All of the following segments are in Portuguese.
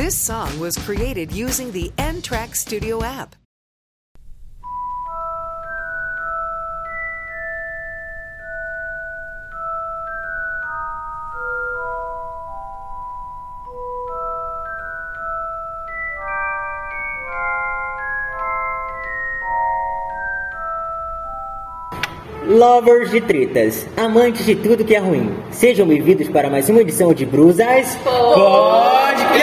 This song was created using the N-Track Studio app. Lovers de tretas, amantes de tudo que é ruim, sejam bem-vindos para mais uma edição de Brusas Podcast.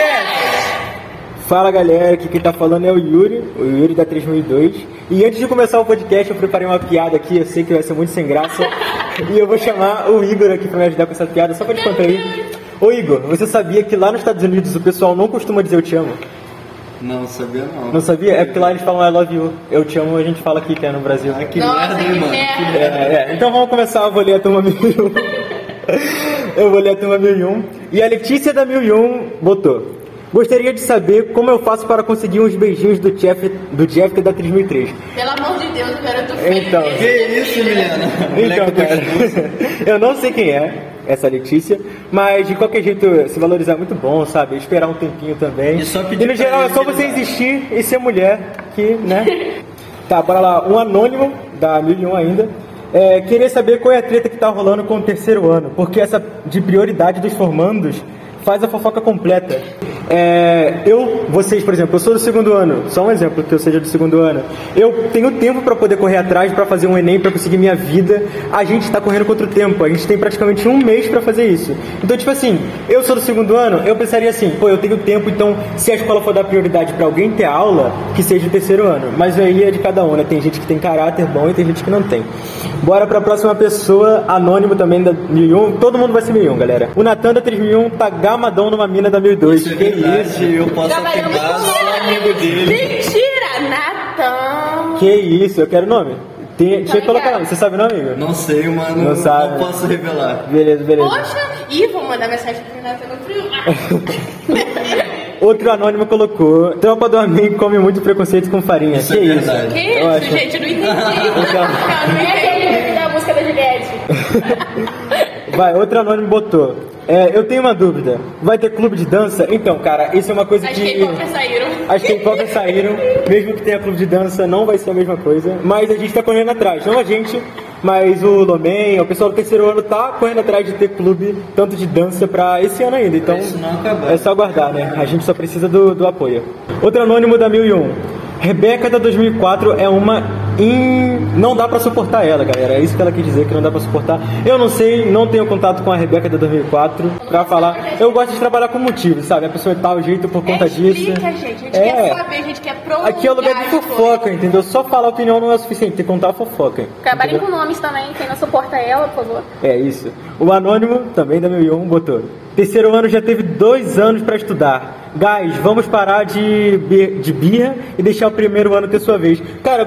Fala galera, aqui quem tá falando é o Yuri da 3002. E antes de começar o podcast eu preparei uma piada aqui, eu sei que vai ser muito sem graça. E eu vou chamar o Igor aqui pra me ajudar com essa piada, só pra te contar aí. Ô Igor, você sabia que lá nos Estados Unidos o pessoal não costuma dizer eu te amo? Não, sabia não. Não sabia? É porque lá eles falam I love you. Eu te amo, a gente fala aqui, que é no Brasil. Ah, que merda, hein, mano? Então vamos começar, eu vou ler a turma 1001. Eu vou ler a turma 1001. E a Letícia da 1001 botou: gostaria de saber como eu faço para conseguir uns beijinhos do Jeff da 3003. Pelo amor de Deus, eu quero do filho. Então, que isso, Milena? Então, cara, eu não sei quem é essa Letícia, mas de qualquer jeito se valorizar é muito bom, sabe? Esperar um tempinho também. E no geral é só você existir e ser mulher, que, né? Tá, bora lá. Um anônimo da 1001 ainda. Queria saber qual é a treta que tá rolando com o terceiro ano, porque essa de prioridade dos formandos faz a fofoca completa. Vocês, por exemplo, eu sou do segundo ano, só um exemplo que eu seja do segundo ano. Eu tenho tempo pra poder correr atrás, pra fazer um Enem, pra conseguir minha vida. A gente tá correndo contra o tempo, a gente tem praticamente um mês pra fazer isso. Então, tipo assim, eu sou do segundo ano, eu pensaria assim, pô, eu tenho tempo, então se a escola for dar prioridade pra alguém ter aula, que seja o terceiro ano. Mas aí é de cada um, né? Tem gente que tem caráter bom e tem gente que não tem. Bora pra próxima pessoa, anônimo também da 1001. Todo mundo vai ser 1001, galera. O Natan da 3001 tá gamadão numa mina da 1002. Isso é verdade, eu posso afirmar, sou amigo dele. Mentira, Natan. Que isso, eu quero o nome. Deixa eu colocar nome. Você sabe o nome, Igor? Não sei, mano. Não sabe. Não posso revelar. Beleza. Poxa, vou mandar mensagem pro Natan no privado. Outro anônimo colocou: tropa do amigo come muito preconceito com farinha. Isso que é isso? verdade. Que isso, acho. gente? Eu não entendi. Então. Eu não entendi da música da Juliette. Vai, outro anônimo botou: eu tenho uma dúvida. Vai ter clube de dança? Então, cara, isso é uma coisa As que... K-popers saíram. As K-popers saíram. Mesmo que tenha clube de dança, não vai ser a mesma coisa. Mas a gente tá correndo atrás. Não a gente, mas o Lomen, o pessoal do terceiro ano tá correndo atrás de ter clube, tanto de dança pra esse ano ainda. Então, Isso não acabar. é só aguardar, né? A gente só precisa do apoio. Outro anônimo da 1001. Rebeca da 2004 é uma... Não dá pra suportar ela, galera. É isso que ela quis dizer, que não dá pra suportar. Eu não sei, não tenho contato com a Rebeca da 2004 pra falar. Eu gosto de trabalhar com motivos, sabe? A pessoa é tal jeito por conta disso. Explica, gente. A gente quer saber, a gente quer prolongar. Aqui é o lugar de fofoca, entendeu? Só falar a opinião não é o suficiente, tem que contar a fofoca. Trabalhem entendeu? com nomes também, quem não suporta ela, por favor. É isso. O anônimo, também da 1001, botou: terceiro ano já teve 2 anos pra estudar. Guys, vamos parar de birra e deixar o primeiro ano ter sua vez. Cara,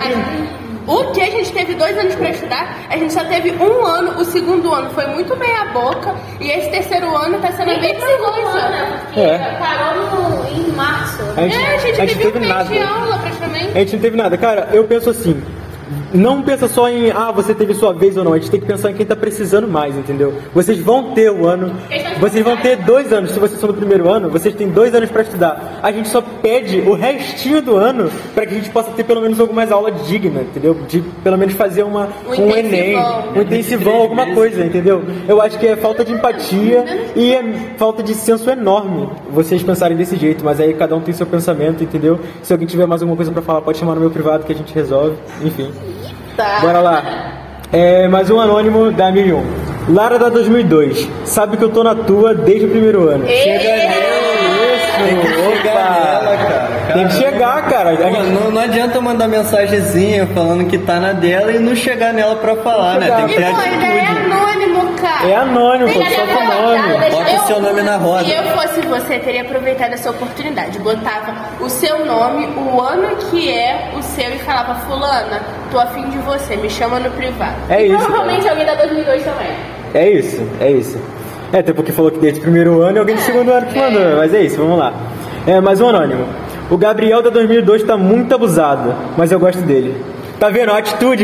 O que? A gente teve 2 anos pra estudar, a gente só teve 1 ano, o segundo ano foi muito meia boca, e esse terceiro ano tá sendo bem mais coisa. Parou em março. a gente teve teve um mês nada. de aula praticamente. A gente não teve nada. Cara, eu penso assim, não pensa só em, você teve sua vez ou não. A gente tem que pensar em quem tá precisando mais, entendeu? Vocês vão ter o ano, vocês vão ter 2 anos. Se vocês são do primeiro ano, vocês têm 2 anos pra estudar. A gente só pede o restinho do ano pra que a gente possa ter pelo menos algumas aulas dignas, entendeu? De pelo menos fazer um Enem, um intensivão, alguma coisa, entendeu? Eu acho que é falta de empatia e é falta de senso enorme vocês pensarem desse jeito, mas aí cada um tem seu pensamento, entendeu? Se alguém tiver mais alguma coisa pra falar, pode chamar no meu privado que a gente resolve, enfim. Tá. Bora lá. Mais um anônimo da 1001. Lara da 2002. Sabe que eu tô na tua desde o primeiro ano. Chega nela, isso. Tem que chegar nela, cara. Tem que chegar, cara. Não adianta mandar mensagenzinha falando que tá na dela e não chegar nela pra falar, né? Tem que ter Ainda é atitude. anônimo, cara. É anônimo, pô, só com nome. Bota o seu nome na roda. Se eu fosse você, teria aproveitado essa oportunidade. Botava o seu nome, o ano que é o seu e falava: fulana, tô afim de você, me chama no privado. É isso. Provavelmente alguém da 2002 também. É isso. Até porque falou que desde o primeiro ano e alguém do segundo ano que mandou. Mas é isso, vamos lá. Mais um anônimo. O Gabriel da 2002 tá muito abusado, mas eu gosto dele. Tá vendo? A atitude.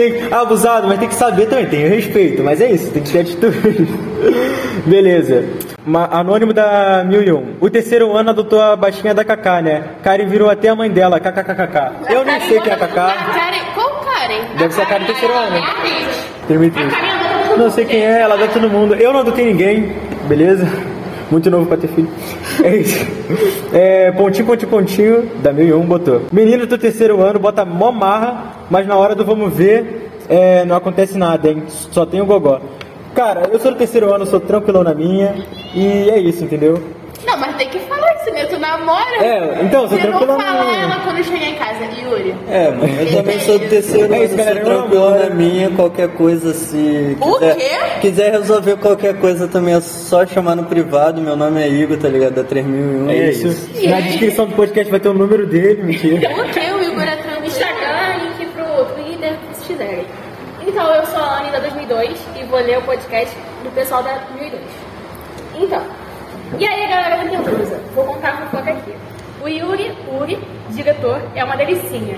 Abusado, mas tem que saber também, tem o respeito. Mas é isso, tem que ter atitude. Beleza. Anônimo da 1001. O terceiro ano adotou a baixinha da Kaká, né? Karen virou até a mãe dela, kkkk. Eu nem sei quem é a Kaká. Qual Karen? Deve ser a Karen do terceiro ano. A Karen Não sei quem é, ela adota todo mundo. Eu não adotei ninguém, beleza? Muito novo pra ter filho. É isso. Pontinho, da 1001 botou. Menino do terceiro ano, bota mó marra, mas na hora do vamos ver, não acontece nada, hein? Só tem o gogó. Cara, eu sou do terceiro ano, sou tranquilão na minha, e é isso, entendeu? Não, mas tem que falar isso, né? Tu namora. Então, sou tranquilão na fala minha. ela quando chegar em casa, Yuri. Mano, eu também sou do terceiro ano, isso, galera, sou eu tranquilo namoro. na minha, qualquer coisa se O quê? quiser resolver qualquer coisa também é só chamar no privado, meu nome é Igor, tá ligado? Da 3001. É isso. Na descrição do podcast vai ter o número dele, mentira. O que? O Igor é No tranquilo. Instagram, link pro Twitter, se vocês quiserem. Então, eu sou a Anne da 2002 e vou ler o podcast do pessoal da 2002. Então, e aí, galera da Tentuza? Vou contar a fofoca aqui. O Uri, diretor, é uma delicinha.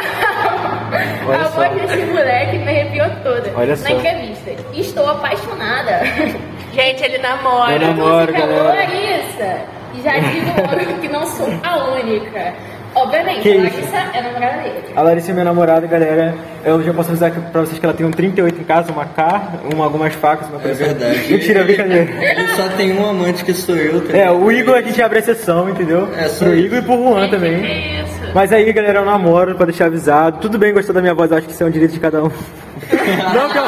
A voz desse moleque me arrepiou toda Olha só. na entrevista. Estou apaixonada. Gente, ele namora. Eu namoro, Música galera. Larissa. E já digo logo que não sou a única. Obviamente, Que a isso? Larissa é a namorada dele. A Larissa é minha namorada, galera. Eu já posso avisar pra vocês que ela tem um 38 em casa, uma K, algumas facas, uma coisa. verdade. Mentira, brincadeira. Ele só tem um amante que sou eu, tá ligado? O Igor a gente abre exceção, entendeu? Só Pro isso. Igor e pro Juan também. Que isso? Mas aí, galera, eu namoro, pra deixar avisado. Tudo bem gostar da minha voz, eu acho que isso é um direito de cada um. Não que eu...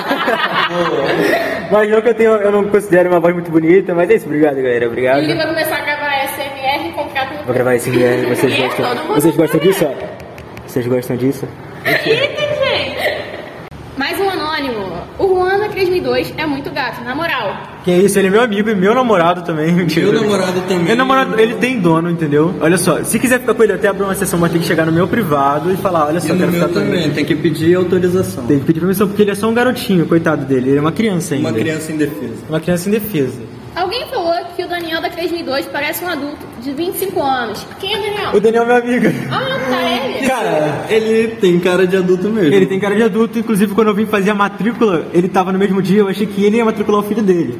Mas não que eu não considero uma voz muito bonita, mas é isso, obrigado, galera, obrigado. Ele vai começar a gravar SMR e comprar tudo. Vou gravar esse vídeo, vocês E é gostam? todo mundo Vocês gostam faz. disso, ó? Vocês gostam disso? Eita, gente. Mais um anônimo. O Juan da 3002 é muito gato, na moral. Que isso, ele é meu amigo e meu namorado também. Mentira. Meu namorado também. Meu namorado, ele tem dono, entendeu? Olha só, se quiser ficar com ele, eu até abro uma sessão, mas tem que chegar no meu privado e falar, olha E só, eu no quero meu ficar com também, ele. tem que pedir autorização. Tem que pedir permissão, porque ele é só um garotinho, coitado dele. Ele é uma criança ainda. Uma criança indefesa. Uma criança indefesa. Alguém falou que o Daniel da 3002 parece um adulto de 25 anos. Quem é o Daniel? O Daniel é meu amigo. Ah, tá, ele. Cara, Ele tem cara de adulto mesmo. ele tem cara de adulto, inclusive quando eu vim fazer a matrícula, ele tava no mesmo dia, eu achei que ele ia matricular o filho dele.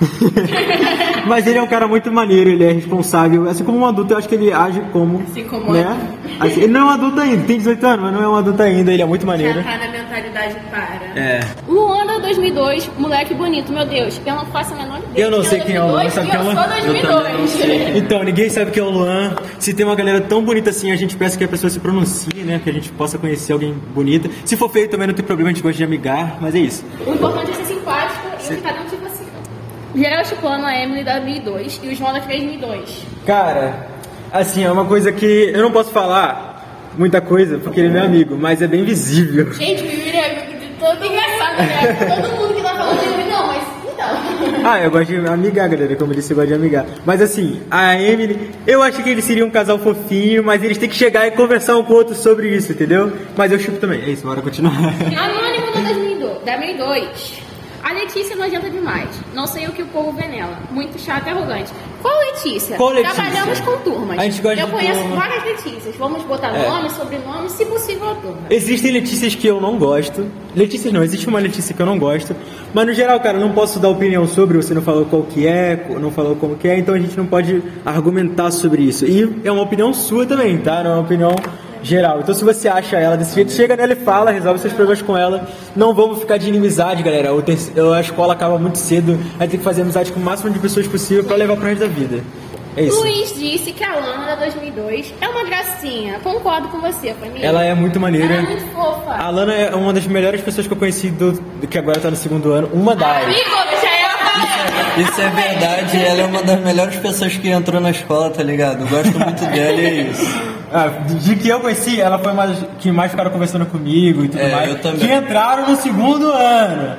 Mas ele é um cara muito maneiro, ele é responsável, assim como um adulto, eu acho que ele age como, Assim como né? Assim, ele não é um adulto ainda, tem 18 anos, mas não é um adulto ainda, ele é muito maneiro. Já tá na mentalidade para. É. Luanda 2002, moleque bonito, meu Deus. Eu não faço a menor ideia. Eu não sei quem é o Luan, sabe quem é o Luan? Eu sou 2002. Então, ninguém sabe quem é o Luan. Se tem uma galera tão bonita assim, a gente peça que a pessoa se pronuncie, né? Que a gente possa conhecer alguém bonita. Se for feio também não tem problema, a gente gosta de amigar, mas é isso. O importante é ser simpático e ficar dentro de você. Geral chupando a Emily da 2002 e o João da 3002. Cara, assim, é uma coisa que eu não posso falar muita coisa, porque ele é meu amigo, mas é bem visível. Gente, o Yuri é amigo de todo Engraçado, né? Todo mundo que tá falando de Emily, não, mas então. Ah, eu gosto de amigar, galera, como eu disse, eu gosto de amigar. Mas assim, a Emily, eu acho que eles seriam um casal fofinho, mas eles têm que chegar e conversar um com o outro sobre isso, entendeu? Mas eu chupo também. É isso, bora continuar. Anônimo da 2002. A Letícia é nojenta demais. Não sei o que o povo vê nela. Muito chata e arrogante. Qual Letícia? Qual Letícia? Trabalhamos com turmas. A gente gosta Eu de conheço turma. várias Letícias. Vamos botar nome, sobrenome, se possível a turma. Existem Letícias que eu não gosto. Letícias não, existe uma Letícia que eu não gosto. Mas no geral, cara, eu não posso dar opinião sobre, você não falou qual que é, não falou como que é, então a gente não pode argumentar sobre isso. E é uma opinião sua também, tá? Não é uma opinião geral. Então se você acha ela desse jeito, chega nela e fala, resolve seus problemas com ela. Não vamos ficar de inimizade, galera. A escola acaba muito cedo, a gente tem que fazer amizade com o máximo de pessoas possível pra levar pro resto da vida. É isso. Luiz disse que a Lana da 2002 é uma gracinha. Concordo com você, família. Ela é muito maneira. Ela é muito fofa. A Lana é uma das melhores pessoas que eu conheci do que agora tá no segundo ano. Uma das. Amigo, já ia Isso é verdade, ela é uma das melhores pessoas que entrou na escola, tá ligado? Eu gosto muito dela e é isso. Ah, de que eu conheci, ela foi uma das que mais ficaram conversando comigo e tudo mais. eu também. Que entraram no segundo ano.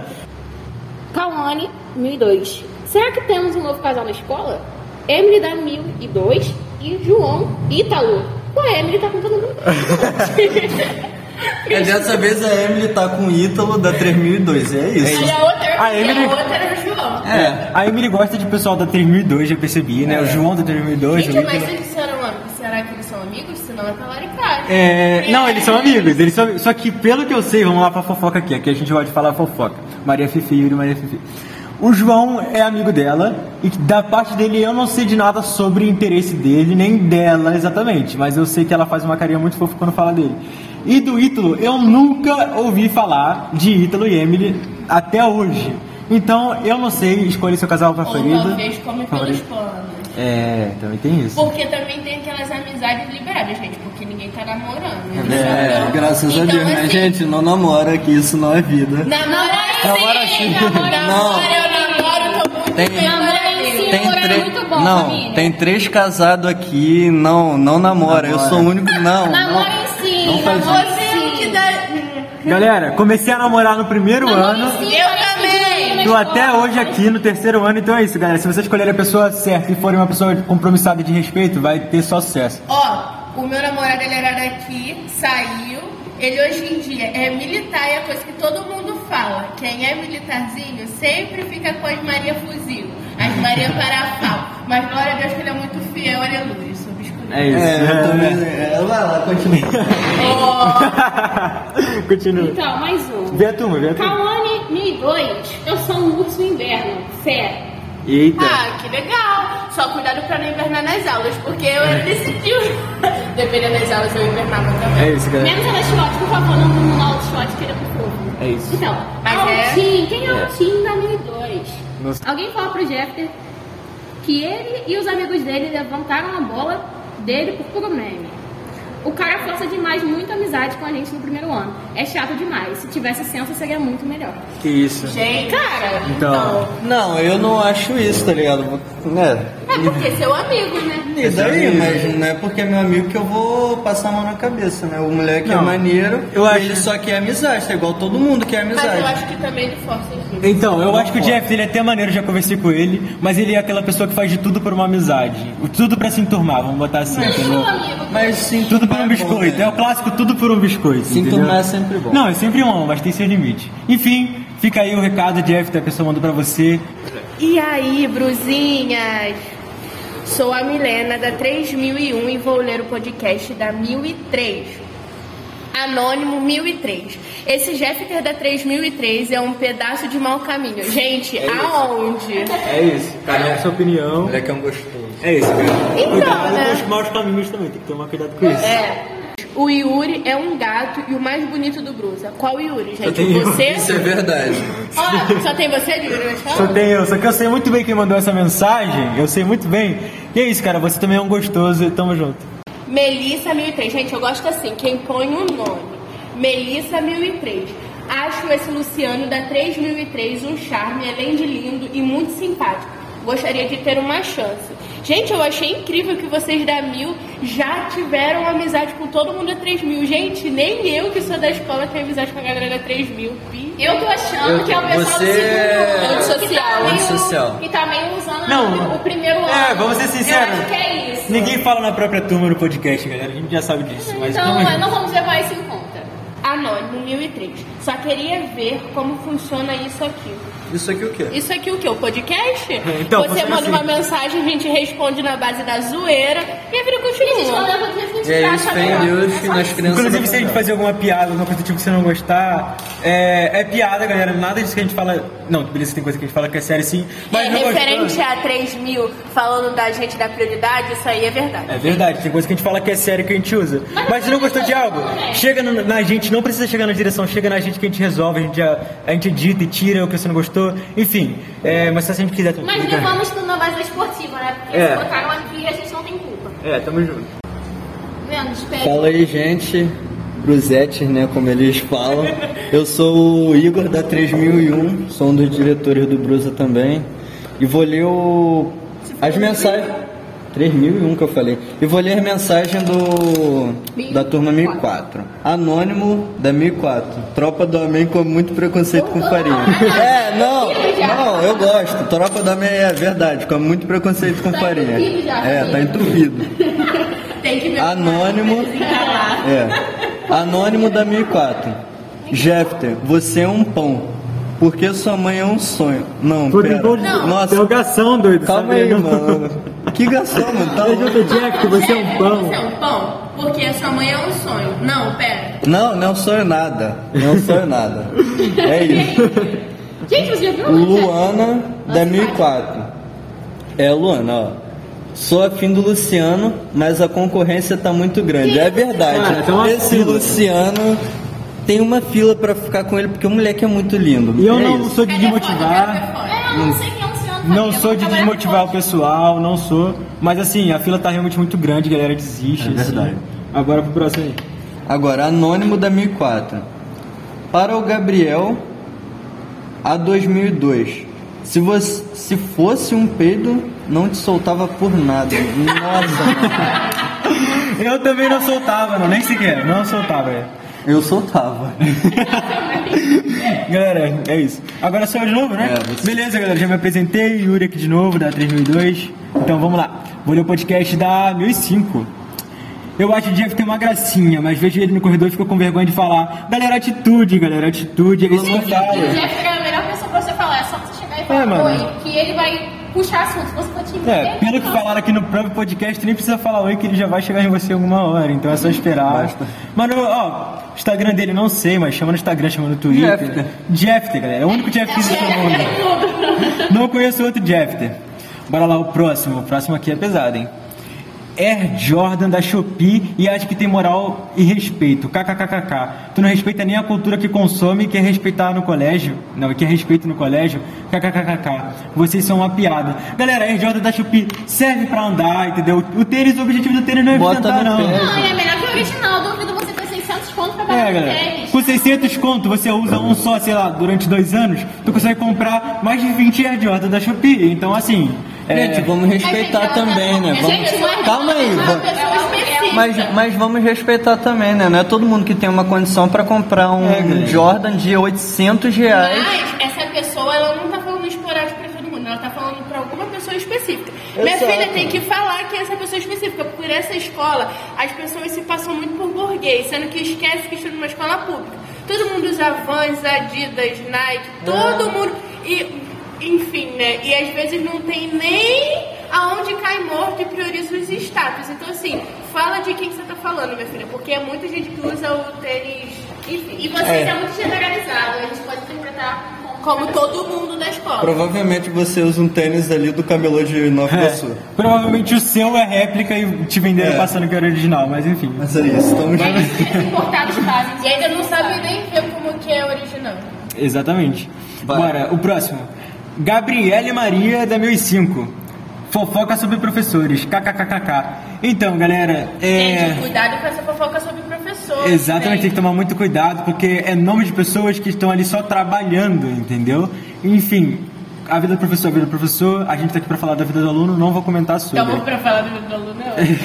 Kawane, 2002. Será que temos um novo casal na escola? Emily da 1002 e João Ítalo. Pô, a Emily tá com todo mundo. Dessa vez a Emily tá com o Ítalo da 3002, é isso. E a outra, A Emily- era o João. A Emily gosta de pessoal da 3002, já percebi, né? O João da 3002. Gente, o mas Ítalo. eles disseram, mano, será que eles são amigos? Senão é talaricagem. Não, eles são amigos. Só que pelo que eu sei, vamos lá pra fofoca aqui. Aqui a gente pode falar fofoca. Maria Fifi, Yuri, Maria Fifi. O João é amigo dela e da parte dele eu não sei de nada sobre o interesse dele, nem dela exatamente, mas eu sei que ela faz uma carinha muito fofa quando fala dele. E do Ítalo, eu nunca ouvi falar de Ítalo e Emily até hoje. Então eu não sei escolher seu casal preferido. Ou talvez come pelos panos. É, também tem isso. Porque também tem aquelas amizades liberadas, gente, porque ninguém tá namorando. Graças a Deus, né, gente? Não namora, que isso não é vida. Namora sim! Eu namoro, tô muito bem. Tem 3 casados aqui, não namora. Eu sou o único, Namorem sim, não faz namorem isso. sim. Galera, comecei a namorar no primeiro ano. Sim, Eu também. Tô até hoje aqui no terceiro ano, então é isso, galera. Se vocês escolherem a pessoa certa e forem uma pessoa compromissada e de respeito, vai ter só sucesso. Ó, o meu namorado, ele era daqui, saiu. Ele hoje em dia é militar e é a coisa que todo mundo fala. Quem é militarzinho sempre fica com as Maria Fuzil, as Maria Parafal. Mas glória a Deus que ele é muito fiel, aleluia. Sou biscoito. É isso. Eu também. Vai lá, continua. Continua. Então, mais um. Vê a turma. Kawane 1002, eu sou um urso inverno. Fé. Eita. Ah, que legal. Só cuidado pra não invernar nas aulas, porque ele decidiu. Dependendo das aulas, eu invernava também. É isso, galera. Menos ela shot, por favor, não vamos no shot que ele é muito fofo. É isso. Então, Mas Altim, quem é o Altim da 1002? Nossa. Alguém fala pro Jeffter que ele e os amigos dele levantaram a bola dele por puro meme. O cara força demais muita amizade com a gente no primeiro ano. É chato demais. Se tivesse senso, seria muito melhor. Que isso. Gente, cara. Então. Não, eu não acho isso, tá ligado? É porque seu amigo, né? E daí, mas não é porque é meu amigo que eu vou passar a mão na cabeça, né? O moleque é maneiro, ele só quer amizade, é igual todo mundo quer amizade. Mas eu acho que também ele força isso. Então, eu acho que o Jeff, ele é até maneiro, já conversei com ele, mas ele é aquela pessoa que faz de tudo por uma amizade. Tudo pra se enturmar, vamos botar assim, entendeu? Mas sim, Tudo por um biscoito, é o clássico tudo por um biscoito. Se entendeu? enturmar é sempre bom. Não, é sempre bom, mas tem seu limite. Enfim, fica aí o recado, Jeff, que a pessoa mandou pra você. E aí, brusinhas? Sou a Milena da 3001 e vou ler o podcast da 1003. Anônimo 1003. Esse Jeffter da 3003 é um pedaço de mau caminho. Gente, aonde? É isso, cara, é a sua opinião. O moleque é um gostoso. É isso, cara. Então, Cuidado né? com os maus caminhos também, tem que tomar cuidado com isso. O Yuri é um gato e o mais bonito do Brusa. Qual Yuri, gente? tem eu. Você? Isso é verdade. Ó, só tem você, Yuri? Só tem eu, só que eu sei muito bem quem mandou essa mensagem, eu sei muito bem. E é isso, cara, você também é um gostoso e tamo junto. Melissa 1003. Gente, eu gosto assim, quem põe o nome. Melissa 1003. Acho esse Luciano da 3003 um charme, além de lindo e muito simpático. Gostaria de ter uma chance. Gente, eu achei incrível que vocês da 1000 já tiveram amizade com todo mundo da 3000. Gente, nem eu que sou da escola tenho amizade com a galera da 3000. Eu tô achando que é o pessoal do segundo Antissocial. ano. Que tá meio usando Não. o primeiro ano. É, vamos ser sinceros. Eu acho que é isso. Ninguém fala na própria turma no podcast, galera, a gente já sabe disso. Mas Então, tamo junto. não vamos levar isso em conta. Anônimo 1003. Só queria ver como funciona isso aqui. Isso aqui o quê? Isso aqui o quê? O podcast? Então, você funciona manda assim. uma mensagem, a gente responde na base da zoeira e a vida E a gente continua. não leva o que a gente E aí, acha fé em melhor. Deus, É só nas isso. crianças. Inclusive, se a gente fazer alguma piada, alguma coisa do tipo que você não gostar, é piada, galera. Nada disso que a gente fala. Não, beleza, tem coisa que a gente fala que é sério sim. Mas não Referente gostou. a 3000 falando da gente da prioridade, isso aí é verdade. É verdade, tem coisa que a gente fala que é sério que a gente usa. Mas se não gostou de algo, chega na gente, não precisa chegar na direção, chega na gente que a gente resolve, a gente edita e tira o que você não gostou. Enfim, mas se a gente quiser também. Mas levamos tudo na base esportiva, né? Porque É. se botaram aqui, a gente não tem culpa. Tamo junto. Vendo? Espere. Fala aí, gente. Brusetes, né, como eles falam. Eu sou o Igor da 3001, sou um dos diretores do Brusa também. E vou ler as mensagens. 3001 que eu falei. E vou ler a mensagem da turma 1004. Anônimo da 1004. Tropa do Amém com muito preconceito com farinha. Não, eu gosto. Tropa do Amém é verdade, com muito preconceito com farinha. entupido já, Tá entupido. Tem que ver. Anônimo. Anônimo da 1004. Jeffter, você é um pão. Porque sua mãe é um sonho. Não, pera. Nossa, Interrogação, doido. calma sabe? aí, mano. Que gação, mano. Tá Tamo junto, Jack, você é um Você pão. é um pão? Porque a sua mãe é um sonho. Não, pera. Não sonho nada. Não sonho nada. É isso. Gente, você já viu? Luana, da 1004. É, Luana, ó. Sou afim do Luciano, mas a concorrência tá muito grande. É verdade. Cara, tem uma Esse fila. Luciano tem uma fila pra ficar com ele, porque o moleque é muito lindo. E eu É não isso. sou de desmotivar. Eu não sei quem é o Luciano. Não sou de desmotivar o pessoal, não sou. Mas assim, a fila tá realmente muito grande, a galera desiste. É verdade. Assim. Agora pro próximo aí. Agora, Anônimo da 1004. Para o Gabriel, a 2002. Se fosse um peido, não te soltava por nada. Nossa, mano. Eu também não soltava, não, nem sequer. Não soltava, é. Eu soltava. Galera, é isso. Agora sou eu de novo, né? É, você. Beleza, galera, já me apresentei. Yuri aqui de novo, da 3002. Então vamos lá. Vou ler o podcast da 1005. Eu acho que o Jeff tem uma gracinha, mas vejo ele no corredor e fico com vergonha de falar. Galera, atitude, é isso que eu O falo. Jeff é a melhor pessoa pra você falar. É só você chegar e falar mano. oi, que ele vai puxar assunto. Se você for te entender, Pelo que falaram aqui no próprio podcast, nem precisa falar oi, que ele já vai chegar em você em alguma hora, então é só esperar. Basta. Mano, ó, Instagram dele não sei, mas chama no Instagram, chama no Twitter. Jeffter, galera, é o único Jeffter do mundo. Não conheço outro Jeffter. Bora lá, o próximo aqui é pesado, hein? Air Jordan da Shopee e acha que tem moral e respeito. KKKKK. Tu não respeita nem a cultura que consome e quer respeitar no colégio. Não, quer respeito no colégio. KKKKK. Vocês são uma piada. Galera, Air Jordan da Shopee serve pra andar, entendeu? O tênis, o objetivo do tênis não é Bota ostentar, no não. pé. não, ele é melhor que o original. Duvido você ter 600 conto pra pagar Galera. tênis. Com 600 conto, você usa um só, sei lá, durante 2 anos, tu consegue comprar mais de 20 Air Jordan da Shopee. Então, assim... Gente, vamos respeitar também, né? Vamos... Calma aí. Mas vamos respeitar também, né? Não é todo mundo que tem uma condição pra comprar um Jordan de R$800. Mas essa pessoa, ela não tá falando esporádico pra todo mundo, ela tá falando pra alguma pessoa específica. Minha Exato. filha tem que falar que é essa pessoa específica. Por essa escola, as pessoas se passam muito por burguês, sendo que esquece que estuda numa escola pública. Todo mundo usa Vans, Adidas, Nike, todo mundo... Enfim, né? E às vezes não tem nem aonde cai morto e prioriza os status. Então, assim, fala de quem que você tá falando, minha filha, porque é muita gente que usa o tênis. Enfim. E vocês é muito generalizado. A gente pode interpretar Como todo mundo da escola. Provavelmente você usa um tênis ali do camelô de Nova Iguaçu. Provavelmente o seu é réplica e te venderam passando que era original, mas enfim. Mas é isso, estamos importados fazem. E ainda não sabe nem ver como que é original. Exatamente. Vai. Bora, o próximo. Gabriele Maria, da 1005. Fofoca sobre professores. KKKKK. Então, galera, Gente, cuidado com essa fofoca sobre professor. Exatamente, tem que tomar muito cuidado, porque é nome de pessoas que estão ali só trabalhando, entendeu? Enfim, a vida do professor é a vida do professor, a gente tá aqui pra falar da vida do aluno, não vou comentar sobre. Então, pra falar do meu aluno,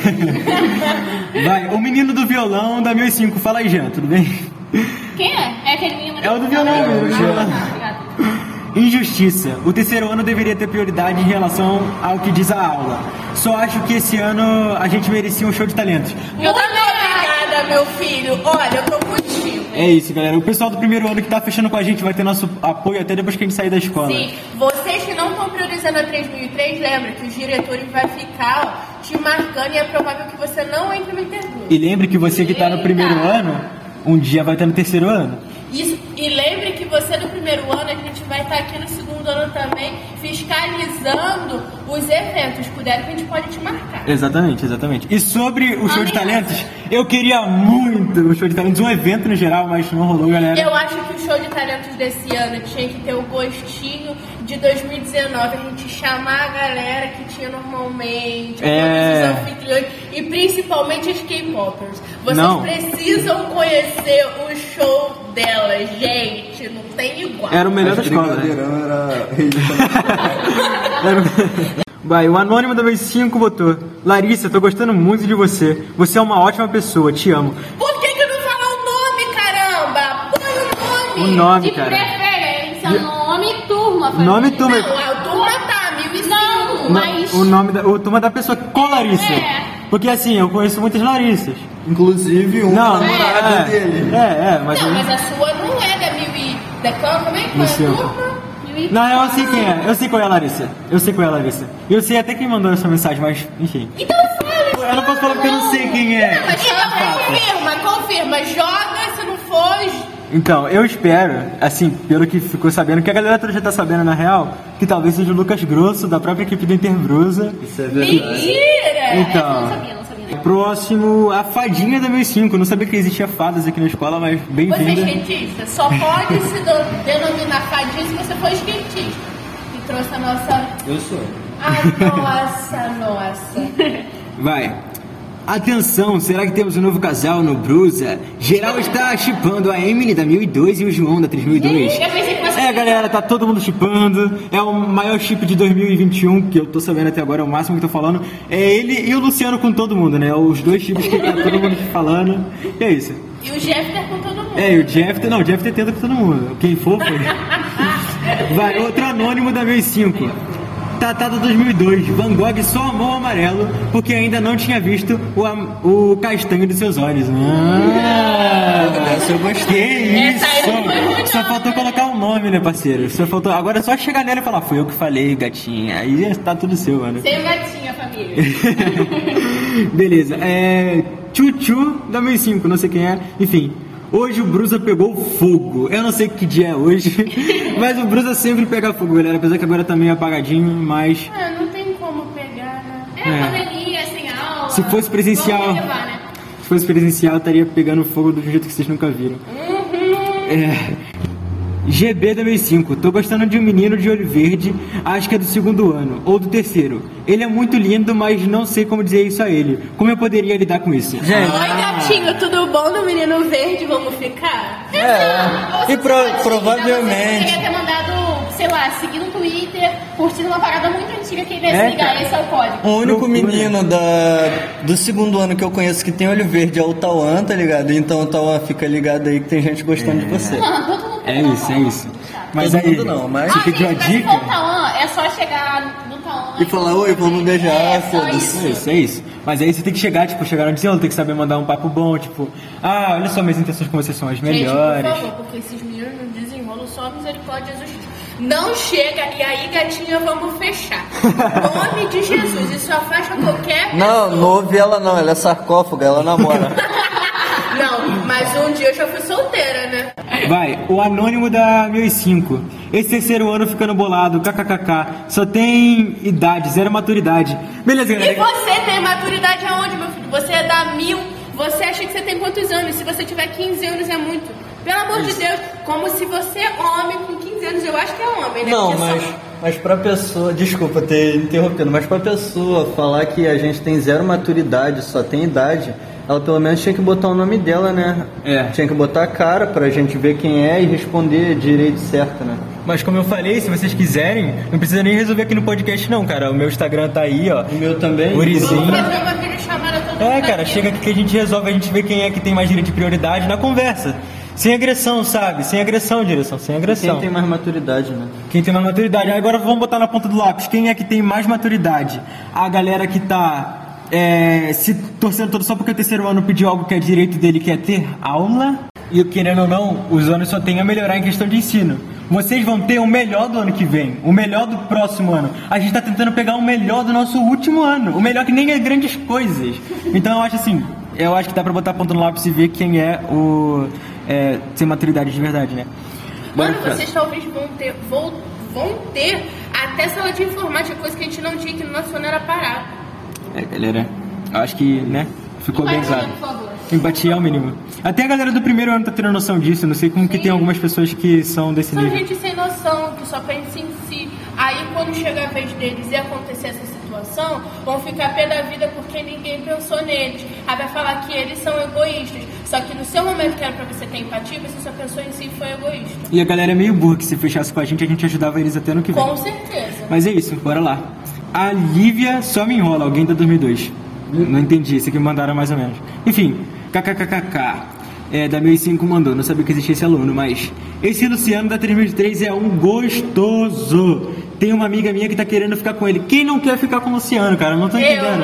não. Vai, o menino do violão da 1005. Fala aí, Jean, tudo bem? Quem é? É aquele menino É o do violão, Obrigada. Injustiça. O terceiro ano deveria ter prioridade em relação ao que diz a aula. Só acho que esse ano a gente merecia um show de talentos. Eu também, obrigada, meu filho. Olha, eu tô contigo. É isso, galera. O pessoal do primeiro ano que tá fechando com a gente vai ter nosso apoio até depois que a gente sair da escola. Sim, vocês que não estão priorizando a 3003, lembra que os diretores vão ficar te marcando e é provável que você não entre no interview. E lembre que você que tá no primeiro ano, um dia vai estar no terceiro ano. Isso, e lembre que você do primeiro ano, a gente vai estar aqui no segundo ano também, fiscalizando os eventos. Cuidado que a gente pode te marcar. Exatamente, exatamente. E sobre o show de talentos, eu queria muito o show de talentos, um evento no geral, mas não rolou, galera. Eu acho que o show de talentos desse ano tinha que ter o gostinho de 2019, a gente chamar a galera que tinha normalmente, todos os anfitriões e principalmente os K-popers. Vocês Não. precisam conhecer o show delas, gente, não tem igual. Era o melhor da escola, né? Vai, o Anônimo da 5 botou: Larissa, tô gostando muito de você. Você é uma ótima pessoa, te amo. Por que não fala o nome, caramba? Põe o nome. O nome, De cara. preferência, nome e turma. Nome e turma. Não, a turma tá, 1005. Não, mas... O nome da, o turma da pessoa com Larissa. Porque assim, eu conheço muitas Larissas. Inclusive uma namorada dele. Mas Não, eu- mas a sua não é da Mil e... Da qual? Como é que Não é sei. a turma? Não, eu sei quem é. Eu sei qual é a Larissa. Eu sei qual é a Larissa. Eu sei até quem mandou essa mensagem, mas enfim. Então fala. Eu não posso falar porque eu não sei quem é. Mas confirma. Joga, se não for, Então, eu espero, assim, pelo que ficou sabendo, que a galera toda já tá sabendo na real, que talvez seja o Lucas Grosso, da própria equipe do Interbrusa. Isso é verdade. Mentira! Então, Não sabia. próximo, a fadinha da 1005. Eu não sabia que existia fadas aqui na escola, mas Você é bem-vinda. skatista? Só pode se denominar fadinha se você for skatista. E trouxe a nossa... Eu sou. Nossa. Vai. Atenção, será que temos um novo casal no Brusa? Geral está shippando a Emily da 1002 e o João da 3002. Eu pensei que você... Galera, tá todo mundo shippando. É o maior chip de 2021, que eu tô sabendo até agora, é o máximo que tô falando. É ele e o Luciano com todo mundo, né? Os dois chips que tá todo mundo falando. E é isso. E o Jeffter com todo mundo. E o Jeffter, não, o Jeffter tenta com todo mundo. Quem for, foi. Vai, outro anônimo da 1005. Tatá 2002, Van Gogh só amou o amarelo porque ainda não tinha visto o castanho dos seus olhos. Essa eu gostei. Que Essa aí não foi ruim, isso? Só faltou colocar o nome, né, parceiro? Só faltou. Agora é só chegar nela e falar, foi eu que falei, gatinha. Aí tá tudo seu, mano. Sem o gatinho, família. Beleza, Chuchu da 1005, não sei quem é, enfim. Hoje o Brusa pegou fogo. Eu não sei que dia é hoje, mas o Brusa sempre pega fogo, galera. Apesar que agora tá meio apagadinho, mas... Não tem como pegar, né? Pandemia, sem aula. Se fosse presencial... Vamos levar, né? Se fosse presencial, estaria pegando fogo do jeito que vocês nunca viram. GB da 1005. Tô gostando de um menino de olho verde, acho que é do 2º ano, ou do 3º. Ele é muito lindo, mas não sei como dizer isso a ele. Como eu poderia lidar com isso? Oi, gatinho, tudo bom do menino verde? Vamos ficar? E provavelmente... Você teria ter mandado, sei lá, seguir no Twitter, curtindo uma parada muito antiga que ele ia se ligar. cara. Esse é o código. O único menino do 2º ano que eu conheço que tem olho verde é o Tauan, tá ligado? Então o Tauan fica ligado aí que tem gente gostando de você. Não, todo mundo É isso. Mas Todo aí, mundo não, mas- você pediu a gente, mas se dica? for o Tauan, é só chegar no Tauan E falar, oi, vamos beijar, É, só foda-se. É isso. Mas aí você tem que chegar, chegar no desenho, tem que saber mandar um papo bom, olha só, minhas intenções com vocês são as Gente, melhores. por favor, porque esses meninos não desenrolam só a misericórdia de Jesus. Não chega, e aí, gatinha, vamos fechar. Em nome de Jesus, isso afasta qualquer Não, pessoa. não ouve ela é sarcófaga, ela namora. Não, mas um dia eu já fui solteira, né? Vai, o anônimo da 1005. Esse 3º ano ficando bolado, kkkk. Só tem idade, 0 maturidade. Beleza, E galera. você tem maturidade aonde, meu filho? Você é da 1000, você acha que você tem quantos anos? Se você tiver 15 anos é muito. Pelo amor de Deus, como se você é homem com 15 anos, eu acho que é homem, né? Não, Porque mas pra pessoa, desculpa ter interrompido, mas pra pessoa falar que a gente tem 0 maturidade, só tem idade, ela pelo menos tinha que botar o nome dela, né? Tinha que botar a cara pra gente ver quem é e responder direito certo, né? Mas como eu falei, se vocês quiserem, não precisa nem resolver aqui no podcast não, cara. O meu Instagram tá aí, ó. O meu também. Urizinho. Vamos fazer uma videochamada todo mundo Cara, aqui. chega aqui que a gente resolve, a gente vê quem é que tem mais direito de prioridade na conversa. Sem agressão, sabe? Sem agressão, direção, sem agressão. Quem tem mais maturidade, né? Quem tem mais maturidade. Agora vamos botar na ponta do lápis. Quem é que tem mais maturidade? A galera que tá se torcendo todo só porque o 3º ano pediu algo que é direito dele, que é ter aula. E querendo ou não, os anos só tem a melhorar em questão de ensino. Vocês vão ter o melhor do ano que vem, o melhor do próximo ano. A gente tá tentando pegar o melhor do nosso último ano. O melhor que nem é grandes coisas. Então eu acho assim, que dá pra botar a ponta no lápis e ver quem é o... sem maturidade de verdade, né? Mano, vocês talvez vão ter até sala de informática, coisa que a gente não tinha aqui no nosso ano era parado. Galera, eu acho que, né, ficou bem Empatia, claro. por favor. Empatia é o mínimo. Até a galera do 1º ano tá tendo noção disso. Não sei como que tem algumas pessoas que são desse São nível. gente sem noção, que só pensa em si. Aí quando chega a vez deles e acontecer essa situação, vão ficar pé da vida porque ninguém pensou neles. Aí vai falar que eles são egoístas. Só que no seu momento que era pra você ter empatia, você só pensou em si e foi egoísta. E a galera é meio burra, que se fechasse com a gente ajudava eles até no que vem. Com certeza. Mas é isso, bora lá. A Lívia só me enrola, alguém da 2002. Não entendi, esse aqui me mandaram mais ou menos. Enfim, kkkk. Da 1005 mandou, não sabia que existia esse aluno, mas... Esse Luciano da 3003 é um gostoso. Tem uma amiga minha que tá querendo ficar com ele. Quem não quer ficar com o Luciano, cara? Eu não tô entendendo.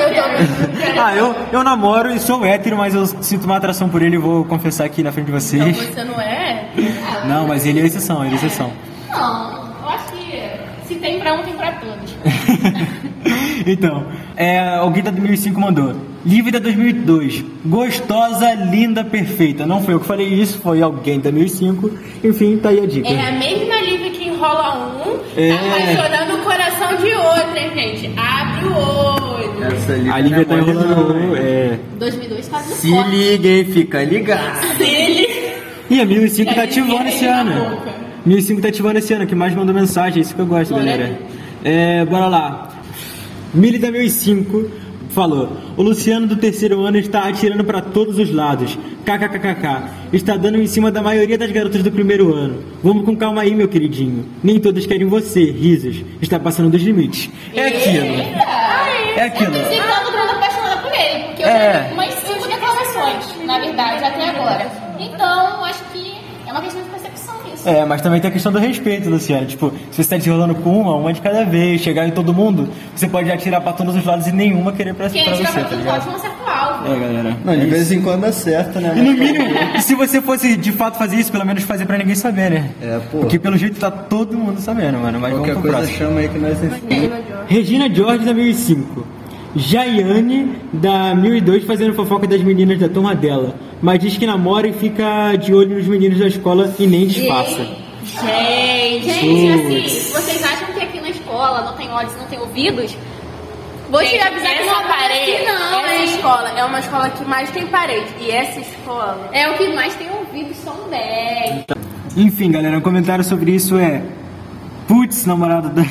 Eu namoro e sou hétero, mas eu sinto uma atração por ele e vou confessar aqui na frente de vocês. Então você não é? Não, mas ele é exceção, Não, eu acho que se tem pra um, tem pra todos. Então, alguém da 2005 mandou. Lívida 2002, gostosa, linda, perfeita. Não foi eu que falei isso, foi alguém da 2005. Enfim, tá aí a dica. É a mesma Lívia que enrola um, tá apaixonando o coração de outra, hein, gente? Abre o olho. A Lívia tá enrolando um, 2002 tá no Se forte. liga e fica ligado. E a 1005 tá ativando esse ano. 1005 tá ativando esse ano, que mais mandou mensagem, é isso que eu gosto, galera. Bora lá. Mili da 1005 falou: o Luciano do terceiro ano está atirando para todos os lados. KKKKK. Está dando em cima da maioria das garotas do primeiro ano. Vamos com calma aí, meu queridinho. Nem todos querem você. Risos. Está passando dos limites. É aquilo. É aquilo. Eu tô todo mundo apaixonada por ele, porque eu tenho umas 5 declarações, na verdade, até agora. Então, acho que é uma questão de percepção isso. Mas também tem a questão do respeito, Luciano. Tipo, se você tá desenrolando com uma de cada vez, chegar em todo mundo, você pode atirar pra todos os lados e nenhuma querer pra você, Quem atira pra tá todos os lados ligado? não acerta o alvo. Galera. Não, de vez em quando acerta, né? E no mínimo, se você fosse de fato fazer isso, pelo menos fazer pra ninguém saber, né? Pô. Porque pelo jeito tá todo mundo sabendo, mano. Mas Qualquer vamos pro coisa próximo. chama aí que nós ensinamos. Regina George da 1005. Jaiane da 1002 fazendo fofoca das meninas da turma dela. Mas diz que namora e fica de olho nos meninos da escola e nem disfarça. Gente, assim, vocês acham que aqui na escola não tem olhos, não tem ouvidos? Vou te avisar que não aparece não, essa hein? escola é uma escola que mais tem parede. E essa escola... É o que mais tem ouvidos, são 10. Enfim, galera, um comentário sobre isso é... Putz, namorado da...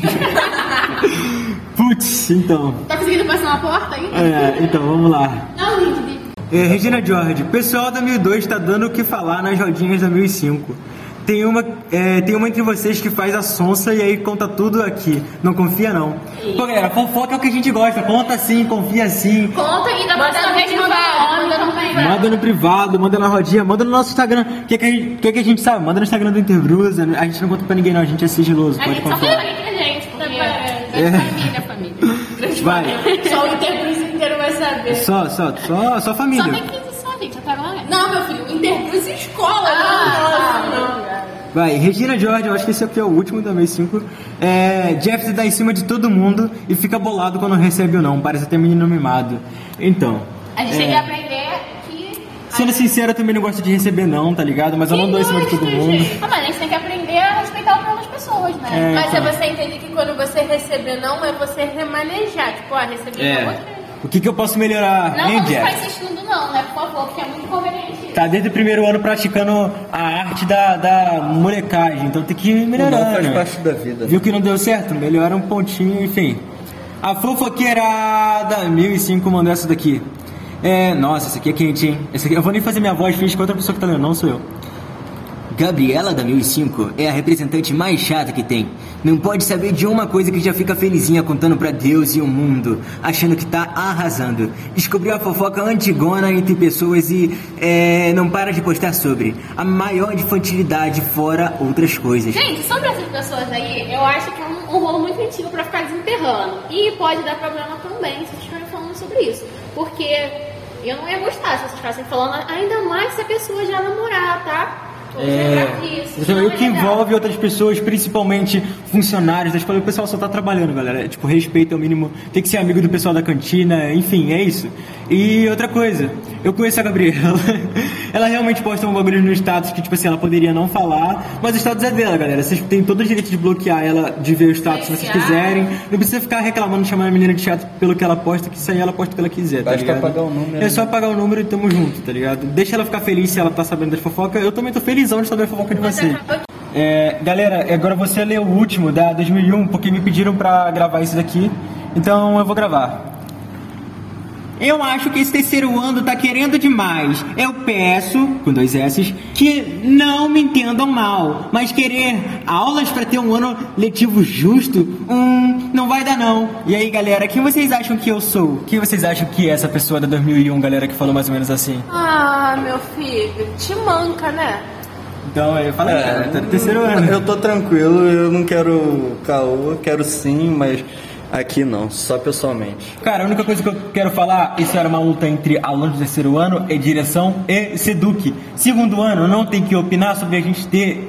Putz, então... Tá conseguindo passar na porta aí? Então, vamos lá. Não, Lindy. Regina George, pessoal da 1002 tá dando o que falar nas rodinhas da 1005. Tem uma entre vocês que faz a sonsa e aí conta tudo aqui. Não confia, não. Pô, galera, fofoca é o que a gente gosta. Conta sim, confia sim. Conta e da próxima vez manda no privado. Manda no privado, manda na rodinha, manda no nosso Instagram. O que a gente sabe? Manda no Instagram do Interbrusa. A gente não conta pra ninguém, não. A gente é sigiloso, A pode gente só confiar. fala entre a gente, porque família. Vai. Só o Interbrusa inteiro vai saber. Só Só família. tem 15 só, gente, até agora. Não, meu filho, o Interbrusa escola. Não. Vai, Regina George, eu acho que esse aqui é o último da 1005. Jeff dá em cima de todo mundo e fica bolado quando recebe ou não. Parece até menino mimado. Então. A gente tem que aprender que... Sendo sincero, eu também não gosto de receber não, tá ligado? Mas eu não dou em cima de todo mundo. Ah, mas a gente tem que aprender a respeitar o opinião das pessoas, né? Mas é você entender que quando você receber não, é você remanejar. Tipo, receber não, você... O que eu posso melhorar, Não hein, vamos ficar Jeff? insistindo não, né? Por favor, porque é muito inconveniente isso. Tá desde o primeiro ano praticando a arte da molecagem, então tem que ir melhorando. Não faz né? parte da vida. Viu que não deu certo? Melhora um pontinho, enfim. A fofoqueira da 1005 mandou essa daqui. Nossa, essa aqui é quente, hein? Essa aqui, eu vou nem fazer minha voz, finge que outra pessoa que tá lendo, não sou eu. Gabriela da 1005 é a representante mais chata que tem. Não pode saber de uma coisa que já fica felizinha contando pra Deus e o mundo, achando que tá arrasando. Descobriu a fofoca antigona entre pessoas e não para de postar sobre. A maior infantilidade fora outras coisas. Gente, sobre essas pessoas aí, eu acho que é um rolo muito antigo pra ficar desenterrando. E pode dar problema também se vocês estiverem falando sobre isso. Porque eu não ia gostar se vocês ficassem falando, ainda mais se a pessoa já namorar, tá? O que envolve outras pessoas, principalmente funcionários da escola, o pessoal só tá trabalhando, galera. Tipo, respeito é o mínimo, tem que ser amigo do pessoal da cantina, enfim, é isso. E outra coisa, eu conheço a Gabriela, ela realmente posta um bagulho no status que, tipo assim, ela poderia não falar, mas o status é dela, galera. Vocês têm todo o direito de bloquear ela, de ver o status se vocês quiserem. Não precisa ficar reclamando, chamando a menina de chato pelo que ela posta, que isso aí ela posta o que ela quiser, tá ligado? Basta apagar o número. É só apagar o número e tamo junto, tá ligado? Deixa ela ficar feliz se ela tá sabendo das fofocas. Eu também tô felizão de saber a fofoca de vocês. Galera, agora você lê o último da 2001, porque me pediram pra gravar isso daqui, então eu vou gravar. Eu acho que esse terceiro ano tá querendo demais. Eu peço, com 2 S's, que não me entendam mal, mas querer aulas pra ter um ano letivo justo, não vai dar não. E aí, galera, quem vocês acham que eu sou? Quem vocês acham que é essa pessoa da 2001, galera, que falou mais ou menos assim? Ah, meu filho, te manca, né? Então, eu falei, tá no terceiro ano. Eu tô tranquilo, eu não quero caô, quero sim, mas aqui não, só pessoalmente. Cara, a única coisa que eu quero falar, isso era uma luta entre alunos do terceiro ano e direção e Seduc. Segundo ano, não tem que opinar sobre a gente ter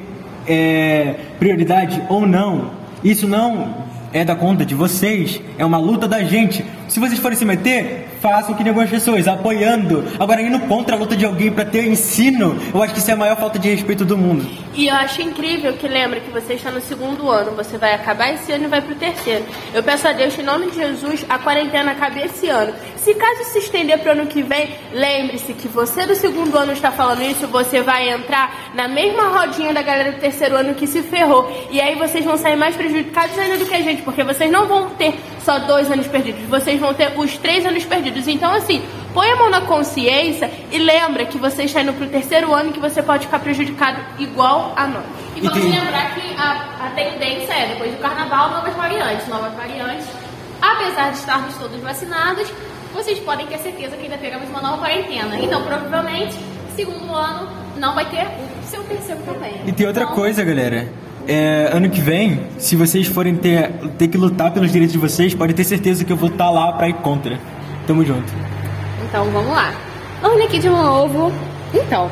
prioridade ou não. Isso não é da conta de vocês, é uma luta da gente. se vocês forem se meter, façam que nem algumas pessoas, apoiando. Agora, indo contra a luta de alguém pra ter ensino, eu acho que isso é a maior falta de respeito do mundo. E eu acho incrível que lembra que você está no 2º ano, você vai acabar esse ano e vai pro 3º. Eu peço a Deus, em nome de Jesus, a quarentena acabe esse ano. Se caso se estender pro ano que vem, lembre-se que você do 2º ano está falando isso, você vai entrar na mesma rodinha da galera do 3º ano que se ferrou. E aí vocês vão sair mais prejudicados ainda do que a gente, porque vocês não vão ter só 2 anos perdidos, vocês vão ter os 3 anos perdidos. Então, assim, põe a mão na consciência e lembra que você está indo pro 3º ano e que você pode ficar prejudicado igual a nós. E vamos lembrar que a tendência é, depois do carnaval, novas variantes. Apesar de estarmos todos vacinados, vocês podem ter certeza que ainda pegamos uma nova quarentena. Então, provavelmente, 2º ano não vai ter o seu 3º também. E tem outra coisa, galera. Ano que vem, se vocês forem ter que lutar pelos direitos de vocês, pode ter certeza que eu vou estar lá pra ir contra. Tamo junto. Então, vamos lá. Olha aqui de novo. Então,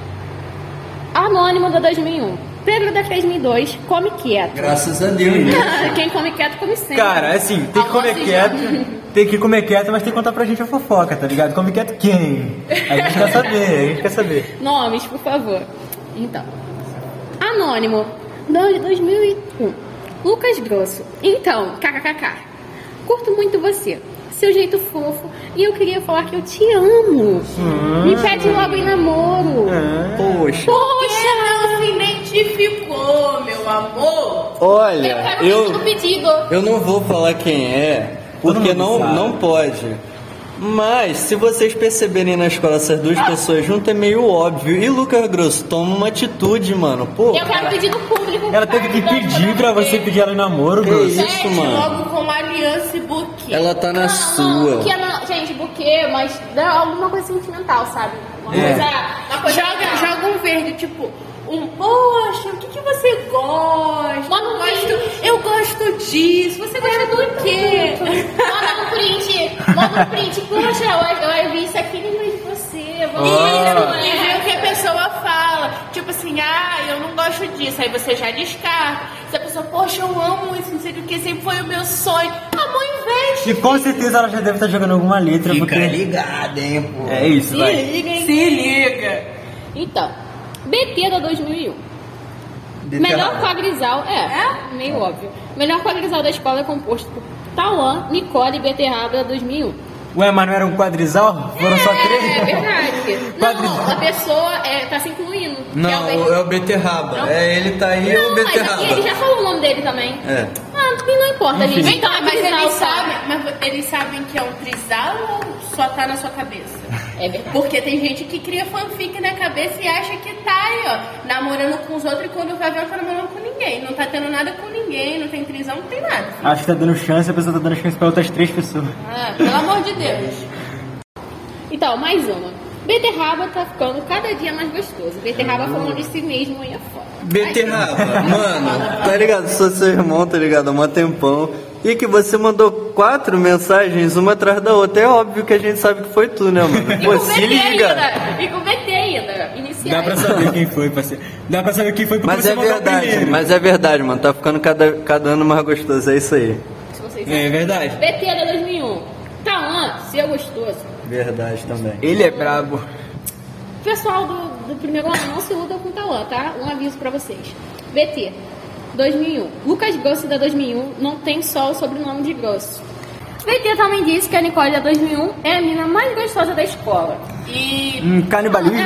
Anônimo da 2001. Pedro da 3002, come quieto. Graças a Deus. Quem come quieto, come sempre. Cara, assim, tem que comer quieto. Tem que comer quieto, mas tem que contar pra gente a fofoca, tá ligado? Come quieto quem? A gente quer saber, Nomes, por favor. Então, Anônimo, 2001. Lucas Grosso. Então, kkkk. Curto muito você. Seu jeito fofo. E eu queria falar que eu te amo. Me pede logo em namoro. Poxa. Não se identificou, meu amor. Olha, Eu quero pedido. eu não vou falar quem é, porque não pode. Mas, se vocês perceberem na escola essas duas pessoas juntas, é meio óbvio. E Lucas Grosso, toma uma atitude, mano. Pô, Eu quero pedir do público. Ela teve que pedir pra você pedir ela em namoro, que Grosso. isso, mano. Logo com aliança e buquê. Ela tá na sua. Buquê não, gente, buquê, mas dá alguma coisa sentimental, sabe? Uma coisa legal. Joga um verde, tipo, poxa, o que você gosta? Eu gosto disso. Você gosta do quê? Manda um print. Poxa, eu vi isso aqui e lembrei de você. E ver o que a pessoa fala. Tipo assim, eu não gosto disso. Aí você já descarta. Se a pessoa, poxa, eu amo isso, não sei o que, sempre foi o meu sonho. Amor, investe. E com certeza ela já deve estar jogando alguma letra. Fica porque... ligado, hein, pô. É isso, vai. Se liga. Então, BT da 2001. Melhor quadrisal, meio óbvio. Melhor quadrisal da escola é composto por Tauan, Nicole e Beterraba da 2001. Ué, mas não era um quadrisal? Foram só 3? É verdade. Não, a pessoa tá se incluindo. Não, que é o Beterraba. Não? Ele tá aí, é o Não, mas Beterraba. aqui ele já falou o nome dele também. É. Não importa, gente. Então, Mas trisal, eles sabem que é um trisal ou só tá na sua cabeça? É verdade. Porque tem gente que cria fanfic na cabeça e acha que tá aí, ó, namorando com os outros e quando vai ver não tá namorando com ninguém. Não tá tendo nada com ninguém, não tem trisal, não tem nada. Acho que tá dando chance, a pessoa tá dando chance pra outras 3 pessoas. Pelo amor de Deus. Então, mais uma. Beterraba tá ficando cada dia mais gostoso. Beterraba falando de si mesmo aí afora. Beterraba, mano, tá ligado? Sou seu irmão, tá ligado? Há um tempão. E que você mandou 4 mensagens, uma atrás da outra. É óbvio que a gente sabe que foi tu, né, mano? Pô, se liga. E com BT ainda, iniciais. Dá pra saber quem foi, parceiro. Dá pra saber quem foi porque Mas você é mandou verdade, primeiro. mas é verdade, mano. Tá ficando cada ano mais gostoso, é isso aí. Se vocês É verdade. BT da 2001. Tauan, seu gostoso. Verdade também. Ele é brabo. Pessoal do primeiro ano não se luta com Tauan, tá? Um aviso pra vocês. BT, 2001. Lucas Grosso da 2001 não tem só o sobrenome de Grosso. BT também disse que a Nicole da 2001 é a menina mais gostosa da escola. E Canibalismo?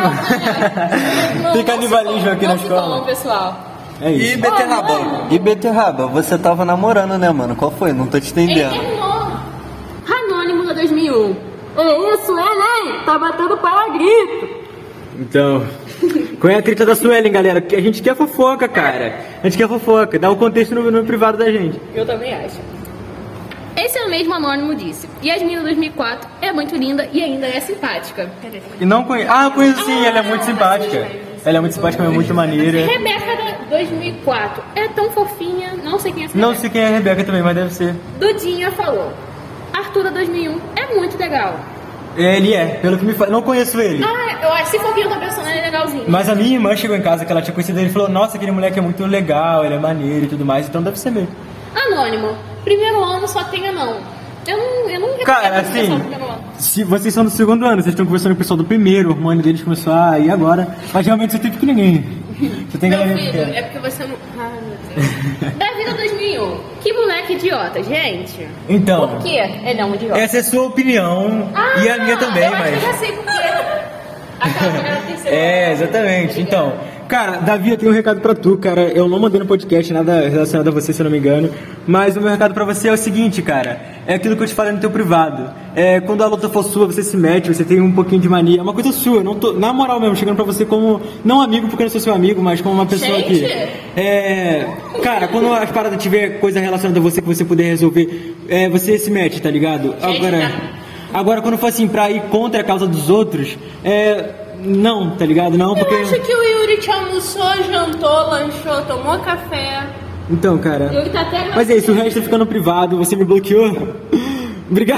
Tem canibalismo aqui na escola. Não, pessoal. É E isso. Beterraba? E Beterraba, você tava namorando, né, mano? Qual foi? Não tô te Ele entendendo. terminou. Anônimo da 2001. É isso, Enem! Tá batendo para grito. Então, qual é a treta da Suelen, galera? A gente quer fofoca, cara. A gente quer fofoca. Dá um contexto no privado da gente. Eu também acho. Esse é o mesmo Anônimo disse. Yasmin 2004 é muito linda e ainda é simpática. E não conheço. Ah, conheço sim, ela é muito simpática. Ela é muito simpática, mas é muito maneira. Rebeca da 2004 é tão fofinha, não sei quem é essa Não Rebeca. sei quem é a Rebeca também, mas deve ser. Dudinha falou. Arthur da 2001 é muito legal. Ele é, pelo que me fala. Não conheço ele. Eu acho que se for que outra pessoa ele é legalzinho. Mas a minha irmã chegou em casa que ela tinha conhecido ele e falou: nossa, aquele moleque é muito legal, ele é maneiro e tudo mais, então deve ser mesmo. Anônimo. Primeiro ano só tem anão. Eu não Cara, recomendo o pessoal assim, do primeiro ano. se vocês são do segundo ano, vocês estão conversando com o pessoal do primeiro, o hormônio deles começou a ir agora, mas realmente você tem pequenininho. Você tem Meu galerinha filho, pequena. é porque você não. Ai, meu Deus. Da vida 2001. Que moleque idiota, gente. Então, Por quê? Ele é um idiota. essa é a sua opinião e a minha também, eu acho que mas... eu já sei por quê. Aquela mulher do terceiro É, ano. exatamente. Então, cara, Davi, eu tenho um recado pra tu, cara. Eu não mandei no podcast nada relacionado a você, se eu não me engano. Mas o meu recado pra você é o seguinte, cara. É aquilo que eu te falei no teu privado. Quando a luta for sua, você se mete, você tem um pouquinho de mania. É uma coisa sua. Eu não tô, na moral mesmo, chegando pra você como, não amigo, porque eu não sou seu amigo, mas como uma pessoa Gente! que... Cara, quando as paradas tiver coisa relacionada a você que você puder resolver, você se mete, tá ligado? Agora, quando for assim, pra ir contra a causa dos outros, não, tá ligado? Não, porque... Eu acho que o Yuri te almoçou, jantou, lanchou, tomou café. Então, cara... Yuri tá até Mas é isso, o resto fica no privado, você me bloqueou. Obrigado.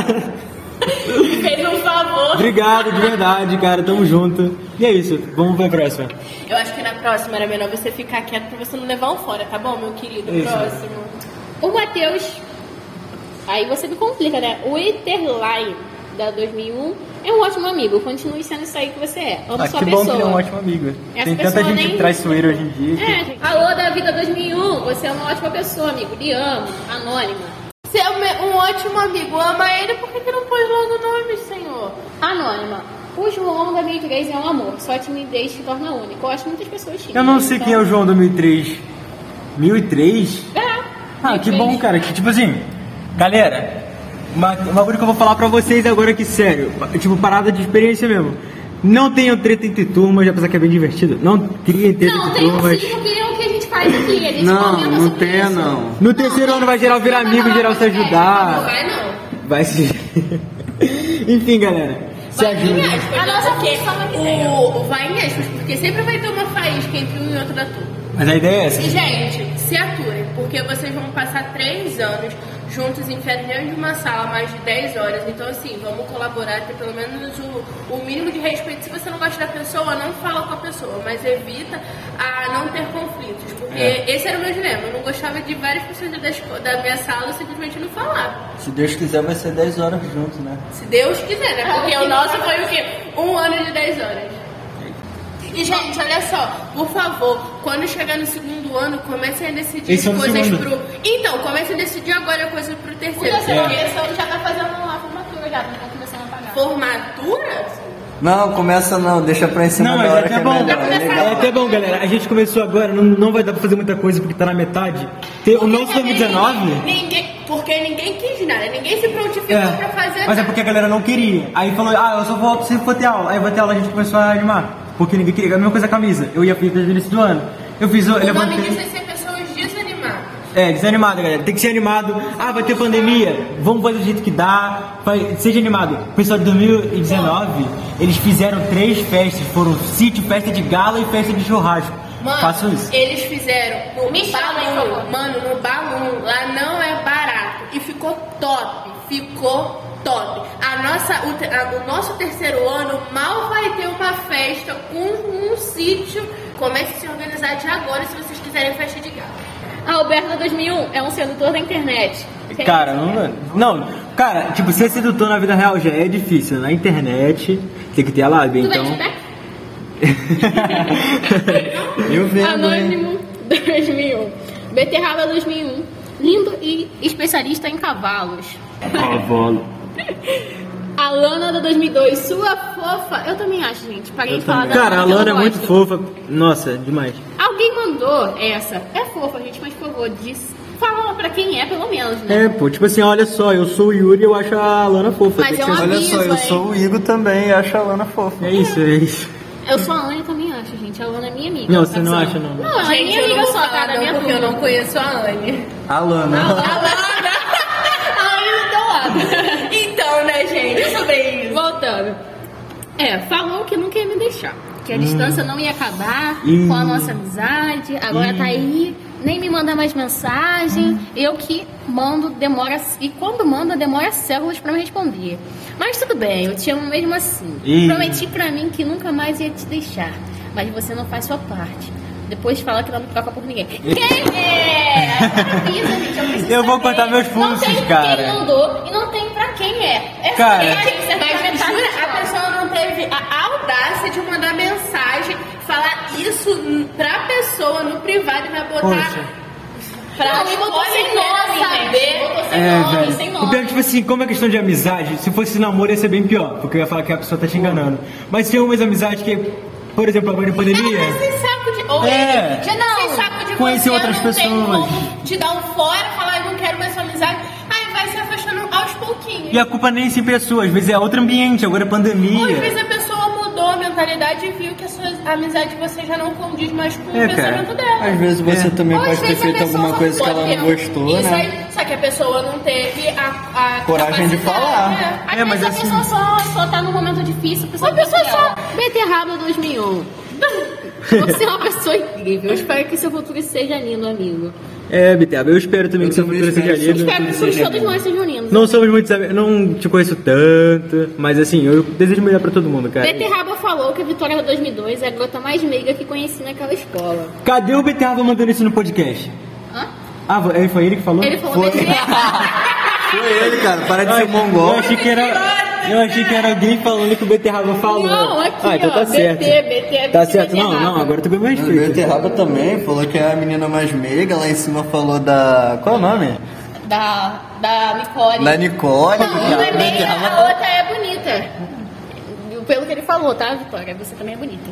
Fez um favor. Obrigado, de verdade, cara, tamo junto. E é isso, vamos pra próxima. Eu acho que na próxima era melhor você ficar quieto pra você não levar um fora, tá bom, meu querido? Isso. Próximo. O Matheus, aí você me complica, né? O Etherline da 2001 é um ótimo amigo. Continue sendo isso aí que você é. Amo sua Que pessoa. bom que ele é um ótimo amigo. Essa Tem tanta pessoa gente nem- traiçoeira hoje em dia. que- Gente. Alô da vida 2001, você é uma ótima pessoa, amigo. Lhe amo. Anônima. Você é um ótimo amigo, ama ele, por que não pôs logo o nome, senhor? Anônima. O João da 2003 é um amor. Só a timidez te torna único. Eu acho que muitas pessoas tímidas. Eu não sei quem é o João 2003. 1003? Ah, que 2003. bom, cara. Que tipo assim, galera, uma coisa que eu vou falar pra vocês agora que sério, tipo, parada de experiência mesmo. Não tenham treta entre turmas, apesar que é bem divertido. Não criem treta Não, entre tem turmas. sim, porque é o que a gente faz aqui. A gente Não, comenta não sobre tenha isso. não. No terceiro ano vai geral virar amigo, geral se Não ajudar. vai, não. Vai se. Enfim, galera. Se Vai em ajuda. aspas, A nossa porque função aqui vai em aspas, porque sempre vai ter uma faísca entre um e outro da turma. Mas a ideia é essa. E, gente, se aturem, porque vocês vão passar 3 anos juntos enfiados dentro de uma sala mais de 10 horas. Então, assim, vamos colaborar, ter pelo menos o mínimo de respeito. Se você não gosta da pessoa, não fala com a pessoa, mas evita a não ter conflitos. Porque esse era o meu dilema. Eu não gostava de várias pessoas da minha sala, eu simplesmente não falava. Se Deus quiser, vai ser 10 horas juntos, né? Se Deus quiser, né? Porque o nosso foi o quê? 1 ano de 10 horas. E, gente, olha só, por favor, quando chegar no segundo ano, comecem a decidir Esse é o coisas segundo. pro... Então, comecem a decidir agora coisas pro terceiro. Porque Porque você já tá fazendo a formatura já, não tá começando a pagar. formatura? Não, começa não, deixa pra em cima Não, da mas hora é que até é bom. melhor. É legal. É até bom, galera. A gente começou agora, não vai dar pra fazer muita coisa porque tá na metade. O nosso 2019. Porque ninguém quis nada, ninguém se prontificou pra fazer Mas é nada. porque a galera não queria. Aí falou, eu só volto se for ter aula. Aí vai ter aula, a gente começou a animar. Porque ninguém queria. A mesma coisa a camisa. Eu ia fazer no início do ano. Eu fiz, eu O nome levantei. disso é ser pessoas desanimadas. Desanimado, galera. Tem que ser animado. Vai ter pandemia. Vamos fazer do jeito que dá. Seja animado. O pessoal de 2019, eles fizeram 3 festas. Foram sítio, festa de gala e festa de churrasco. Mano, Faço isso. eles fizeram no Me chama, por balão. favor. Mano, no balão. Lá não é barato. E ficou top. Ficou top. O nosso terceiro ano mal vai ter uma festa com um sítio. Comece a se organizar de agora se vocês quiserem festa de gala. Alberto da 2001 é um sedutor da internet. Tem- Cara, não, cara, tipo, ser sedutor na vida real já é difícil. Na internet, tem que ter a lábia, Tu então. vende pack? Eu vendo, hein? Anônimo 2001. Beterraba 2001. Lindo e especialista em cavalos. Cavalo. Alana da 2002. Sua fofa. Eu também acho, gente. Parei de falar da Cara, a Alana, Lana é eu não muito gosto. fofa. Nossa, demais. Alguém mandou essa. É fofa, gente, mas por favor, fala pra quem é, pelo menos, né? Pô, tipo assim, olha só, eu sou o Yuri e eu acho a Lana fofa. Mas Tem que é um ser- Olha aviso, só, eu hein? sou o Igor também e acho a Lana fofa. É isso, é isso. Eu sou a Ana e também acho, gente. A Ana é minha amiga. Não, você não Tá acha, sendo? não. Não, ela é Gente, minha eu não amiga vou só, falar tá? Da não, minha porque eu turma. não conheço a Anne. A Lana. Aí do teu lado. Então, né, gente? Sobre isso. Voltando. Falou que nunca ia me deixar. Que a distância não ia acabar com a nossa amizade. Agora tá aí, nem me manda mais mensagem. Eu que mando, demora. E quando manda, demora séculos pra me responder. Mas tudo bem, eu te amo mesmo assim. Prometi pra mim que nunca mais ia te deixar. Mas você não faz sua parte. Depois fala que não me troca por ninguém. Quem é? avisa, gente. Eu preciso Eu vou saber. cortar meus pulsos, não tem cara. Quem mandou e não tem pra quem é. Cara, Mas jura, a pessoa não teve a audácia de mandar mensagem, falar isso pra pessoa no privado e vai botar. Poxa. Pra Não, e botou sem nome, saber. Botou sem nome, sem O nome. pior é, tipo assim, como é questão de amizade, se fosse namoro ia ser bem pior, porque eu ia falar que a pessoa tá te enganando. Mas tem umas amizades que, por exemplo, agora em pandemia. Ela sem saco de. Ou É. ele, já não sem saco de Conhecer você, outras não tem pessoas. como te dar um fora, falar, eu não quero mais sua amizade. Aí vai se afastando aos pouquinhos. E a culpa nem sempre é sua, às vezes é outro ambiente, agora é Ou às pandemia. vezes a pessoa mudou a mentalidade e viu que a sua amizade de você já não condiz mais com É, o pensamento dela. Às vezes você também Ou às pode ter vezes a feito pessoa alguma só coisa que pode ela ter não gostou, isso né? aí, só que a pessoa não teve a Coragem de capacidade, falar. né? Às É, mas vezes assim- a pessoa só tá num momento difícil, Uma pessoa só. Beterraba 2001. Você é uma pessoa incrível. Eu espero que seu futuro seja lindo, amigo. É, Biteba, eu espero também Eu que seu também futuro seja espero. lindo. Espero que tudo seja todos bom. nós sejam lindos. Não somos muitos amigos, não te conheço tanto, mas assim, eu desejo melhor pra todo mundo, cara. Beterraba falou que a Vitória de 2002 é a garota mais meiga que conheci naquela escola. Cadê o Beterraba mandando isso no podcast? Hã? Ah, foi ele que falou? Ele falou Beterraba. Foi ele, cara. Para de Ai, ser mongol. Eu achei que era alguém falando que o Beterraba falou. Não, aqui, ah, então ó, tá certo. BT, Tá certo. Não, Beterraba. não, agora tu ganhou mais O respeito. Beterraba também falou que é a menina mais meiga. Lá em cima falou da... Qual é o nome? Da Nicole. Da Nicole. Não é meiga, Beterraba a outra é bonita. Pelo que ele falou, tá, Vitória? Você também é bonita.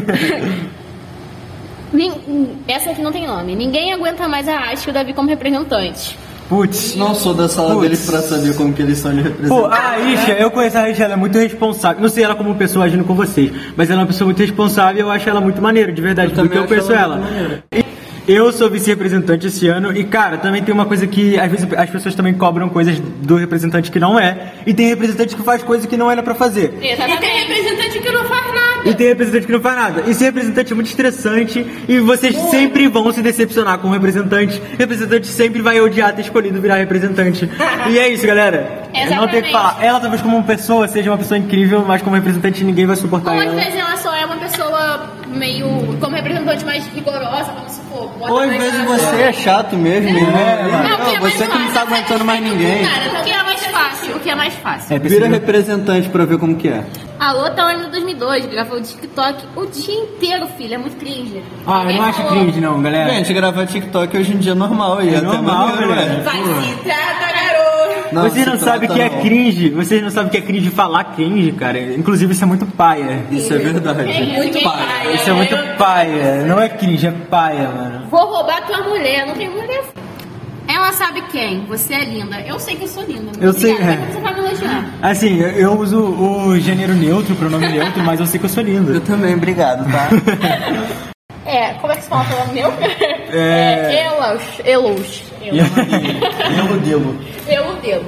Essa aqui não tem nome. Ninguém aguenta mais a Ash e o Davi como representante. Putz. Não sou da sala Putz. deles pra saber como que eles são de Pô, representantes. a Isha, eu conheço a Isha, ela é muito responsável. Não sei ela como pessoa agindo com vocês, mas ela é uma pessoa muito responsável e eu acho ela muito maneira, de verdade, porque eu também acho conheço ela ela. muito maneira. Eu sou vice-representante esse ano e, cara, também tem uma coisa que às vezes as pessoas também cobram coisas do representante que não é, e tem representante que faz coisas que não era pra fazer. E tem representante que não faz nada. E tem representante que não faz nada. Esse representante é muito estressante e vocês sempre vão se decepcionar com o representante. O representante sempre vai odiar ter escolhido virar representante. E é isso, galera. Não tem o que falar. Ela talvez como pessoa seja uma pessoa incrível, mas como representante ninguém vai suportar Ou às ela. vezes ela só é uma pessoa meio como representante mais rigorosa, vamos supor. bota Ou às mais vezes na- você é chato mesmo, né? Não, o que é mais Você que não tá fácil? aguentando mais ninguém. Cara, o que é mais fácil? O que é mais fácil? É, Vira precisa- representante pra ver como que é. Alô, tá ano 2002, gravou o TikTok o dia inteiro, filho. É muito cringe. Ah, eu não acho cringe não, galera. Gente, gravar TikTok hoje em dia é normal. E É até normal, maneiro, galera. né? Vai se trata, garoto. Não, Vocês não se sabem o trata que é não. cringe. Vocês não sabem o que é cringe falar cringe, cara. Inclusive isso é muito paia. Isso é verdade. Muito paia. Isso é muito paia. Não é cringe, é paia, mano. Vou roubar tua mulher, não tem mulher. Ela sabe quem? Você é linda. Eu sei que eu sou linda. Eu sei, Obrigada. é. Como você vai me elogiar? Assim, eu uso o gênero neutro, o pronome neutro, mas eu sei que eu sou lindo. Eu também, obrigado, tá? Como é que se fala pelo meu? É. Elos. Eludilo. Eludelo.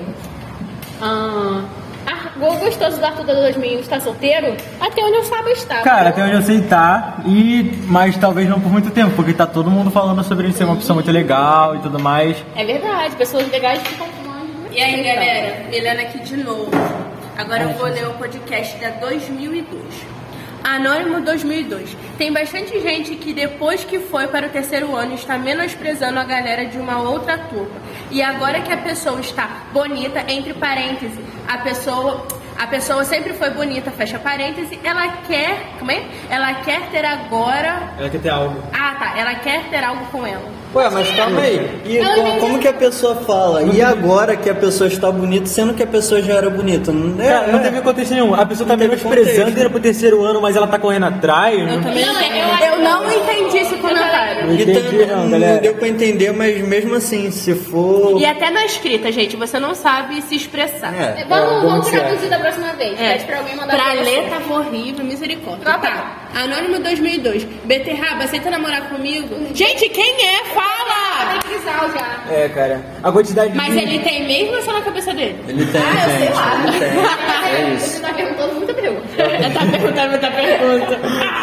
O gostoso da Arthur 2000 está solteiro? Até onde eu saiba está. Cara, até onde eu sei tá, mas talvez não por muito tempo, porque tá todo mundo falando sobre ele ser uma pessoa muito legal e tudo mais. É verdade, pessoas legais ficam longe. E aí, galera, Milena aqui de novo. Agora eu vou ler o podcast da 2002. Anônimo 2002. Tem bastante gente que depois que foi para o terceiro ano está menosprezando a galera de uma outra turma. E agora que a pessoa está bonita, entre parênteses, a pessoa sempre foi bonita, fecha parênteses, ela quer, como é? Ela quer ter agora... Ela quer ter algo. Ah, tá, ela quer ter algo com ela. Ué, mas calma aí. E como que a pessoa fala? E agora que a pessoa está bonita, sendo que a pessoa já era bonita? Cara, não teve contexto nenhum. A pessoa tá Não teve menosprezando contexto. ir pro terceiro ano, mas ela tá correndo atrás. Eu não entendi esse comentário. Não entendi não, galera. Não deu pra entender, mas mesmo assim, se for... E até na escrita, gente, você não sabe se expressar. É. Vamos traduzir da próxima vez. Pede pra alguém mandar Pra você. ler tava horrível, misericórdia. Ah, Tá. Anônimo 2002. Beterraba, aceita namorar comigo? Gente, quem é? Fala! Tem trisal já. É, cara. A quantidade Mas de... ele tem mesmo ou só na cabeça dele? Ele tem, gente. Ele tem. É isso. Você tá perguntando muita pergunta. Tá perguntando muita pergunta.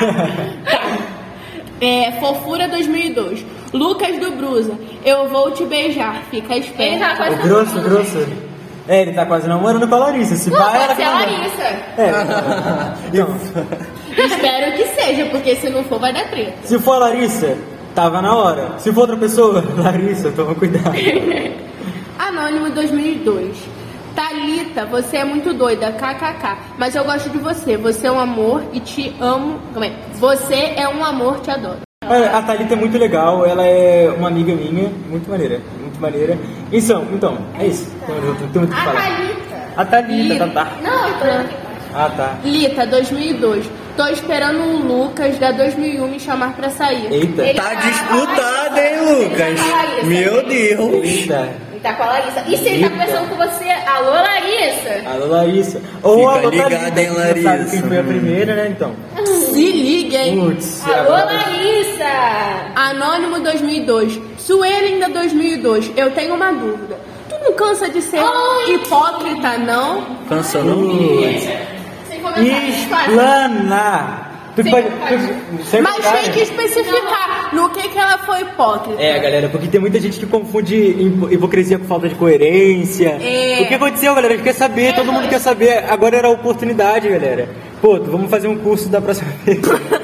Tá. Fofura 2002. Lucas do Brusa. Eu vou te beijar. Fica Ele esperto. tá quase O grosso. É, ele tá quase namorando com a Larissa. Se Não, vai, pode ser a ela Larissa. Então, Espero que seja, porque se não for, vai dar treta. se for a Larissa, Tava na hora. Se for outra pessoa, Larissa, toma cuidado. Anônimo 2002. Thalita, você é muito doida, kkk. Mas eu gosto de você. Você é um amor e te amo. Como é? Você é um amor, te adoro. Olha, a Thalita é muito legal, ela é uma amiga minha, muito maneira, muito maneira. Então, é isso. Eu tenho muito o que falar. A Thalita, tá. Não, eu tô aqui. Ah, tá. Lita, 2002. Tô esperando o Lucas da 2001 me chamar pra sair. Eita. Ele Tá disputado, hein, Lucas? Meu Deus. Eita. Ele tá com a Larissa. E se ele tá conversando com você? Alô, Larissa? Alô, Larissa. Ou Fica alô, ligado, Thalita, hein, que não sabe Larissa. quem foi a primeira, né, então. Se liga, hein? Putz. Alô, agora- Larissa! Anônimo 2002. Suelinda 2002. Eu tenho uma dúvida. Tu não cansa de ser hipócrita, não? Cansa não? Sem comentários. Explana. Tu Sem pode... vontade. Sem Mas vontade. tem que especificar no que ela foi hipócrita. É, galera, porque tem muita gente que confunde hipocrisia com falta de coerência. É. O que aconteceu, galera? A gente quer saber, todo mundo quer saber. Agora era a oportunidade, galera. Pô, vamos fazer um curso da próxima vez.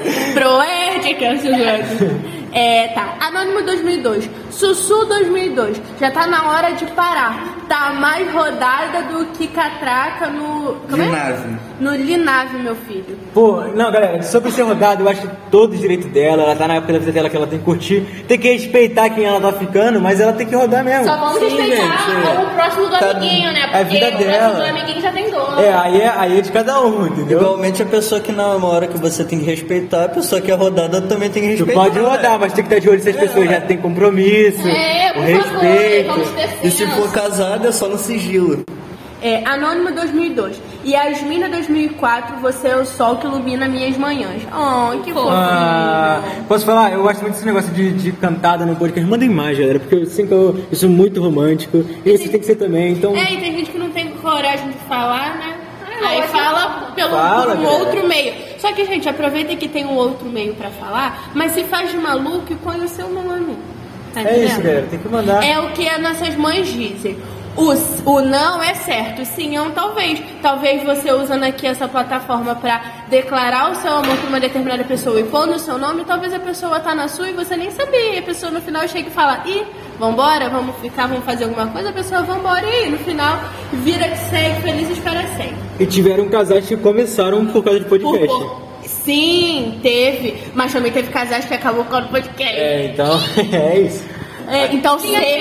Proética, Suzano. Tá. Anônimo 2002. Sussu 2002. Já tá na hora de parar. Tá mais rodada do que catraca no... Como é? Linave. No Linave, meu filho. Pô, não, galera, sobre ser rodado, eu acho todo o direito dela. Ela tá na época da vida dela que ela tem que curtir. Tem que respeitar quem ela tá ficando, mas ela tem que rodar mesmo. Só vamos Sim, respeitar gente, o próximo do Tá- amiguinho, né? é a Porque vida o próximo dela. do amiguinho já tem dono. Aí é de cada um, entendeu? Igualmente a pessoa que na hora que você tem que respeitar, a pessoa que é rodada também tem que Tu respeitar. pode rodar, mas tem que estar de olho se as pessoas já têm compromisso, É, o por respeito. favor, vamos ter E se senso. for casado, é só no sigilo. Anônimo 2002. Yasmina 2004. Você é o sol que ilumina minhas manhãs. Oh, que fofinho. Posso falar? Eu gosto muito desse negócio de cantada no podcast. Manda imagem, galera, porque eu sinto que eu sou muito romântico. E você tem que ser também, então... E tem gente que não tem coragem de falar, né? Aí pode fala por Fala, um galera. outro meio. Só que, gente, aproveita que tem um outro meio pra falar, mas se faz de maluco e põe o seu nome. Tá É isso, entendendo? galera, tem que mandar. É o que as nossas mães dizem. O não é certo, o sim é um talvez. Talvez você usando aqui essa plataforma pra declarar o seu amor pra uma determinada pessoa e pondo o seu nome, talvez a pessoa tá na sua e você nem sabia. E a pessoa no final chega e fala, vambora, vamos ficar, vamos fazer alguma coisa, a pessoa vambora e no final vira que segue, felizes para sempre. E tiveram casais que começaram por causa de podcast. Sim, teve, mas também teve casais que acabou com o podcast. Então, é isso. Então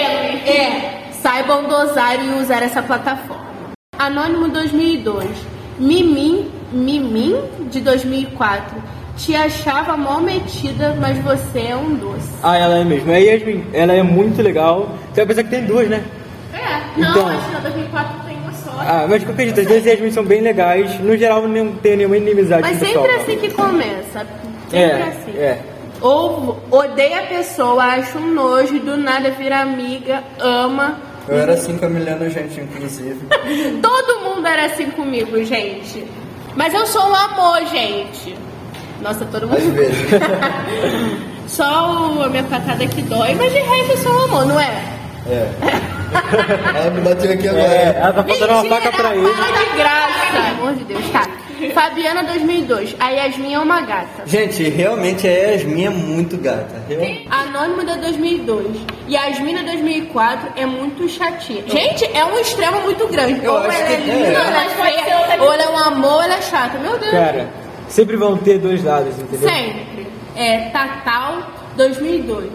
saibam dosar e usar essa plataforma. Anônimo 2002. Mimim de 2004. Te achava mal metida, mas você é um doce. Ah, ela é mesmo. É Yasmin, ela é muito legal. Você vai pensar que tem duas, né? Não, Então. acho que na 2004 tem uma só. Mas de qualquer jeito, as duas Yasmin são bem legais. No geral, não tem nenhuma inimizade Mas com o pessoal. sempre assim que começa. Sempre assim. Ou odeia a pessoa, acha um nojo, do nada vira amiga, ama. Eu era assim com a Milena, gente, inclusive. Todo mundo era assim comigo, gente. Mas eu sou um amor, gente. Nossa, todo mundo. Às vezes. Só a minha patada que dói, mas de resto eu sou um amor, não é? Ela me bateu aqui agora. Ela tá faltando uma faca pra ele. Para de graça. Pelo amor de Deus, tá. Fabiana 2002. A Yasmin é uma gata. Gente, realmente a Yasmin é muito gata. Anônimo da 2002. Yasmina 2004 é muito chatinha. Gente, é um extremo muito grande. Eu Ou acho ela que é linda, é. ou ela é Mas pode ser feia, outra ou ela é um amor, ou ela é chata. Meu Deus. Cara, sempre vão ter dois lados, entendeu? Sempre. Tatal 2002.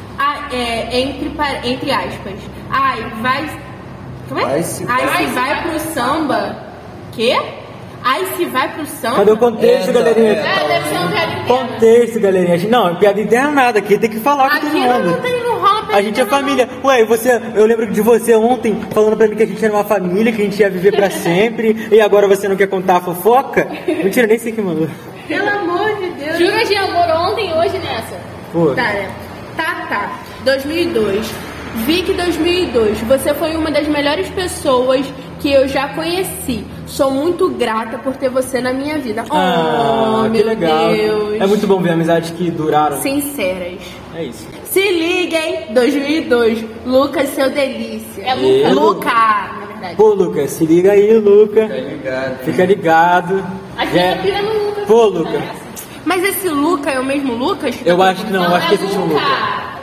Entre aspas. Ai, vai. Como é? Ai, se vai pro samba. Quê? Ai, se vai pro samba. Cadê o contexto, galerinha? Deve ser um piada interna. Contexto, galerinha. Não, piada interna nada. Aqui tem que falar com todo Aqui mundo. não rola piada A gente é interna, família. Ué, eu lembro de você ontem falando pra mim que a gente era uma família, que a gente ia viver pra sempre, e agora você não quer contar a fofoca? Mentira, nem sei quem mandou. não. Pelo amor de Deus. Jura de amor ontem e hoje nessa. Pô, Tá, né? Tá. 2002. Vic 2002. Você foi uma das melhores pessoas que eu já conheci. Sou muito grata por ter você na minha vida. que Meu legal. Deus. É muito bom ver amizades que duraram. Sinceras. É isso. Se liguem, 2002. Lucas, seu delícia. É Luca. Luca, na verdade. Pô, Lucas, se liga aí, Luca. Ligado. Fica ligado. A gente pira no Lucas. Pô, Luca. Mas esse Luca é o mesmo Lucas? Eu acho que não, eu acho que existe um Luca.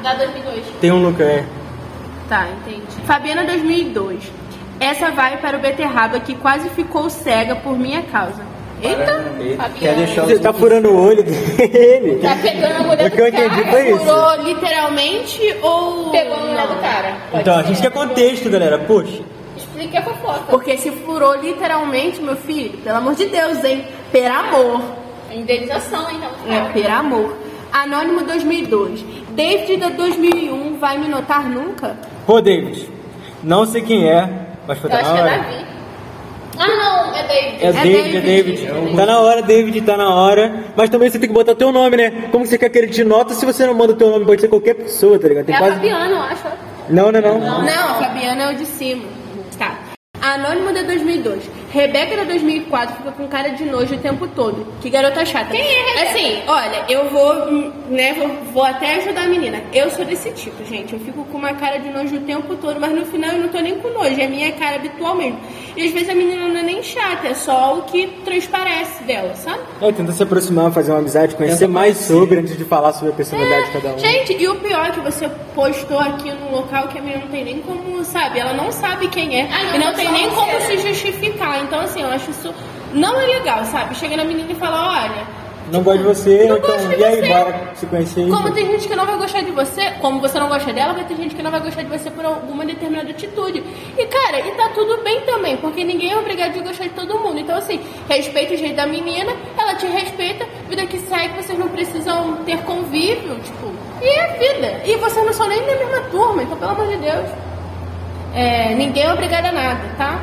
Da 2002. Tem um Lucas, Tá, entendi. Fabiana 2002. Essa vai para o Beterraba que quase ficou cega por minha causa. Eita! Quer Fabiana. deixar Você tá furando o olho dele. Tá pegando a mulher O que eu do cara. entendi foi isso. Furou literalmente ou... Pegou a mulher do cara. Pode Então, a ser. gente quer contexto, galera. Poxa. Explique a fofoca. Porque se furou literalmente, meu filho, pelo amor de Deus, hein? Per amor. Indenização, então. É, per amor. Anônimo 2002. David da 2001 vai me notar nunca? Ô, David. Não sei quem é, mas foi Eu tá acho na que é hora. Davi. Ah, não, é David. É David, é David. Tá na hora, David, tá na hora. Mas também você tem que botar teu nome, né? Como você quer que ele te nota se você não manda teu nome? Pode ser qualquer pessoa, tá ligado? Tem É a quase... Fabiana, eu acho. Não. Não, a Fabiana é o de cima. Tá. Anônimo da 2002. Rebeca da 2004 fica com cara de nojo o tempo todo. Que garota chata. Quem é Rebeca? Assim, olha, eu vou, né, vou até ajudar a menina. Eu sou desse tipo, gente. Eu fico com uma cara de nojo o tempo todo, mas no final eu não tô nem com nojo. É minha cara habitual mesmo. E às vezes a menina não é nem chata, é só o que transparece dela, sabe? Tenta se aproximar, fazer uma amizade, conhecer mais sobre antes de falar sobre a personalidade de cada um. Gente, e o pior é que você postou aqui num local que a menina não tem nem como, sabe? Ela não sabe quem é Ah, não, e não foi tem só nem você, como né? se justificar. Então, assim, eu acho isso não é legal, sabe? Chega na menina e fala, olha... Não gosto de você, Não então, gosto de e aí, você. bora se conhecer aí. Como tem gente que não vai gostar de você, como você não gosta dela, vai ter gente que não vai gostar de você por alguma determinada atitude. E, cara, e tá tudo bem também, porque ninguém é obrigado a gostar de todo mundo. Então, assim, respeita o jeito da menina, ela te respeita, vida que segue, vocês não precisam ter convívio, tipo, e é vida. E vocês não são nem da mesma turma, então, pelo amor de Deus. Ninguém é obrigado a nada, tá?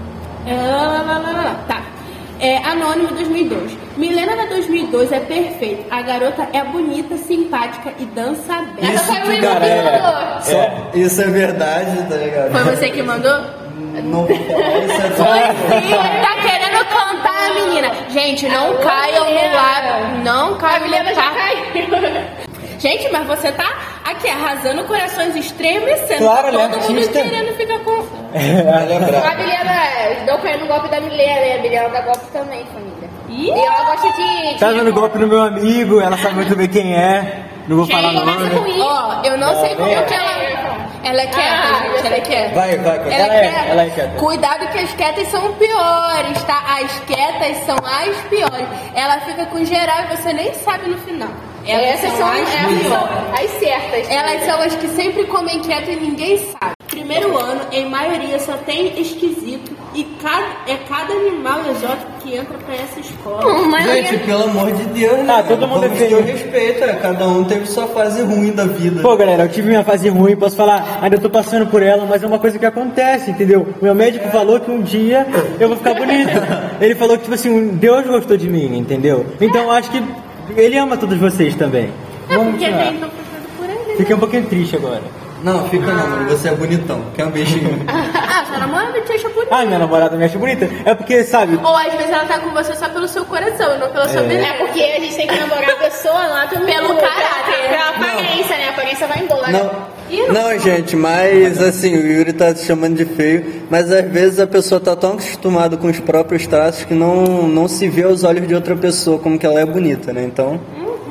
Tá. Anônimo 2002. Milena da 2002 é perfeita. A garota é bonita, simpática e dança bem. Essa foi a menina cara, que mandou. Isso é verdade, tá ligado? Foi você que mandou? Não vou falar, isso é Foi sim, tá querendo cantar a menina. Gente, não caiam no lábio. Não A caiam Milena no já papo. caiu. Gente, mas você tá aqui arrasando corações estremecendo. Claro, Tá né? todo mundo Artista. querendo ficar com... A Milena, deu caindo no golpe da Milena, e a Milena dá golpe também, família. Ih! E ela gosta de... Tá dando golpe no meu amigo, ela sabe muito bem quem é. Não vou falar Gente, começa nome. com I. Ó, eu não sei como que ela... Ela é quieta, gente, ela é quieta. Vai, Ela ela é quieta. Cuidado que as quietas são piores, tá? As quietas são as piores. Ela fica com geral e você nem sabe no final. Essas são as piores. as certas. Elas são as que sempre comem quieto e ninguém sabe. Primeiro ano, em maioria, só tem esquisito e cada animal exótico que entra pra essa escola. Gente, pelo amor de Deus, né? Ah, todo mundo Vamos defende. ter o respeito, cada um teve sua fase ruim da vida. Pô, galera, eu tive minha fase ruim, posso falar, ainda tô passando por ela, mas é uma coisa que acontece, entendeu? O meu médico falou que um dia eu vou ficar bonito. Ele falou que, tipo assim, Deus gostou de mim, entendeu? Então eu acho que ele ama todos vocês também. Vamos Porque continuar. tem estão puxando por ele. Fiquei um pouquinho triste agora. Não, fica não, mano, você é bonitão. Quer um beijinho? Ah, sua namorada te acha bonita. Ah, minha namorada me acha bonita. É porque, sabe, Ou às vezes ela tá com você só pelo seu coração e não pela sua beleza. É porque a gente tem que namorar a pessoa lá também. Pelo caráter. Pela aparência, né? A aparência vai embora. Não, gente, mas assim, o Yuri tá se chamando de feio, mas às vezes a pessoa tá tão acostumada com os próprios traços que não se vê aos olhos de outra pessoa como que ela é bonita, né? Então,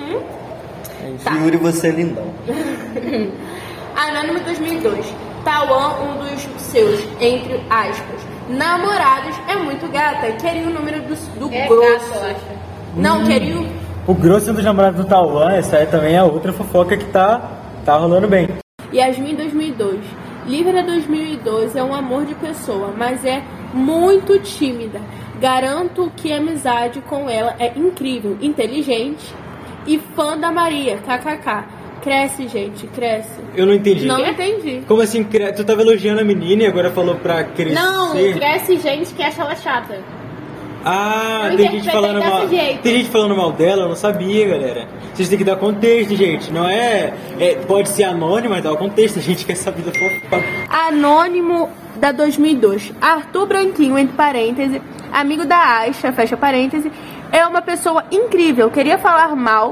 Yuri, você é lindão. Anônimo 2002. Tauan, um dos seus, entre aspas, namorados, é muito gata. Queria o número do É grosso. gato, eu acho. Não, queria o... o grosso dos namorados do Tauan, essa aí também é outra fofoca que tá rolando bem. Yasmin 2002. Lívia 2012 é um amor de pessoa, mas é muito tímida. Garanto que a amizade com ela é incrível, inteligente e fã da Maria, kkk. Cresce, gente, cresce. Eu não entendi. Não entendi. Como assim, tu tava elogiando a menina e agora falou pra crescer? Não, cresce gente que acha ela chata. Ah, Eu tem gente interpretei falando desse mal. jeito. Tem gente falando mal dela, eu não sabia, galera. Vocês têm que dar contexto, gente. Não pode ser anônimo, mas dá o contexto. A gente quer saber da fofoca. Anônimo da 2002. Arthur Branquinho, entre parênteses, amigo da Aisha, fecha parênteses, é uma pessoa incrível. Queria falar mal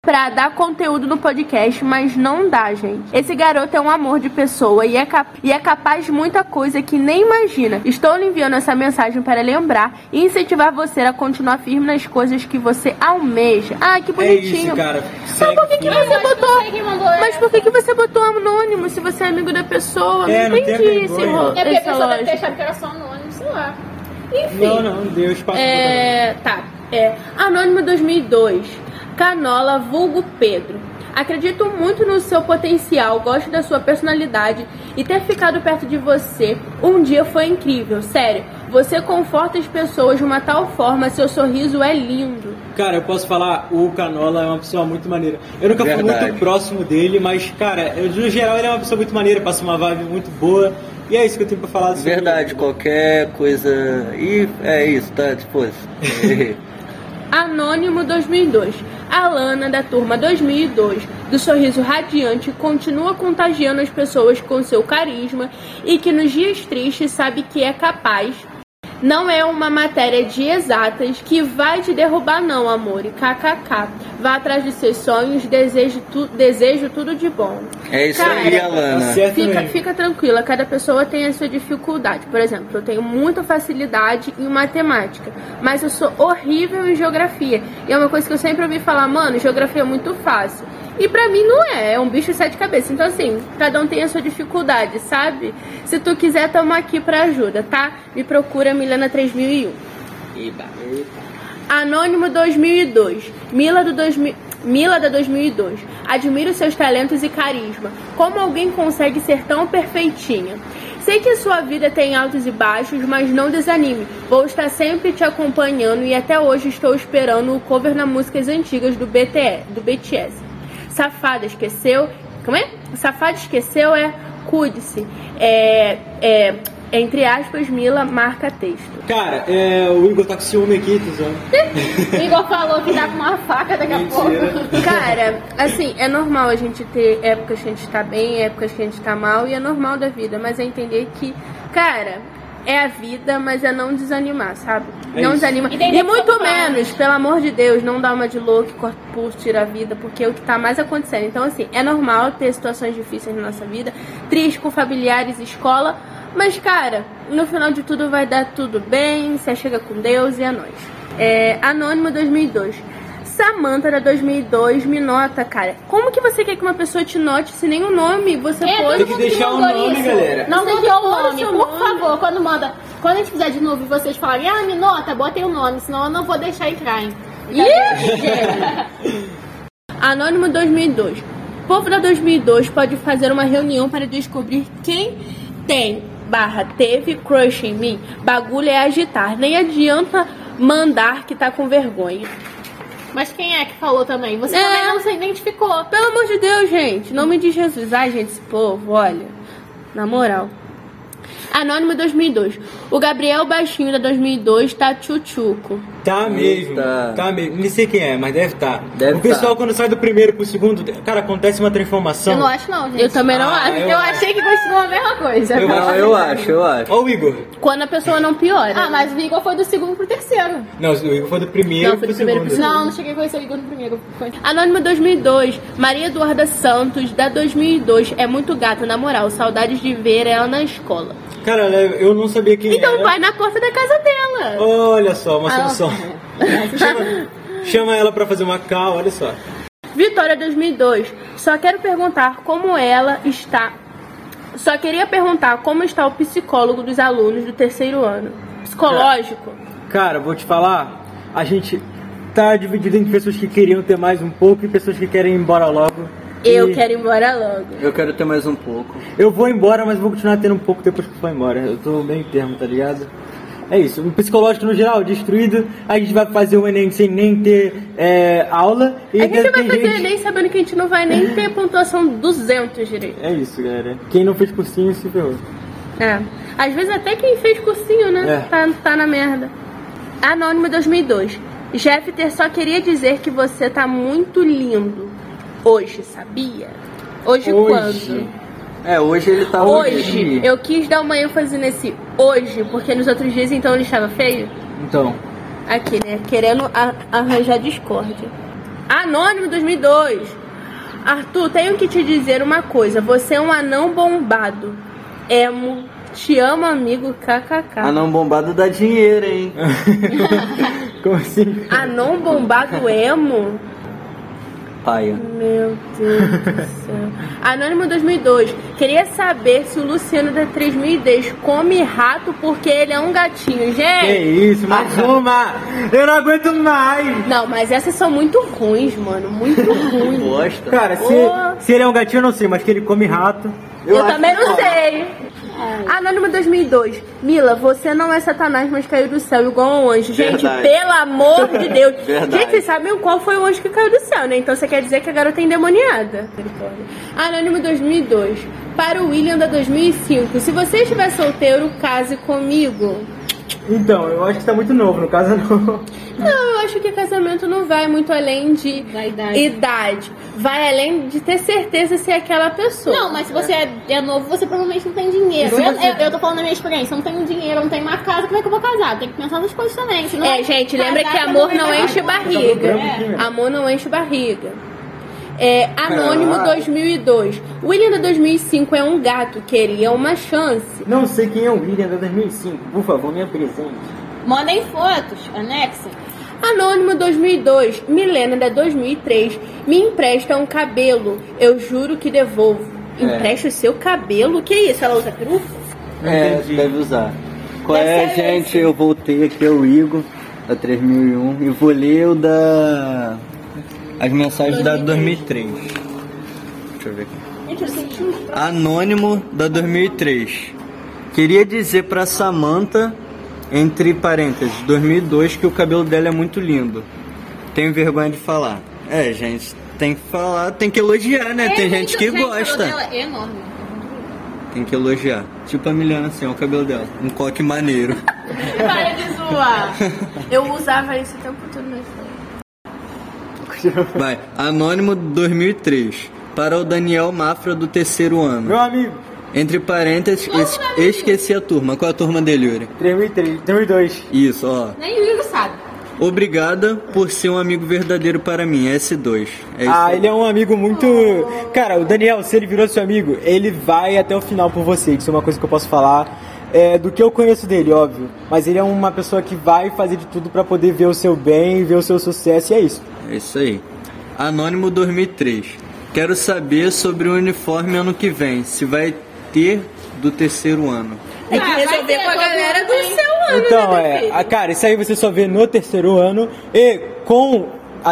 pra dar conteúdo no podcast, mas não dá, gente. Esse garoto é um amor de pessoa e é capaz de muita coisa que nem imagina. Estou lhe enviando essa mensagem para lembrar e incentivar você a continuar firme nas coisas que você almeja. Ah, que bonitinho. É isso, cara. Mas por que você botou? Mas por que você botou anônimo se você é amigo da pessoa? É, não entendi tem esse vergonha. rolo. É porque a essa pessoa deve ter lógica. achado que era só anônimo, sei lá. Enfim. Não, deu espaço Tá. Anônimo 2002. Canola, vulgo Pedro. Acredito muito no seu potencial, gosto da sua personalidade e ter ficado perto de você um dia foi incrível, sério. Você conforta as pessoas de uma tal forma, seu sorriso é lindo. Cara, eu posso falar, o Canola é uma pessoa muito maneira. Eu nunca fui muito próximo dele, mas, cara, no geral ele é uma pessoa muito maneira, passa uma vibe muito boa. E é isso que eu tenho pra falar sobre Verdade, ele. qualquer coisa... E é isso, tá disposto. Anônimo 2002. Alana, da turma 2002, do sorriso radiante, continua contagiando as pessoas com seu carisma e que nos dias tristes sabe que é capaz. Não é uma matéria de exatas que vai te derrubar não, amor. E kkk. Vá atrás de seus sonhos, desejo tudo de bom. É isso Cara, aí, Alana. Fica tranquila, cada pessoa tem a sua dificuldade. Por exemplo, eu tenho muita facilidade em matemática, mas eu sou horrível em geografia. E é uma coisa que eu sempre ouvi falar, mano, geografia é muito fácil. E pra mim não é um bicho de 7 cabeças. Então assim, cada um tem a sua dificuldade, sabe? Se tu quiser, tamo aqui pra ajuda, tá? Me procura, Milena 3001. Anônimo 2002. Mila da 2002. Admiro seus talentos e carisma. Como alguém consegue ser tão perfeitinha? Sei que a sua vida tem altos e baixos, mas não desanime. Vou estar sempre te acompanhando e até hoje estou esperando o cover nas músicas antigas do BTS. Safada esqueceu. Como é? Safada esqueceu cuide-se. Entre aspas, Mila marca texto. Cara, o Igor tá com ciúme aqui, Tizão. O Igor falou que tá com uma faca daqui a pouco. Cara, assim, é normal a gente ter épocas que a gente tá bem, épocas que a gente tá mal, e é normal da vida, mas é entender que, cara, é a vida, mas é não desanimar, sabe? Não desanima. E muito menos, pelo amor de Deus, não dá uma de louco, corta o pulso, tira a vida, porque é o que tá mais acontecendo. Então, assim, é normal ter situações difíceis na nossa vida, triste com familiares, escola, mas, cara, no final de tudo vai dar tudo bem, você chega com Deus e é nóis. Anônimo 2002. Samantha, da 2002, me nota, cara. Como que você quer que uma pessoa te note se nem o nome você pôs? Tem que deixar o nome, galera. Não Você botou o pôs nome, seu por nome. favor, quando a gente fizer de novo e vocês falarem, me nota, botem o nome, senão eu não vou deixar entrar, hein? Anônimo 2002. O povo da 2002 pode fazer uma reunião para descobrir quem teve crush em mim. Bagulho é agitar. Nem adianta mandar que tá com vergonha. Mas quem é que falou também? Você também não se identificou. Pelo amor de Deus, gente. Em nome de Jesus. Ai, gente, esse povo, olha. Na moral. Anônimo 2002. O Gabriel Baixinho da 2002 tá tchutchuco. Tá mesmo, Eita. tá mesmo. Não sei quem é, mas deve estar. Deve O pessoal, tá. quando sai do primeiro pro segundo, cara, acontece uma transformação. Eu não acho não, gente. Eu também não acho. Eu achei que continua a mesma coisa. Não, eu acho. Ó o Igor. Quando a pessoa não piora. Mas o Igor foi do segundo pro terceiro. Não, o Igor foi do primeiro Não, foi pro do primeiro segundo. pro Não cheguei a conhecer o Igor no primeiro. Anônimo 2002. Maria Eduarda Santos, da 2002. É muito gata, na moral. Saudades de ver ela na escola. Cara, eu não sabia quem Então era. vai na porta da casa dela. Olha só, uma solução. Chama ela pra fazer uma call, olha só. Vitória 2002. Só quero perguntar como ela está. Só queria perguntar como está o psicólogo dos alunos do terceiro ano. Psicológico. Cara, vou te falar, a gente tá dividido entre pessoas que queriam ter mais um pouco e pessoas que querem ir embora logo. Eu quero ir embora logo. Eu quero ter mais um pouco. Eu vou embora, mas vou continuar tendo um pouco depois que for embora. Eu tô meio termo, tá ligado? É isso. O psicológico no geral, destruído. A gente vai fazer o Enem sem nem ter aula. E A gente vai tem fazer Enem sabendo que a gente não vai nem ter pontuação 200 direito. É isso, galera. Quem não fez cursinho se ferrou. Às vezes até quem fez cursinho, né? Tá na merda. Anônimo 2002. Jeffter, só queria dizer que você tá muito lindo. Hoje, sabia? Hoje quando? Hoje ele tá Hoje. Eu quis dar uma ênfase nesse hoje, porque nos outros dias então ele estava feio. Então. Aqui, né? Querendo arranjar discórdia. Anônimo 2002. Arthur, tenho que te dizer uma coisa. Você é um anão bombado. Emo. Te amo, amigo. KKK. Anão bombado dá dinheiro, hein? Como assim? Anão bombado emo? Paia. Meu Deus do céu. Anônimo 2002. Queria saber se o Luciano da 3010 come rato porque ele é um gatinho. Que Gente. isso, mais uma! Eu não aguento mais! Não, mas essas são muito ruins, mano. Muito ruins. Bosta. Cara, se ele é um gatinho eu não sei, mas que ele come rato. Eu também não sei. Anônimo 2002. Mila, você não é Satanás, mas caiu do céu igual um anjo. Gente, Verdade. pelo amor de Deus. Verdade. Gente, vocês sabem qual foi o anjo que caiu do céu, né? Então você quer dizer que a garota é endemoniada. Anônimo 2002. Para o William da 2005. Se você estiver solteiro, case comigo. Então, eu acho que tá muito novo, no caso não. Não, eu acho que casamento não vai muito além de Vaidade. idade. Vai além de ter certeza se é aquela pessoa. Não, mas se você é novo, você provavelmente não tem dinheiro. Eu tô falando da minha experiência, eu não tenho dinheiro, eu não tenho uma casa, como é que eu vou casar? Tem que pensar nas coisas também. Senão Gente, lembra que casar amor também não vai enche dar barriga. Amor não enche barriga. Anônimo 2002. William da 2005 é um gato, queria uma chance. Não sei quem é o William da 2005. Por favor, me apresente. Mandem fotos, anexem. Anônimo 2002. Milena da 2003. Me empresta um cabelo. Eu juro que devolvo. Empresta o seu cabelo? Que isso? Ela usa peruca? Deve usar. Qual Deve é, ser gente? esse. Eu voltei aqui, é o Igor, da 3001, e vou ler o da... as mensagens da 2003. Deixa eu ver aqui. Anônimo da 2003. Queria dizer pra Samantha, entre parênteses, 2002, que o cabelo dela é muito lindo. Tenho vergonha de falar. Gente, tem que falar, tem que elogiar, né? Tem gente que gosta. Ela é enorme. Tem que elogiar. Tipo a Miliana, assim, ó, o cabelo dela. Um coque maneiro. Para de zoar. Eu usava isso o tempo todo na escola. Vai. Anônimo 2003. Para o Daniel Mafra do 3º ano. Meu amigo, Entre parênteses, esqueci a turma. Qual é a turma dele, Yuri? 3003, 2002. Isso, ó. Nem o Igor sabe. Obrigada por ser um amigo verdadeiro para mim. S2. É isso aí. Ele é um amigo muito... Cara, o Daniel, se ele virou seu amigo, ele vai até o final por você. Isso é uma coisa que eu posso falar. Do que eu conheço dele, óbvio. Mas ele é uma pessoa que vai fazer de tudo pra poder ver o seu bem, ver o seu sucesso, e é isso. É isso aí. Anônimo 2003. Quero saber sobre o uniforme ano que vem. Se vai ter do 3º ano. Tem que resolver com a galera do seu ano, Então, né, meu filho? cara, isso aí você só vê no 3º ano e com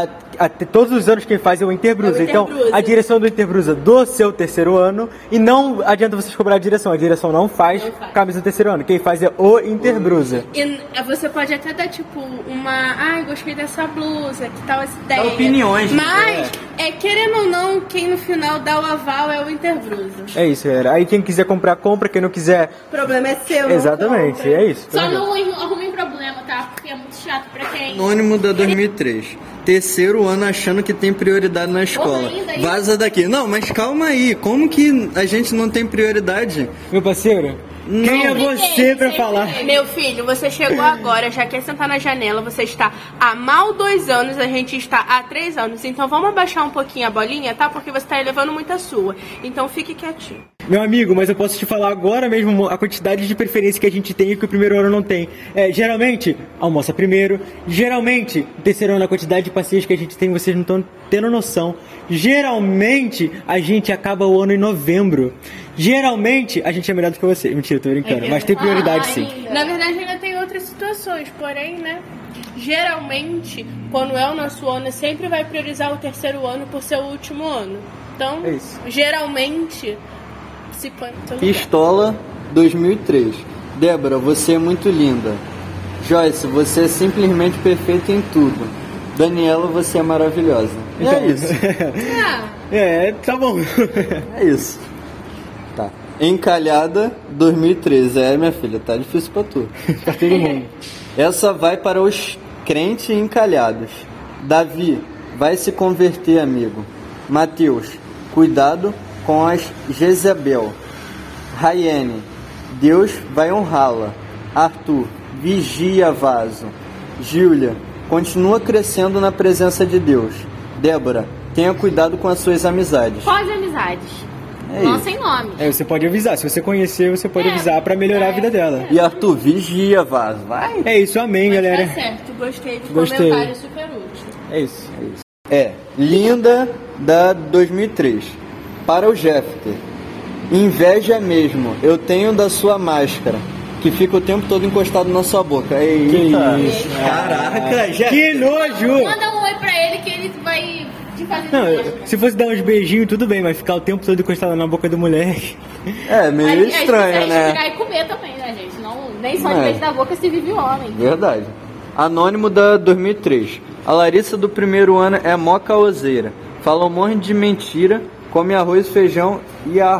todos os anos quem faz é o Interbrusa. É o Então, Interbrusa. a direção do Interbrusa do seu 3º ano, e não adianta vocês cobrar a direção não faz camisa do 3º ano. Quem faz é o Interbrusa. E você pode até dar tipo uma... Ai, gostei dessa blusa, que tal essa ideia? Dá opiniões, Mas, querendo ou não, quem no final dá o aval é o Interbrusa. É isso, galera. Aí quem quiser comprar, compra. Quem não quiser... O problema é seu, não Exatamente, compra. é isso. Só não arrumem problema, tá? Porque é muito chato pra quem... Anônimo da 2003. 3º ano achando que tem prioridade na escola. ainda isso? Vaza daqui. Não, mas calma aí. Como que a gente não tem prioridade? Meu parceiro, quem é você pra falar? Meu filho, você chegou agora, já quer sentar na janela, você está há mal 2 anos, a gente está há 3 anos. Então vamos abaixar um pouquinho a bolinha, tá? Porque você está elevando muito a sua. Então fique quietinho. Meu amigo, mas eu posso te falar agora mesmo a quantidade de preferência que a gente tem e que o 1º ano não tem. Geralmente, almoça primeiro. Geralmente, o 3º ano, a quantidade de passeios que a gente tem, vocês não estão tendo noção. Geralmente, a gente acaba o ano em novembro. Geralmente, a gente é melhor do que você. Mentira, tô brincando. Mas tem prioridade sim. Na verdade, ainda tem outras situações, porém, né? Geralmente, quando é o nosso ano, sempre vai priorizar o 3º ano por ser o último ano. Então, É isso. geralmente, se põe no seu lugar. Pistola 2003. Débora, você é muito linda. Joyce, você é simplesmente perfeita em tudo. Daniela, você é maravilhosa. E é isso. Tá bom. É isso. Tá. Encalhada 2013. Minha filha, tá difícil pra tu. Pra todo mundo. Essa vai para os crentes encalhados. Davi, vai se converter, amigo. Mateus, cuidado com as Jezebel. Rayane, Deus vai honrá-la. Arthur, vigia vaso. Júlia, continua crescendo na presença de Deus. Débora, tenha cuidado com as suas amizades. Quais amizades? É Não isso. sem nome. Você pode avisar. Se você conhecer, você pode avisar pra melhorar a vida dela. E Arthur, vigia, Vaz. Vai. É isso, amém, Mas galera. tá certo, gostei de Gostei. comentário super útil. É isso. Linda da 2003. Para o Jeffter. Inveja mesmo. Eu tenho da sua máscara, que fica o tempo todo encostado na sua boca. Eita. isso? Caraca, já. Que nojo! Manda um oi pra ele que ele vai te fazer Não, nojo. se fosse dar uns beijinhos, tudo bem, mas ficar o tempo todo encostado na boca do moleque. É, meio estranho, né? Pegar e comer também, né, gente? Não, nem só É. de beijo na boca se vive homem. Verdade. Anônimo da 2003. A Larissa do primeiro ano é mó caoseira. Fala um monte de mentira, come arroz, feijão e a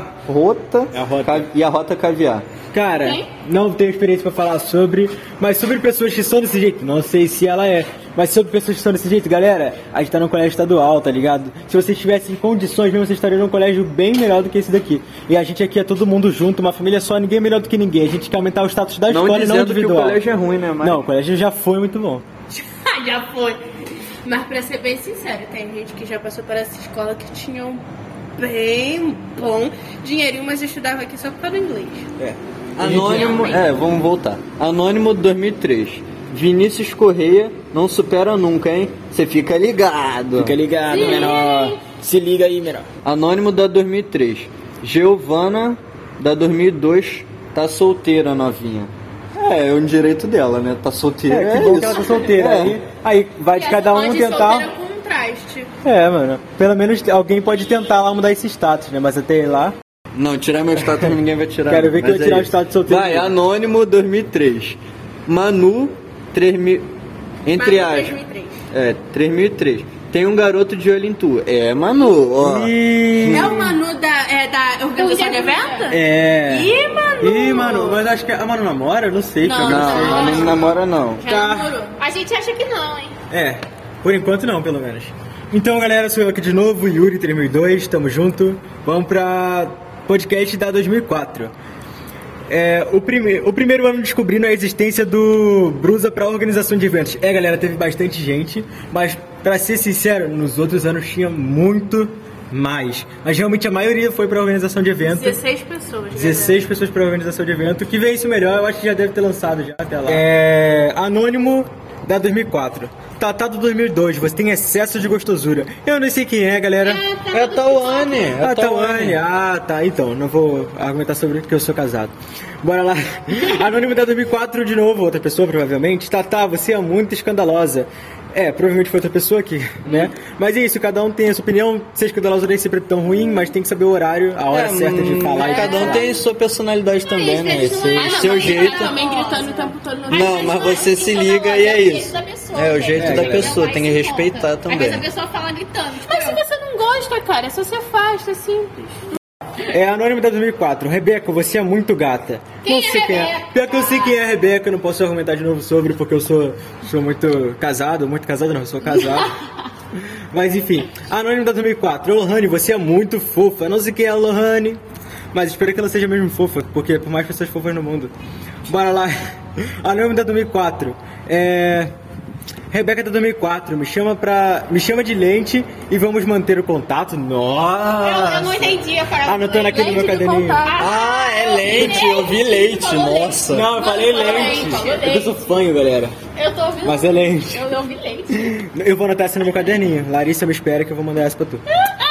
rota caviar. Cara, Quem? não tenho experiência pra falar sobre, mas sobre pessoas que são desse jeito, não sei se ela é, mas sobre pessoas que são desse jeito, galera, a gente tá num colégio estadual, tá ligado? Se vocês tivessem condições mesmo, vocês estariam num colégio bem melhor do que esse daqui. E a gente aqui é todo mundo junto, uma família só, ninguém é melhor do que ninguém. A gente quer aumentar o status da Não escola e não dizendo que o individual. colégio é ruim, né? Mas... Não, o colégio já foi muito bom. Já foi. Mas pra ser bem sincero, tem gente que já passou por essa escola que tinha um bem bom dinheirinho, mas estudava aqui só por causa do inglês. Anônimo, vamos voltar. Anônimo 2003. Vinícius Correia não supera nunca, hein? Você fica ligado. Fica ligado, Sim. menor. Se liga aí, menor. Anônimo da 2003. Giovana da 2002 tá solteira, novinha. É um direito dela, né? Tá solteira. É, que bom que ela tá solteira. É. Aí vai de cada um tentar. Solteira com um traste. É, mano. Pelo menos alguém pode tentar lá mudar esse status, né? Mas até lá. Não, tirar meu status ninguém vai tirar. Quero ver mas quem vai tirar o isso. status solteiro. Vai, Anônimo 2003. Manu 3000. Entre Manu, aspas. 2003. 3003. Tem um garoto de olho em tu. É, Manu, ó. É o Manu da organização de evento? É. Ih, Manu! Mas acho que a Manu namora? Não sei. Não, cara. Não, Manu não namora não. Já Tá. namorou. A gente acha que não, hein? É, por enquanto não, pelo menos. Então, galera, sou eu aqui de novo, Yuri 3002, tamo junto. Vamos pra podcast da 2004. O primeiro ano descobrindo a existência do Brusa pra organização de eventos. Galera, teve bastante gente, mas pra ser sincero, nos outros anos tinha muito mais. Mas realmente a maioria foi pra organização de evento. 16 pessoas. 16 pessoas para organização de evento. Que vem isso melhor, eu acho que já deve ter lançado já até lá. Anônimo da 2004. Tatá do 2002, você tem excesso de gostosura. Eu não sei quem é, galera. É a Tawane. A Tawane. Tá. Então, não vou argumentar sobre porque eu sou casado. Bora lá. Anônimo da 2004 de novo, outra pessoa provavelmente. Tatá, você é muito escandalosa. Provavelmente foi outra pessoa aqui, né? Mas é isso, cada um tem a sua opinião. Ser escandaloso nem sempre é tão ruim, mas tem que saber o horário, a hora certa de falar. e Cada um falar. tem sua personalidade também, às né? vezes não é. Seu jeito. Também gritando o tempo todo no Não, mas você se liga e é isso. É o jeito da pessoa, tem que respeitar também. Às vezes a pessoa fala gritando. Mas se você não gosta, cara, é só se afasta, é simples. Anônimo da 2004. Rebeca, você é muito gata. Quem Não sei é quem é. Rebeca? Pior que eu sei quem é a Rebeca, eu não posso argumentar de novo sobre, porque eu sou muito casado. Muito casado não, eu sou casado. Mas enfim. Anônimo da 2004. Lohane, você é muito fofa. Eu não sei quem é a Lohane, mas espero que ela seja mesmo fofa, porque por mais pessoas fofas no mundo. Bora lá. Anônimo da 2004. Rebeca da 2004, me chama de lente e vamos manter o contato. Nossa! Eu não entendi a parada. Anotando aqui no meu Lente de caderninho. contato. É leite, eu vi leite, Falou nossa. Não, eu falei Falou lente. lente, falou Eu sou fanho, galera. Eu tô ouvindo. Mas é lente. Eu ouvi leite. Eu vou anotar essa no meu caderninho. Larissa, me espera que eu vou mandar essa pra tu.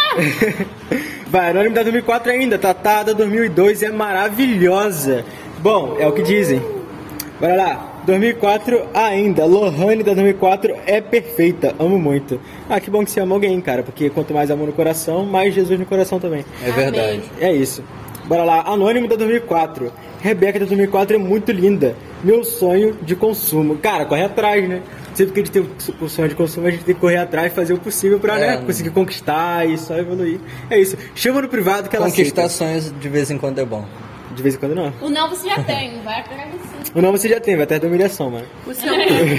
Vai, Anônimo da 2004 ainda. Tatá da 2002 é maravilhosa. Bom, é o que dizem. Bora lá. 2004 ainda. Lohane da 2004 é perfeita. Amo muito. Que bom que você ama alguém, cara. Porque quanto mais amor no coração, mais Jesus no coração também. É verdade. É isso. Bora lá. Anônimo da 2004. Rebeca da 2004 é muito linda. Meu sonho de consumo. Cara, corre atrás, né? Sempre que a gente tem o sonho de consumo, a gente tem que correr atrás e fazer o possível pra conseguir conquistar e só evoluir. É isso. Chama no privado que ela Conquistar aceita. sonhos de vez em quando é bom. De vez em quando não. O não você já tem, vai agradecer. O nome você já tem, vai até da humilhação, mano. O seu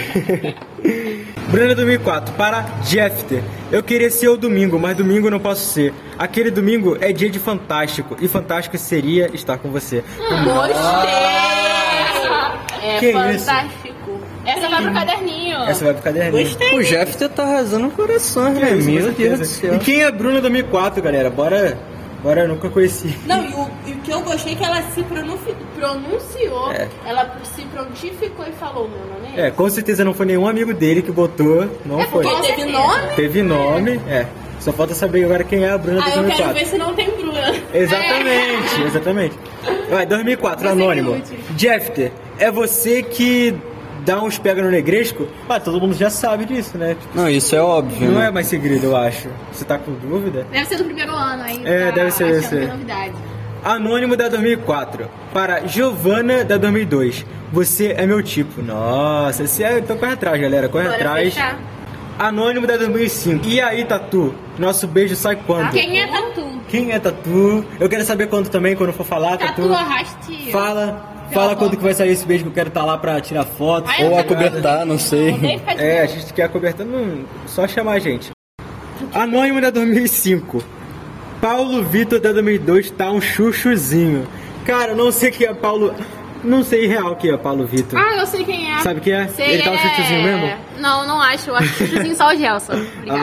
Bruna 2004, para Jeffter. Eu queria ser o domingo, mas domingo não posso ser. Aquele domingo é dia de Fantástico, e Fantástico seria estar com você. gostei. É Que fantástico. Essa vai pro caderninho. Essa vai pro caderninho. Gostei. O Jeffter tá arrasando corações, né? Com Meu certeza. Deus do céu. E quem é a Bruna 2004, galera? Bora, eu nunca conheci. Não, e o que eu gostei é que ela se pronunciou, ela se prontificou e falou, meu nome é. Com certeza não foi nenhum amigo dele que botou, não foi. Porque teve nome. Teve nome, Só falta saber agora quem é a Bruna Ah, eu 2004. quero ver se não tem Bruna. Exatamente. Vai, 2004, anônimo. Jeffter, é você que dá uns pega no negresco? Todo mundo já sabe disso, né? Não, isso é óbvio, Não né? é mais segredo, eu acho. Você tá com dúvida? Deve ser do primeiro ano aí. Deve ser. achando que é novidade. Anônimo da 2004. Para Giovana da 2002. Você é meu tipo. Nossa, então corre atrás, galera. Corre Bora atrás. fechar. Anônimo da 2005. E aí, Tatu? Nosso beijo sai quando? Quem é Tatu? Quem é Tatu? Eu quero saber quando também, quando for falar, Tatu. Tatu Arraste. Fala quando que vai sair esse beijo que eu quero estar lá pra tirar foto. Ai, Ou acobertar, não sei. A gente quer cobertar, só chamar a gente. Anônimo da 2005. Paulo Vitor da 2002 tá um chuchuzinho. Cara, eu não sei quem é Paulo. Não sei real quem é Paulo Vitor. Eu sei quem é. Sabe quem é? Sei, Ele tá um chuchuzinho mesmo? Não acho. Eu acho chuchuzinho só o Gelson.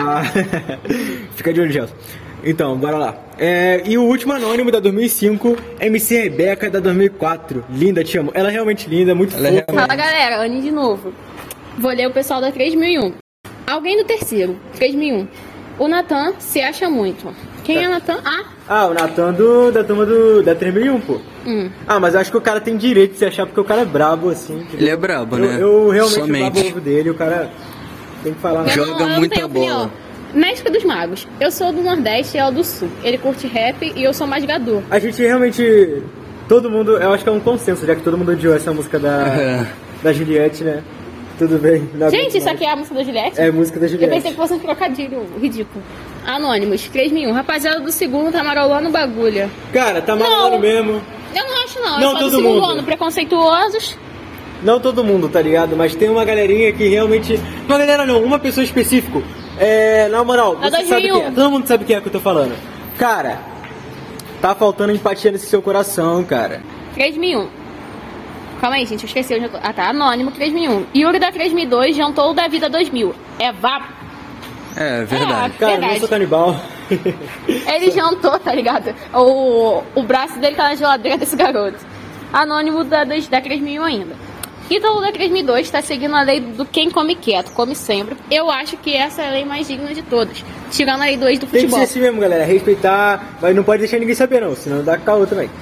Fica de olho, Gelson. Então, bora lá. E o último anônimo da 2005, MC Rebeca da 2004. Linda, te amo. Ela é realmente linda, muito fofa. Fala, galera. Anne de novo. Vou ler o pessoal da 3001. Alguém do terceiro. 3001. O Natan se acha muito. Quem é o Natan? O Natan da turma da 3001, pô. Mas eu acho que o cara tem direito de se achar porque o cara é brabo, assim. Ele é brabo, né? Eu realmente Somente. babo o ovo dele, o cara tem que falar. Joga eu não muita tenho bola. opinião. Mestre dos Magos. Eu sou do Nordeste e ela do Sul. Ele curte rap e eu sou mais gadu. A gente realmente... Todo mundo... Eu acho que é um consenso, já que todo mundo odiou essa música da Juliette, né? Tudo bem. Gente, isso aqui é a música da Juliette? É a música da Eu Juliette. pensei que fosse um trocadilho ridículo. Anônimos, 3001. Rapaziada do segundo tá marolando o bagulho. Cara, tá malando mesmo. Eu não acho não. Não, Eu sou do todo segundo mundo. ano, preconceituosos. Não todo mundo, tá ligado? Mas tem uma galerinha que realmente... Uma galera não, uma pessoa específica. Na moral, Na você sabe 2001. quem é. Todo mundo sabe quem é que eu tô falando. Cara, tá faltando empatia nesse seu coração, cara. 3001. Calma aí, gente, eu esqueci onde eu tô. Tá, anônimo, 3001. Yuri da 3002 jantou o da vida 2000. É vapo. É verdade. Cara, eu Verdade. não sou canibal. Ele jantou, tá ligado? O braço dele tá na geladeira desse garoto. Anônimo da 3001 ainda. Ítalo da 3002 tá seguindo a lei do quem come quieto, come sempre. Eu acho que essa é a lei mais digna de todas. Tirando a lei 2 do Tem que futebol. ser assim mesmo, galera. Respeitar, mas não pode deixar ninguém saber, não. Senão dá caô também.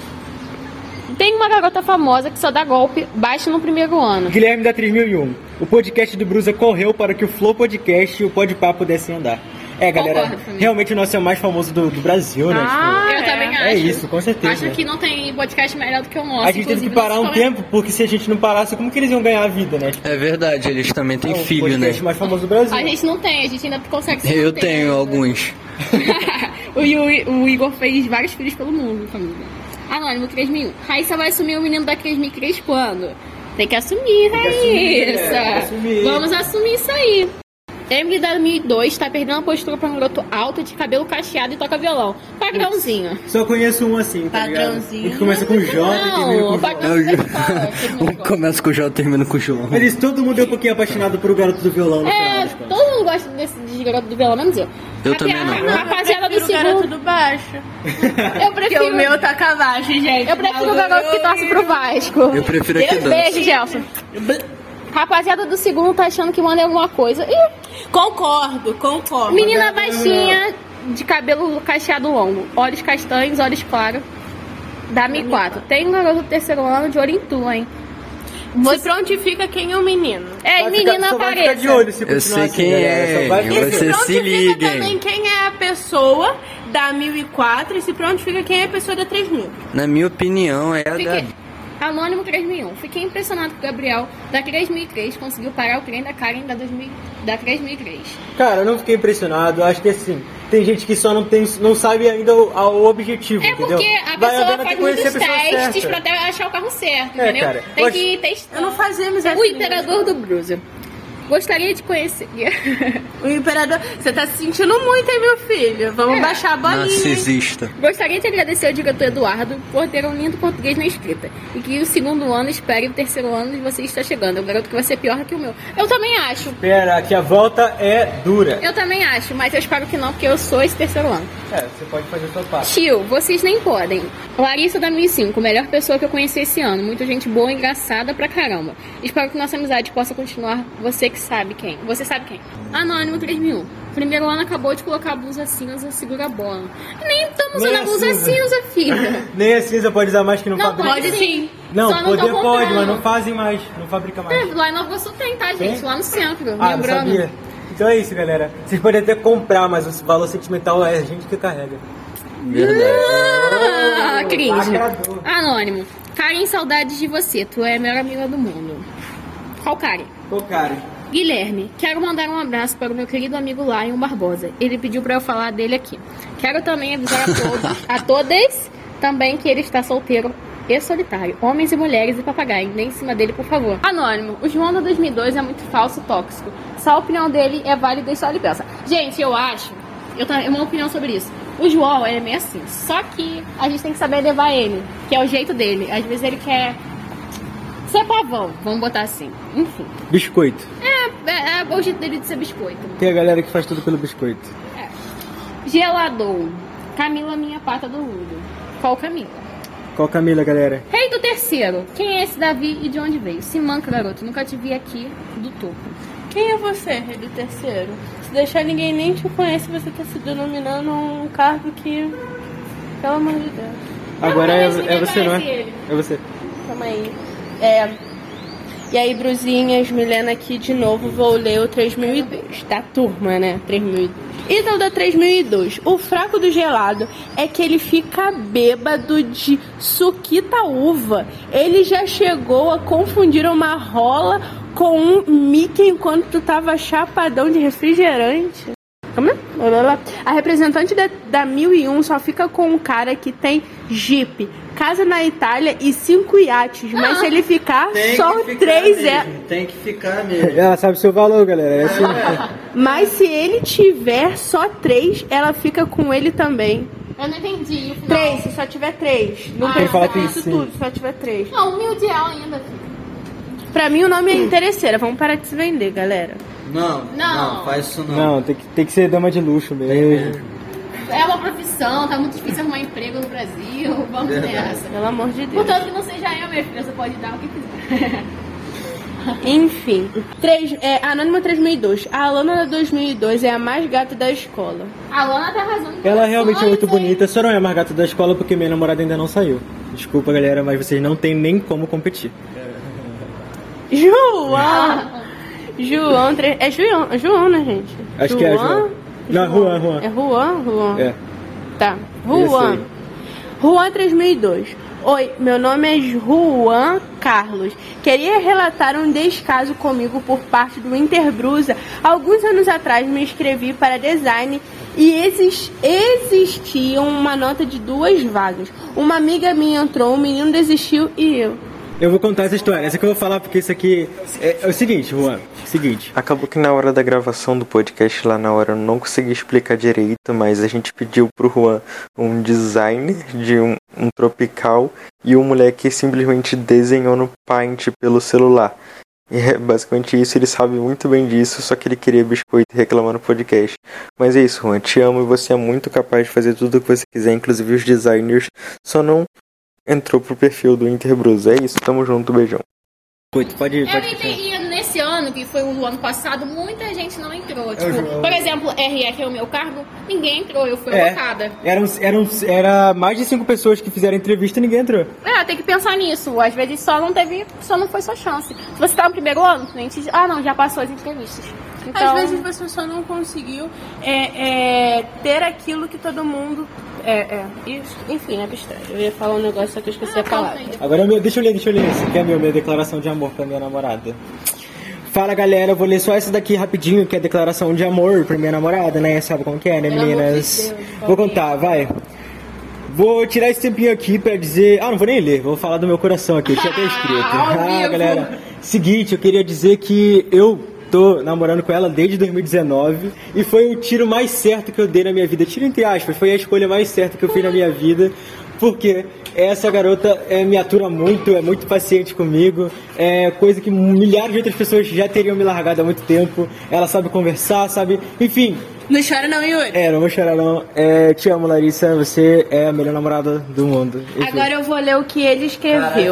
Tem uma garota famosa que só dá golpe baixo no primeiro ano. Guilherme da 3001. O podcast do Brusa correu para que o Flow Podcast e o Podpah pudessem andar. Galera, Concordo, família. realmente o nosso é o mais famoso do Brasil, né? Eu também acho. É isso, com certeza. Acho que não tem podcast melhor do que o nosso. A gente teve que inclusive, parar um nossos tempo, porque se a gente não parasse, como que eles iam ganhar a vida, né? É verdade, eles também têm o filho, né? podcast mais famoso do Brasil. A gente não tem, a gente ainda consegue se Eu manter. tenho alguns. o Igor fez vários filhos pelo mundo, família. Anônimo 3001. Raíssa vai assumir o menino da 3003 quando? Tem que assumir, Raíssa. tem que assumir. Vamos assumir isso aí. Emily da 2002 tá perdendo a postura pra um garoto alto, de cabelo cacheado e toca violão. Padrãozinho. Só conheço um assim, tá ligado? Padrãozinho. Um que começa com J e termina com Não, J. padrãozinho. Um começa com o J e termina com o João. Mas isso, todo mundo é um pouquinho apaixonado por o garoto do violão no final das contas. Todo mundo gosta desse garoto do violão, menos eu. Eu também não. Rapaziada do Eu prefiro o garoto segundo. do baixo. Eu Porque prefiro o meu tá cavacho, gente. Eu prefiro o garoto que torce pro Vasco. Eu prefiro aqui dança. Beijo, Gelson. Rapaziada do segundo tá achando que manda alguma coisa. Ih, Concordo. menina baixinha, de cabelo cacheado longo. Olhos castanhos, olhos claros. Da 1004. Tem um garoto do terceiro ano de olho em tu, hein? Se prontifica quem é o menino. Ei, menina, só vai ficar apareça. de olho se Eu continuar sei assim, quem galera. é. Só vai ficar Você de olho. se Prontifica liguem. também quem é a pessoa da 1004 e se prontifica quem é a pessoa da 3000. Na minha opinião, é a da... Fiquei... Anônimo 3001. Fiquei impressionado que o Gabriel, da 3003, conseguiu parar o trem da Karen da 3003. Cara, eu não fiquei impressionado. Eu acho que assim, tem gente que só não sabe ainda o objetivo, É entendeu? porque a Vai pessoa andando até faz conhecer muitos a pessoa testes certa. pra até achar o carro certo, É, entendeu? cara, Tem eu que testar. Eu não fazia amizade O imperador do Bruiser. Gostaria de conhecer. O imperador, você tá se sentindo muito, hein, meu filho? Vamos baixar a bolinha. Narcisista. Gostaria de agradecer ao diretor Eduardo por ter um lindo português na escrita. E que o segundo ano espere o terceiro ano de você está chegando. É um garoto que vai ser pior que o meu. Eu também acho. Pera, que a volta é dura. Eu também acho, mas eu espero que não, porque eu sou esse terceiro ano. Você pode fazer a sua parte. Tio, vocês nem podem. Larissa da 1005, melhor pessoa que eu conheci esse ano. Muita gente boa e engraçada pra caramba. Espero que nossa amizade possa continuar. Você que sabe quem. Você sabe quem? Anônimo 3001. Primeiro ano acabou de colocar a blusa cinza, segura a bola. Nem estamos usando a blusa cinza, filha. Nem a cinza pode usar mais que não Não, fabrica. pode sim. Não, Só poder tô pode, comprando. mas não fazem mais. Não fabrica mais. Lá em Nova Iguaçu tem, tá, gente? Tem? Lá no centro, Não lembrando. sabia? Então é isso, galera. Vocês podem até comprar, mas o valor sentimental é a gente que carrega. Ah, cringe. Lacrador. Anônimo. Karen, saudades de você. Tu é a melhor amiga do mundo. Qual Karen? Ô, cara. Guilherme, quero mandar um abraço para o meu querido amigo Lion Barbosa. Ele pediu para eu falar dele aqui. Quero também avisar a todos, a todas, também que ele está solteiro e solitário. Homens e mulheres e papagaio. Nem em cima dele, por favor. Anônimo, o João da 2002 é muito falso e tóxico. Só a opinião dele é válida e só ele pensa. Gente, eu acho, eu tenho uma opinião sobre isso. O João, ele é meio assim. Só que a gente tem que saber levar ele, que é o jeito dele. Às vezes ele quer ser pavão, vamos botar assim. Enfim. Biscoito. É o jeito dele de ser biscoito. Tem a galera que faz tudo pelo biscoito. Gelador. Camila, minha pata do Ludo. Qual Camila? Qual Camila, galera? Rei do terceiro. Quem é esse Davi e de onde veio? Se manca, garoto. Nunca te vi aqui do topo. Quem é você, rei do terceiro? Se deixar ninguém nem te conhece, você tá se denominando um cargo que... Pelo amor de Deus. Agora Não, é mas ninguém você, não é? conhece ele. É você. Calma aí. E aí, brusinhas, Milena aqui de novo, vou ler o 3002, da turma, né? 3002. Então, da 3002, o fraco do gelado é que ele fica bêbado de suquita uva. Ele já chegou a confundir uma rola com um Mickey enquanto tu tava chapadão de refrigerante. A representante da 1001 só fica com um cara que tem Jeep, casa na Itália e 5 iates. Mas se ele ficar, só 3 é. Tem que ficar mesmo. Ela sabe o seu valor, galera. É assim. Mas se ele tiver só 3, ela fica com ele também. Eu não entendi. O final. 3, se só tiver 3. Não Ele fala precisa que disso sim. tudo, se só tiver 3. Não, humilde ainda, filho. Pra mim o nome é interesseira. Vamos parar de se vender, galera. Não. Faz isso não. Não, tem que ser dama de luxo mesmo. É uma profissão, tá muito difícil arrumar emprego no Brasil. Vamos nessa. Pelo amor de Deus. Portanto que não seja eu, minha filha. Você pode dar o que quiser. Enfim. Anônimo 3002. A Alana da 2002 é a mais gata da escola. A Lana tá arrasando. Ela realmente é muito corações, hein? bonita, só não é mais gata da escola porque minha namorada ainda não saiu. Desculpa, galera, mas vocês não tem nem como competir. João, é João, né, gente? Acho que é João. Não, Juan. É Juan? É. Tá. Isso Juan. aí. Juan 3002. Oi, meu nome é Juan Carlos. Queria relatar um descaso comigo por parte do Interbrusa. Alguns anos atrás me inscrevi para design e existia uma nota de 2 vagas. Uma amiga minha entrou, um menino desistiu e eu. Eu vou contar essa história. Essa que eu vou falar porque isso aqui é o seguinte, Juan. Seguinte. Acabou que na hora da gravação do podcast, lá na hora, eu não consegui explicar direito, mas a gente pediu pro Juan um design de um tropical e o moleque simplesmente desenhou no Paint pelo celular. E é basicamente isso, ele sabe muito bem disso, só que ele queria biscoito e reclamar no podcast. Mas é isso, Juan, te amo e você é muito capaz de fazer tudo o que você quiser, inclusive os designers, só não entrou pro perfil do Interbrusa. É isso, tamo junto, beijão. Pode ir. Eu entendi, nesse ano, que foi o ano passado, muita gente não entrou. Tipo, por exemplo, RE, que é o meu cargo, ninguém entrou, eu fui alocada. Era mais de 5 pessoas que fizeram entrevista e ninguém entrou. Tem que pensar nisso. Às vezes só não foi sua chance. Se você tá no primeiro ano, a gente, já passou as entrevistas. Então, Às vezes você só não conseguiu ter aquilo que todo mundo... Isso, enfim, é abstrato. Eu ia falar um negócio, só que eu esqueci a palavra. Agora, deixa eu ler esse que é minha declaração de amor pra minha namorada. Fala, galera, eu vou ler só essa daqui rapidinho, que é a declaração de amor pra minha namorada, né? Sabe como que é, né, meninas? Vou contar, vai. Vou tirar esse tempinho aqui pra dizer... não vou nem ler, vou falar do meu coração aqui, eu tinha até escrito. Galera, seguinte, eu queria dizer que eu tô namorando com ela desde 2019 e foi o tiro mais certo que eu dei na minha vida. Tiro entre aspas, foi a escolha mais certa que eu fiz na minha vida, porque essa garota me atura muito, é muito paciente comigo, é coisa que milhares de outras pessoas já teriam me largado há muito tempo. Ela sabe conversar, sabe... Enfim... Não chora não, Yuri. Não vou chorar não. Te amo, Larissa, você é a melhor namorada do mundo. Enfim. Agora eu vou ler o que ele escreveu.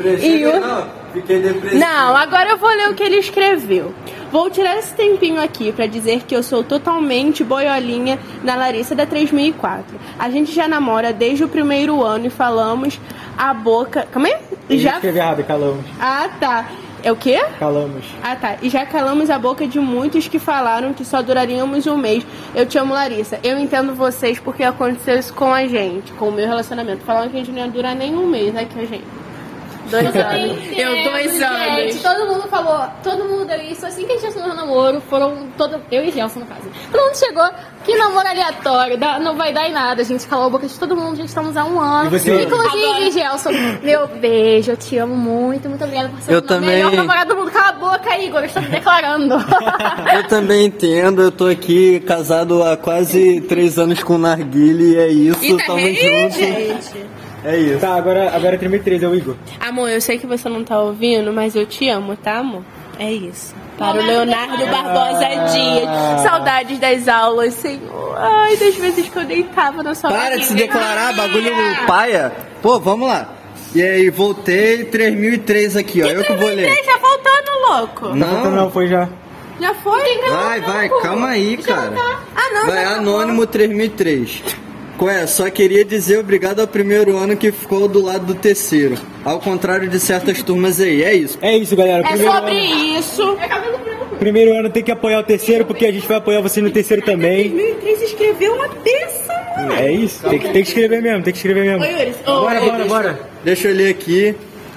Fiquei depressivo. Não, agora eu vou ler o que ele escreveu. Vou tirar esse tempinho aqui pra dizer que eu sou totalmente boiolinha na Larissa da 3004. A gente já namora desde o primeiro ano e falamos a boca... Calma aí. Escrevi errado, calamos. Ah, tá. É o quê? Calamos. Ah, tá. E já calamos a boca de muitos que falaram que só duraríamos um mês. Eu te amo, Larissa. Eu entendo vocês porque aconteceu isso com a gente, com o meu relacionamento. Falaram que a gente não ia durar nem um mês aqui, a gente. 2 anos. Eu 2 anos. Gente, todo mundo falou, todo mundo deu isso. Assim que a gente assinou o namoro, eu e Gelson, no caso. Todo mundo chegou, que namoro aleatório, não vai dar em nada. A gente calou a boca de todo mundo, a gente estamos há 1 ano. E você? Inclusive, Gelson, meu beijo, eu te amo muito, muito obrigada por ser o melhor namorado do mundo. Cala a boca, Igor, eu estou me declarando. Eu também entendo, eu tô aqui casado há quase 3 anos com o Narguile e é isso, tamo junto. Gente. É isso. Tá, agora 33 é o Igor. Amor, eu sei que você não tá ouvindo, mas eu te amo, tá, amor? É isso. Para o Leonardo Barbosa Dias. Saudades das aulas, Senhor. Ai, das vezes que eu deitava na sua Para de se declarar, bagulho paia. Pô, vamos lá. E aí, voltei, 3003 aqui, ó. Eu que vou ler. Tá faltando, louco. Não, foi já. Já foi? Vai, calma aí, cara. Ah, não. Vai, Anônimo 3003. Só queria dizer obrigado ao primeiro ano que ficou do lado do terceiro. Ao contrário de certas turmas aí, é isso. É isso, galera. É sobre isso. Primeiro ano tem que apoiar o terceiro, porque a gente vai apoiar você no terceiro também. 2003 escreveu uma peça, mano. É isso, tem que escrever mesmo, Oi, Yuri. Bora. Deixa eu ler aqui.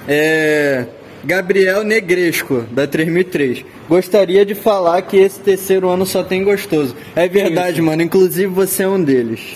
Gabriel Negresco, da 3003. Gostaria de falar que esse terceiro ano só tem gostoso. É verdade, mano. Inclusive você é um deles.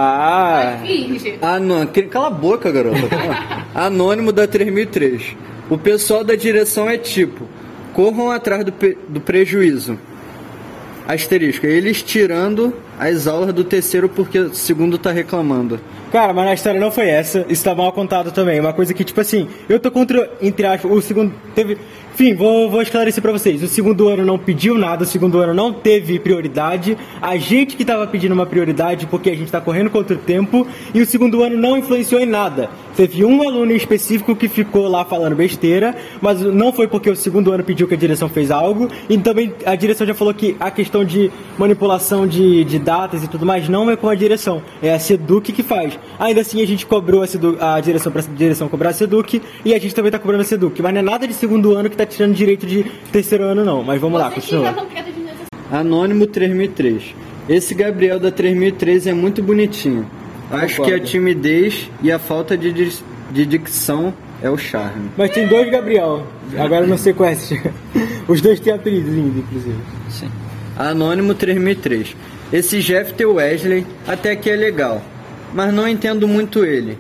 Finge. Cala a boca, garota. Anônimo da 3003. O pessoal da direção é tipo: corram atrás do prejuízo. Asterisco, eles tirando as aulas do terceiro porque o segundo tá reclamando. Cara, mas a história não foi essa, isso tá mal contado também. Uma coisa que, tipo assim, eu tô contra, entre aspas, o segundo teve... Enfim, vou esclarecer pra vocês. O segundo ano não pediu nada, o segundo ano não teve prioridade. A gente que tava pedindo uma prioridade porque a gente tá correndo contra o tempo. E o segundo ano não influenciou em nada. Teve um aluno em específico que ficou lá falando besteira, mas não foi porque o segundo ano pediu que a direção fez algo. E também a direção já falou que a questão de manipulação de datas e tudo mais não é com a direção. É a SEDUC que faz. Ainda assim a gente cobrou a direção pra direção cobrar a SEDUC. E a gente também tá cobrando a SEDUC. Mas não é nada de segundo ano que tá tirando direito de terceiro ano não, mas vamos lá, continua. Anônimo 3003. Esse Gabriel da 3003 é muito bonitinho. Acho que a timidez e a falta de dicção é o charme. Mas tem 2 Gabriel, agora eu não sei qual é esse. Os 2 têm apelidos lindo, inclusive. Sim. Anônimo 3003. Esse Jeff Wesley até que é legal, mas não entendo muito ele.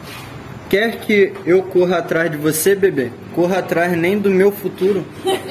Quer que eu corra atrás de você, bebê? Corra atrás nem do meu futuro.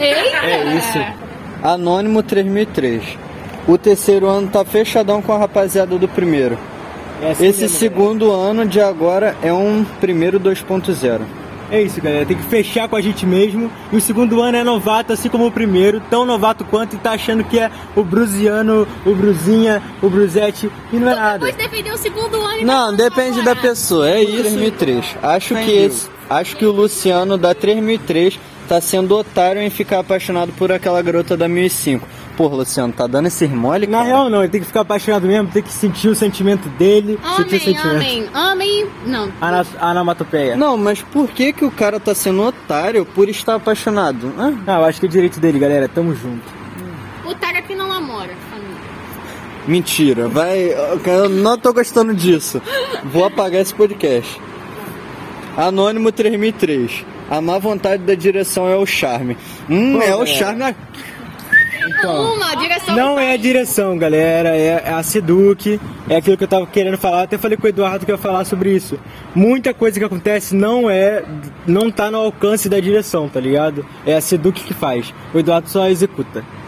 É isso. Anônimo 3003. O terceiro ano tá fechadão com a rapaziada do primeiro. Esse segundo ano de agora é um primeiro 2.0. É isso, galera. Tem que fechar com a gente mesmo. E o segundo ano é novato, assim como o primeiro. Tão novato quanto, e tá achando que é o Bruziano, o Bruzinha, o Bruzete. E não é nada. Depois defender o segundo ano e não, depende da pessoa. É isso. 3003. Acho que o Luciano da 3003 tá sendo otário em ficar apaixonado por aquela garota da 1005. Porra, Luciano, tá dando esse mole, cara? Na real não, ele tem que ficar apaixonado mesmo, tem que sentir o sentimento dele. Amém. Não. Anamatopeia. Não, mas por que o cara tá sendo otário por estar apaixonado? Eu acho que é o direito dele, galera, tamo junto. Otário que não namora, família. Mentira, eu não tô gostando disso. Vou apagar esse podcast. Anônimo 3003. A má vontade da direção é o charme. O charme... Então, a direção não é a direção, galera, é a SEDUC, é aquilo que eu tava querendo falar, até falei com o Eduardo que eu ia falar sobre isso. Muita coisa que acontece não tá no alcance da direção, tá ligado? É a SEDUC que faz, o Eduardo só executa.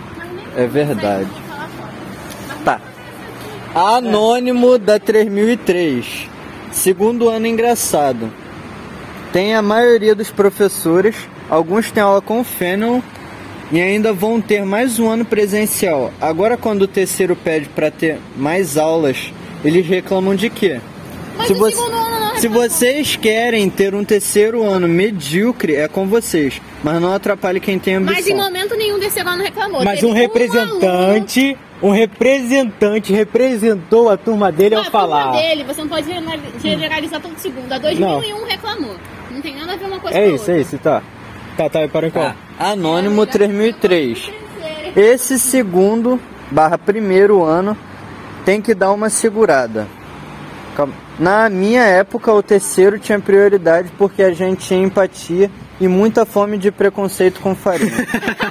É verdade. Tá. Anônimo da 3003. Segundo ano engraçado. Tem a maioria dos professores, alguns têm aula com o Fanon e ainda vão ter mais um ano presencial. Agora quando o terceiro pede para ter mais aulas, eles reclamam de quê? Se vocês querem ter um terceiro ano medíocre, é com vocês. Mas não atrapalhe quem tem ambição. Mas em momento nenhum desse ano reclamou. Mas Teve um representante representou a turma dele ao falar. A turma dele, você não pode generalizar todo segundo. A 2001 reclamou. Não tem nada a ver uma coisa com a outra. É isso, tá. Tá, parou em qual? Anônimo 3003. Esse segundo/primeiro ano tem que dar uma segurada. Calma. Na minha época, o terceiro tinha prioridade porque a gente tinha empatia e muita fome de preconceito com farinha.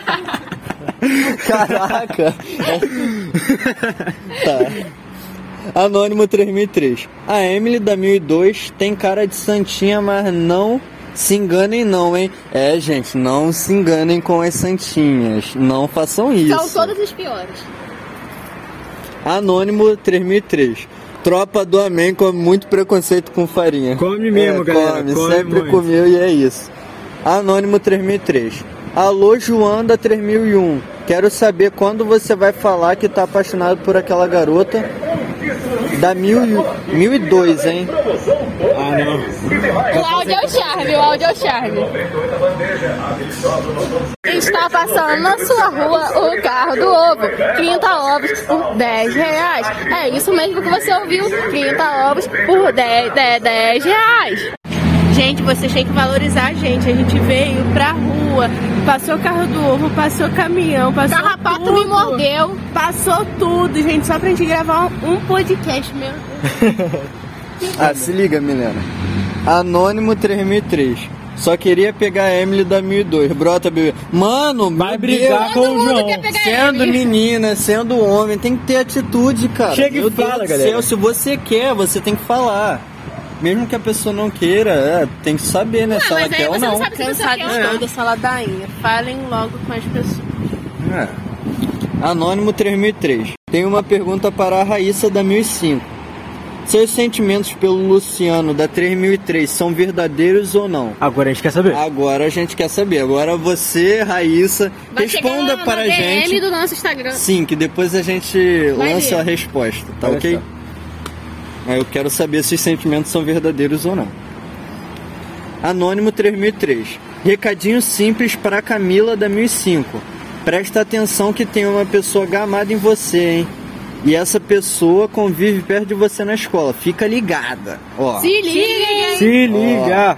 Caraca! Tá. Anônimo 3003. A Emily da 1002 tem cara de santinha, mas não se enganem não, hein? É, gente, não se enganem com as santinhas. Não façam isso. São todas as piores. Anônimo 3003. Tropa do Amém come muito preconceito com farinha. Come mesmo, galera. Come sempre muito. Comeu e é isso. Anônimo 3003. Alô, João da 3001. Quero saber quando você vai falar que tá apaixonado por aquela garota da 1002, hein? Ah, não. O áudio é o charme. Está passando na sua rua o carro do ovo. 30 ovos por 10 reais. É isso mesmo que você ouviu. 30 ovos por 10 reais. Gente, vocês têm que valorizar a gente. A gente veio pra rua, passou o carro do ovo, passou caminhão, passou Carrapato tudo. me mordeu. Passou tudo, gente, só pra gente gravar um podcast, meu Deus. Se liga, Milena. Anônimo 3003. Só queria pegar a Emily da 1002. Brota, bebê. Mano, vai brigar com o João. Sendo menina, sendo homem, tem que ter atitude, cara. Chega e fala, galera. Se você quer, você tem que falar. Mesmo que a pessoa não queira, tem que saber, né? Se ela quer ou não. Cansados dessa ladainha. Falem logo com as pessoas. Anônimo 3003. Tem uma pergunta para a Raíssa da 1005. Seus sentimentos pelo Luciano da 3003 são verdadeiros ou não? Agora a gente quer saber. Agora você, Raíssa, vai responda para a gente. DM do nosso Instagram. Sim, que depois a gente lança a resposta, tá ok? Eu quero saber se os sentimentos são verdadeiros ou não. Anônimo 3003. Recadinho simples para Camila da 1005. Presta atenção que tem uma pessoa gamada em você, hein? E essa pessoa convive perto de você na escola. Fica ligada. Ó. Se liga! Se liga!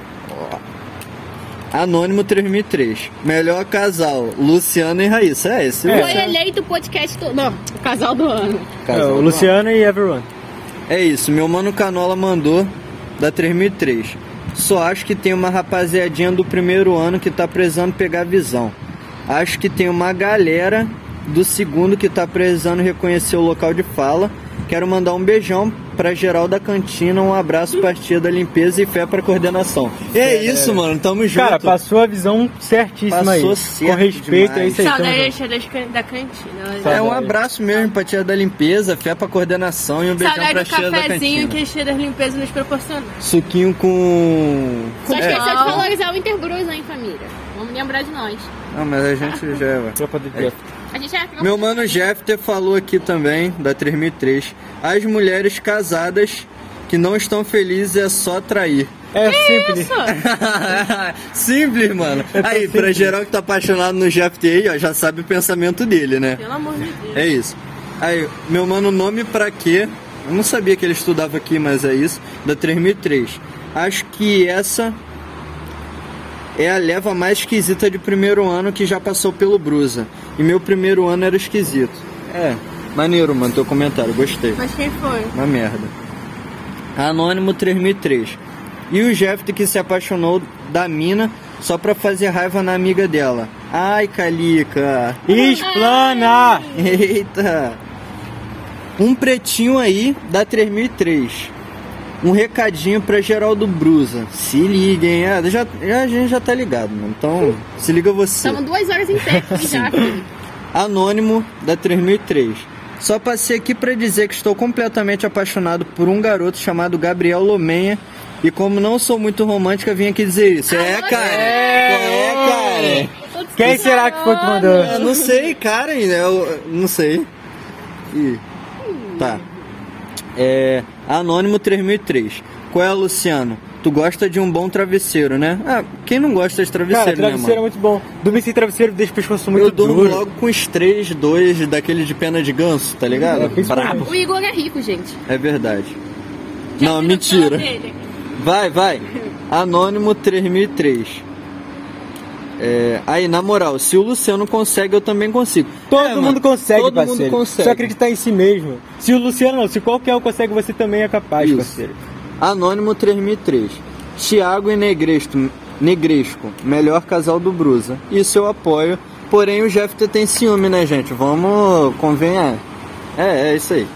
Anônimo 3003. Melhor casal, Luciano e Raíssa. Esse Foi eleito o podcast Não, o casal do ano. O Luciano e Everyone. É isso, meu mano Canola mandou da 3003. Só acho que tem uma rapaziadinha do primeiro ano que tá precisando pegar visão. Acho que tem uma galera do segundo que tá precisando reconhecer o local de fala. Quero mandar um beijão pra geral da cantina, um abraço pra tia da limpeza e fé pra coordenação. É isso, mano, tamo junto. Cara, passou a visão certíssima aí. Certo, com respeito, demais. é isso aí. Saudade da cantina. É um abraço mesmo pra tia da limpeza, fé pra coordenação e um beijão pra tia da cantina. Saudade do cafezinho que a tia da limpeza nos proporcionou. Suquinho com... Só esqueceu de valorizar o Interbrus, hein, família? Vamos lembrar de nós. Não, mas a gente já... A gente já... Meu mano Jeffter falou aqui também, da 3003. As mulheres casadas que não estão felizes é só trair. É simples. Simples, mano. Aí, pra geral que tá apaixonado no Jeffter aí, ó, já sabe o pensamento dele, né? Pelo amor de Deus. É isso. Aí, meu mano, nome pra quê? Eu não sabia que ele estudava aqui, mas é isso. Da 3003. Acho que essa é a leva mais esquisita de primeiro ano que já passou pelo Brusa. E meu primeiro ano era esquisito. Maneiro, mano, teu comentário, gostei. Mas quem foi? Uma merda. Anônimo 3003. E o Jeffter que se apaixonou da mina só pra fazer raiva na amiga dela. Ai, Calica. Explana! Eita. Um pretinho aí da 3003. Um recadinho pra Geraldo Brusa. Se liga, hein? A gente já tá ligado, mano. Então, se liga você. Estamos 2 horas em pé aqui já, filho. Anônimo da 3003. Só passei aqui pra dizer que estou completamente apaixonado por um garoto chamado Gabriel Lomenha. E como não sou muito romântica, vim aqui dizer isso. Cara? Quem será que foi que mandou? Eu não sei, cara, eu não sei. Tá. Anônimo 3003. Qual é, Luciano? Tu gosta de um bom travesseiro, né? Quem não gosta de travesseiro, Cara, travesseiro né, é muito bom. Dormir sem travesseiro deixa o pescoço muito eu durmo duro. logo com os 3, 2 daquele de pena de ganso, tá ligado? Brabo. O Igor é rico, gente. É verdade. Não, mentira. Vai. Anônimo 3003. Aí, na moral, se o Luciano consegue, eu também consigo. Todo mundo consegue, todo parceiro. mundo consegue. Só acreditar em si mesmo. Se o Luciano não, se qualquer um consegue, você também é capaz, Isso. parceiro. Anônimo 3003. Thiago e Negresco, melhor casal do Brusa. Isso eu apoio. Porém, o Jeffter tem ciúme, né, gente? Vamos convenhar. É isso aí.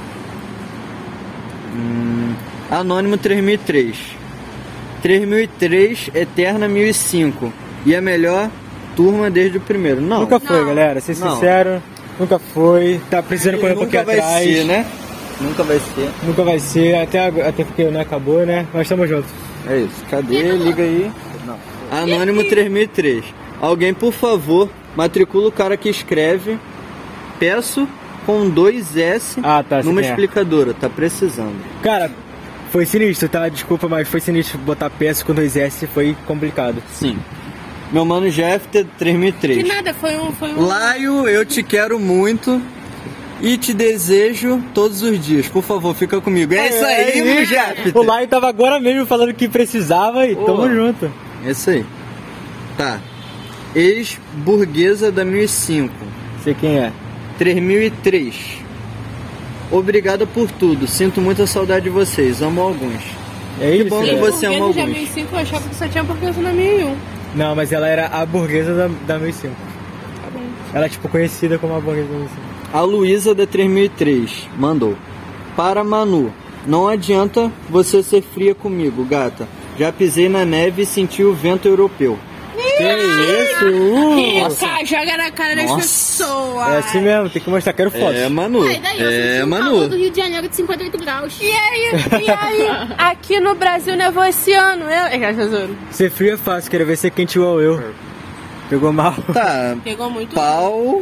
Anônimo 3003. 3003, Eterna 1005. E a melhor turma desde o primeiro. Não. Nunca foi, galera. Ser Não. sincero, nunca foi. Tá precisando correr um pouquinho Nunca vai atrás. ser, né? Nunca vai ser. Nunca vai ser, até porque não acabou, né? Mas tamo juntos. É isso. Cadê? Liga aí. Não. Anônimo 3003. Alguém, por favor, matricula o cara que escreve peço com 2 S Tá, numa sim, explicadora. Tá precisando. Cara, foi sinistro, tá? Desculpa, mas foi sinistro botar peça com 2 S, foi complicado. Sim. Meu mano Jeffter 3003. Que nada, foi um... Laio, eu te quero muito e te desejo todos os dias. Por favor, fica comigo. É isso aí, meu Jeffter. O Laio tava agora mesmo falando que precisava e tamo junto. É isso aí. Tá. Ex-burguesa da 1005. Sei quem é. 3003. Obrigada por tudo. Sinto muita saudade de vocês. Amo alguns. É isso, bom que cara. você ama Burguesa alguns. de 1005, eu achava que só tinha burguesa na 1001. Não, mas ela era a burguesa da 1005. Ela é tipo conhecida como a burguesa da 1005. A Luísa da 3003 mandou. Para Manu, não adianta você ser fria comigo, gata. Já pisei na neve e senti o vento europeu. Que isso? Rica, joga na cara das pessoas. É assim mesmo, tem que mostrar, quero fotos. É, Manu. Ai, daí eu senti um calor do Rio de Janeiro de 58 graus. E aí, aqui no Brasil nevou esse ano, Ser frio é fácil, quero ver ser quente igual eu. Pegou mal. Tá. Pegou muito. Paul.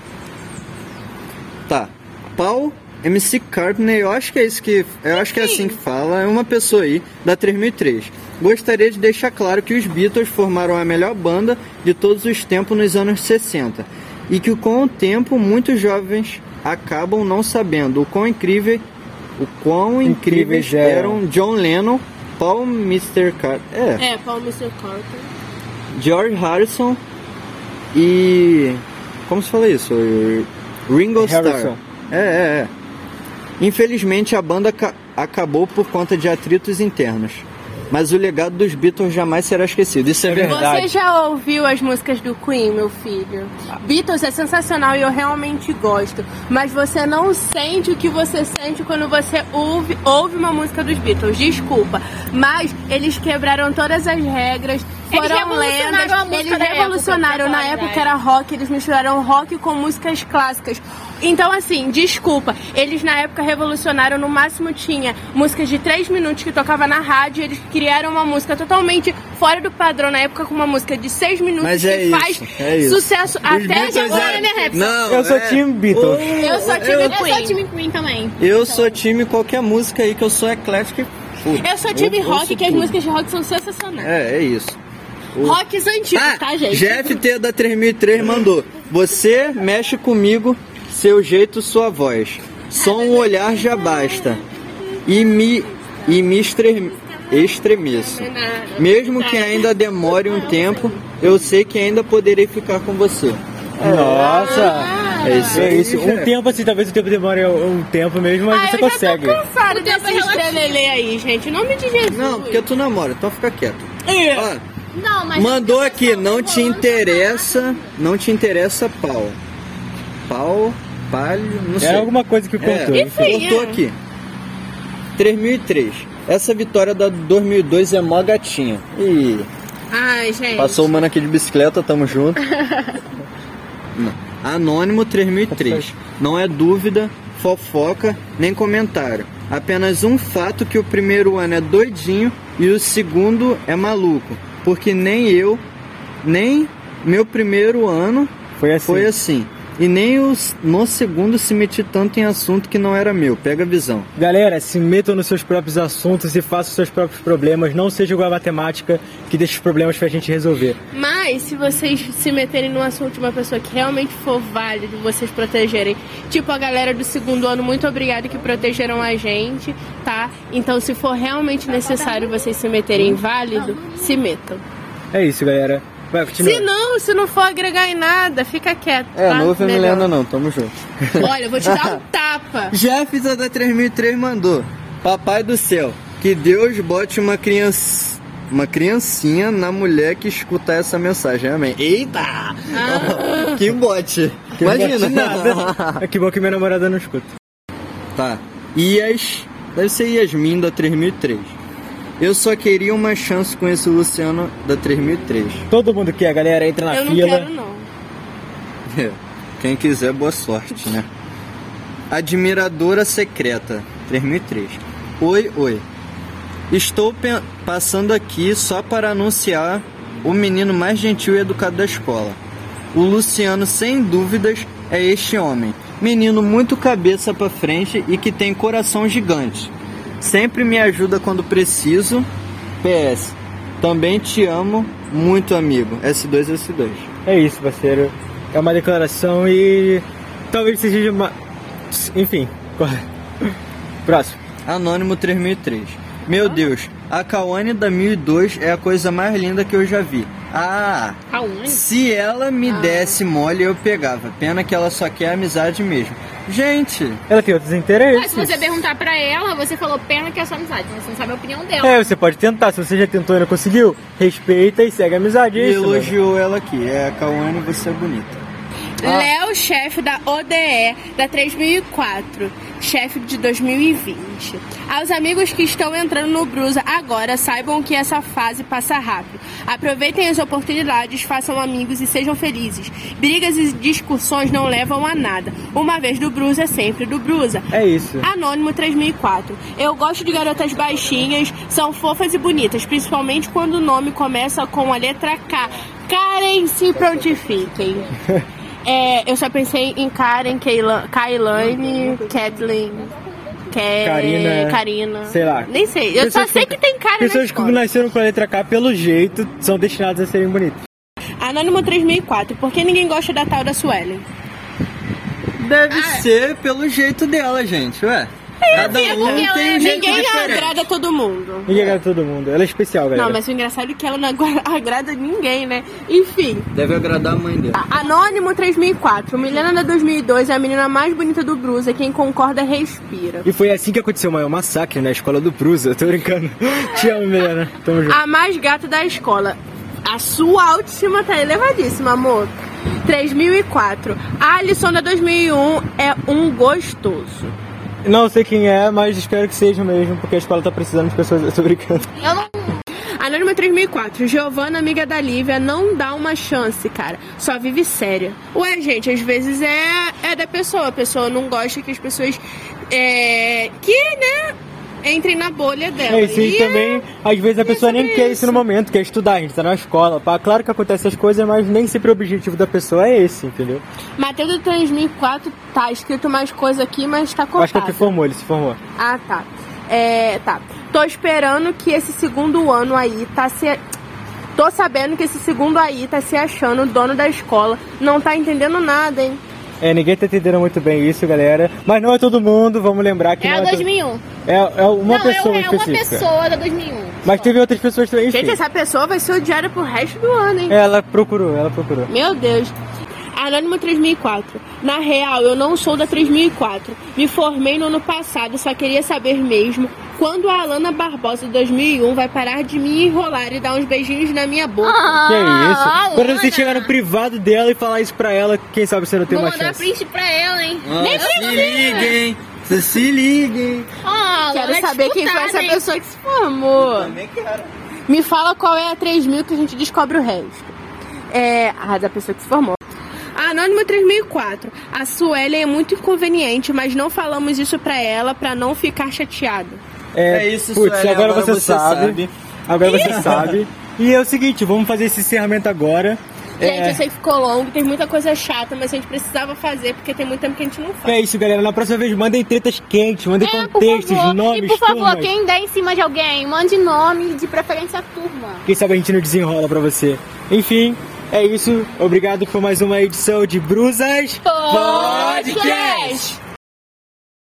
Tá. Paul MC Cartney, eu acho que é isso que. Eu acho que é assim que fala. É uma pessoa aí, da 3003. Gostaria de deixar claro que os Beatles formaram a melhor banda de todos os tempos nos anos 60. E que com o tempo muitos jovens acabam não sabendo o quão incríveis eram John Lennon, Paul Mr. Carter. Paul Mr. Carter. George Harrison e... como se fala isso? Ringo Starr. Infelizmente a banda acabou por conta de atritos internos. Mas o legado dos Beatles jamais será esquecido. Isso é verdade. Você já ouviu as músicas do Queen, meu filho? Beatles é sensacional e eu realmente gosto. Mas você não sente o que você sente quando você ouve uma música dos Beatles. Desculpa. Mas eles quebraram todas as regras. Foram lendas. Eles revolucionaram. Na época era rock. Eles misturaram rock com músicas clássicas. Então, assim, desculpa. Eles na época revolucionaram. No máximo tinha músicas de 3 minutos que tocava na rádio. Eles criaram uma música totalmente fora do padrão na época, com uma música de 6 minutos. Mas que faz sucesso até de agora, né, Rap? Não, eu sou time Beatles. Eu sou time Queen. Eu sou time Queen também. Eu sou time qualquer música aí, que eu sou eclético. Eu sou time rock, que as músicas de rock são sensacionais. É isso. Rocks antigos, tá, gente? GFT da 3003 mandou. Você mexe comigo, seu jeito, sua voz. Só um olhar já basta. E me estremeço. Mesmo que ainda demore um tempo, eu sei que ainda poderei ficar com você. Nossa! É isso. Um tempo assim, talvez o tempo demore um tempo mesmo, mas você consegue. Eu já tô cansada desse estrelelê aí, gente. Em nome de Jesus. Não, porque tu namora, então fica quieto. Ó, Não, mas mandou aqui, não te interessa pau. Pau, palho, não sei. É alguma coisa que contou. Contou aqui. 3003. Essa vitória da 2002 é mó gatinha. Ih, Ai, gente. passou o mano aqui de bicicleta, tamo junto. Não. Anônimo 3003. Não é dúvida, fofoca, nem comentário. Apenas um fato que o primeiro ano é doidinho e o segundo é maluco. Porque nem meu primeiro ano foi assim. E nem no segundo se meti tanto em assunto que não era meu. Pega a visão. Galera, se metam nos seus próprios assuntos e façam seus próprios problemas. Não seja igual a matemática que deixa os problemas pra gente resolver. Mas se vocês se meterem num assunto de uma pessoa que realmente for válido, vocês protegerem. Tipo a galera do segundo ano, muito obrigada que protegeram a gente, tá? Então se for realmente necessário vocês se meterem em válido, se metam. É isso, galera. Vai, continua. Se não for agregar em nada, fica quieto. É, tá? não ouve a Milena não, tamo junto. Olha, eu vou te dar um tapa. Jefferson da 3003 mandou: Papai do céu, que Deus bote uma criancinha na mulher que escutar essa mensagem, amém. Eita! Que bote! Imagina! Que bom que minha namorada não escuta. Tá. Deve ser Yasmin da 3003. Eu só queria uma chance com esse Luciano da 3003. Todo mundo quer, galera, entra na Eu fila. não quero, não. Quem quiser, boa sorte, né? Admiradora secreta 3003. Oi. Estou passando aqui só para anunciar o menino mais gentil e educado da escola. O Luciano, sem dúvidas, é este homem. Menino muito cabeça pra frente e que tem coração gigante. Sempre me ajuda quando preciso. PS. Também te amo muito, amigo. S2. É isso, parceiro. É uma declaração e talvez seja uma... Enfim. Próximo. Anônimo 3003. Meu Deus, a Kawane da 1002 é a coisa mais linda que eu já vi. Se ela me desse mole, eu pegava. Pena que ela só quer amizade mesmo. Gente, ela tem outros interesses. Mas se você perguntar pra ela, você falou pena que é sua amizade, mas você não sabe a opinião dela. É, você pode tentar. Se você já tentou e não conseguiu, respeita e segue a amizade. É isso, elogiou ela aqui. É, Kawane, você é bonita. Léo, chefe da ODE da 3004, chefe de 2020. Aos amigos que estão entrando no Brusa agora, saibam que essa fase passa rápido. Aproveitem as oportunidades, façam amigos e sejam felizes. Brigas e discussões não levam a nada. Uma vez do Brusa, sempre do Brusa. É isso. Anônimo 3004. Eu gosto de garotas baixinhas, são fofas e bonitas, principalmente quando o nome começa com a letra K. Karen, se prontifiquem. Eu só pensei em Karen, Kailane, Kathleen, Karina. Sei lá. Nem sei. Eu só sei que tem Karen. Pessoas que nasceram com a letra K, pelo jeito, são destinadas a serem bonitas. Anônimo 3004. Por que ninguém gosta da tal da Suelen? Deve ser pelo jeito dela, gente, ué. Cada um tem um jeito Ninguém diferente. agrada todo mundo. Ninguém agrada todo mundo. Ela é especial, galera. Não, mas o engraçado é que ela não agrada ninguém, né? Enfim. Deve agradar a mãe dela. Anônimo 3004. Milena da 2002 é a menina mais bonita do Brusa. Quem concorda, respira. E foi assim que aconteceu o maior massacre na escola do Brusa. Tô brincando. Te amo, Milena. Tamo junto. A mais gata da escola. A sua autoestima tá elevadíssima, amor. 3004. A Alisson da 2001 é um gostoso. Não sei quem é, mas espero que seja mesmo, porque a escola tá precisando de pessoas. Eu tô brincando. Eu não... Anônimo 3004. Giovana, amiga da Lívia, não dá uma chance, cara. Só vive séria. Ué, gente, às vezes é da pessoa. A pessoa não gosta que as pessoas... entrem na bolha dela. É isso, e também, às vezes a pessoa nem quer isso no momento, quer estudar, a gente tá na escola. Claro que acontecem essas coisas, mas nem sempre o objetivo da pessoa é esse, entendeu? Matheus do 3004, tá escrito mais coisa aqui, mas tá cortado. Acho que ele se formou. Ah, tá. Tá. Tô esperando que esse segundo ano aí Tô sabendo que esse segundo aí tá se achando dono da escola. Não tá entendendo nada, hein? Ninguém tá entendendo muito bem isso, galera. Mas não é todo mundo, vamos lembrar que é não a 2001. É uma pessoa específica. É uma pessoa da 2001. Mas teve outras pessoas também. Gente, essa pessoa vai ser odiada pro resto do ano, hein? Ela procurou. Meu Deus. Anônimo 3004. Na real, eu não sou da 3004. Me formei no ano passado, só queria saber mesmo quando a Alana Barbosa de 2001 vai parar de me enrolar e dar uns beijinhos na minha boca. Que é isso? Alana. Quando você chegar no privado dela e falar isso pra ela, quem sabe você não tem uma Vou mandar chance. print pra ela, hein? Nem se liguem. Vocês se liguem. Quero saber quem foi essa pessoa que se formou. Também quero. Me fala qual é a 3000 que a gente descobre o resto. Da pessoa que se formou. Anônimo 3004. A Suelen é muito inconveniente, mas não falamos isso pra ela pra não ficar chateada. É isso, Putz, Suelen, agora você sabe. Agora você sabe. E é o seguinte, vamos fazer esse encerramento agora. Gente, eu sei que ficou longo, tem muita coisa chata, mas a gente precisava fazer, porque tem muito tempo que a gente não faz. É isso, galera. Na próxima vez, mandem tretas quentes, mandem contextos, por favor. nomes, E por favor, turmas. quem der em cima de alguém, mande nome, de preferência a turma. Quem sabe a gente não desenrola pra você. Enfim, é isso. Obrigado por mais uma edição de Brusas Podcast.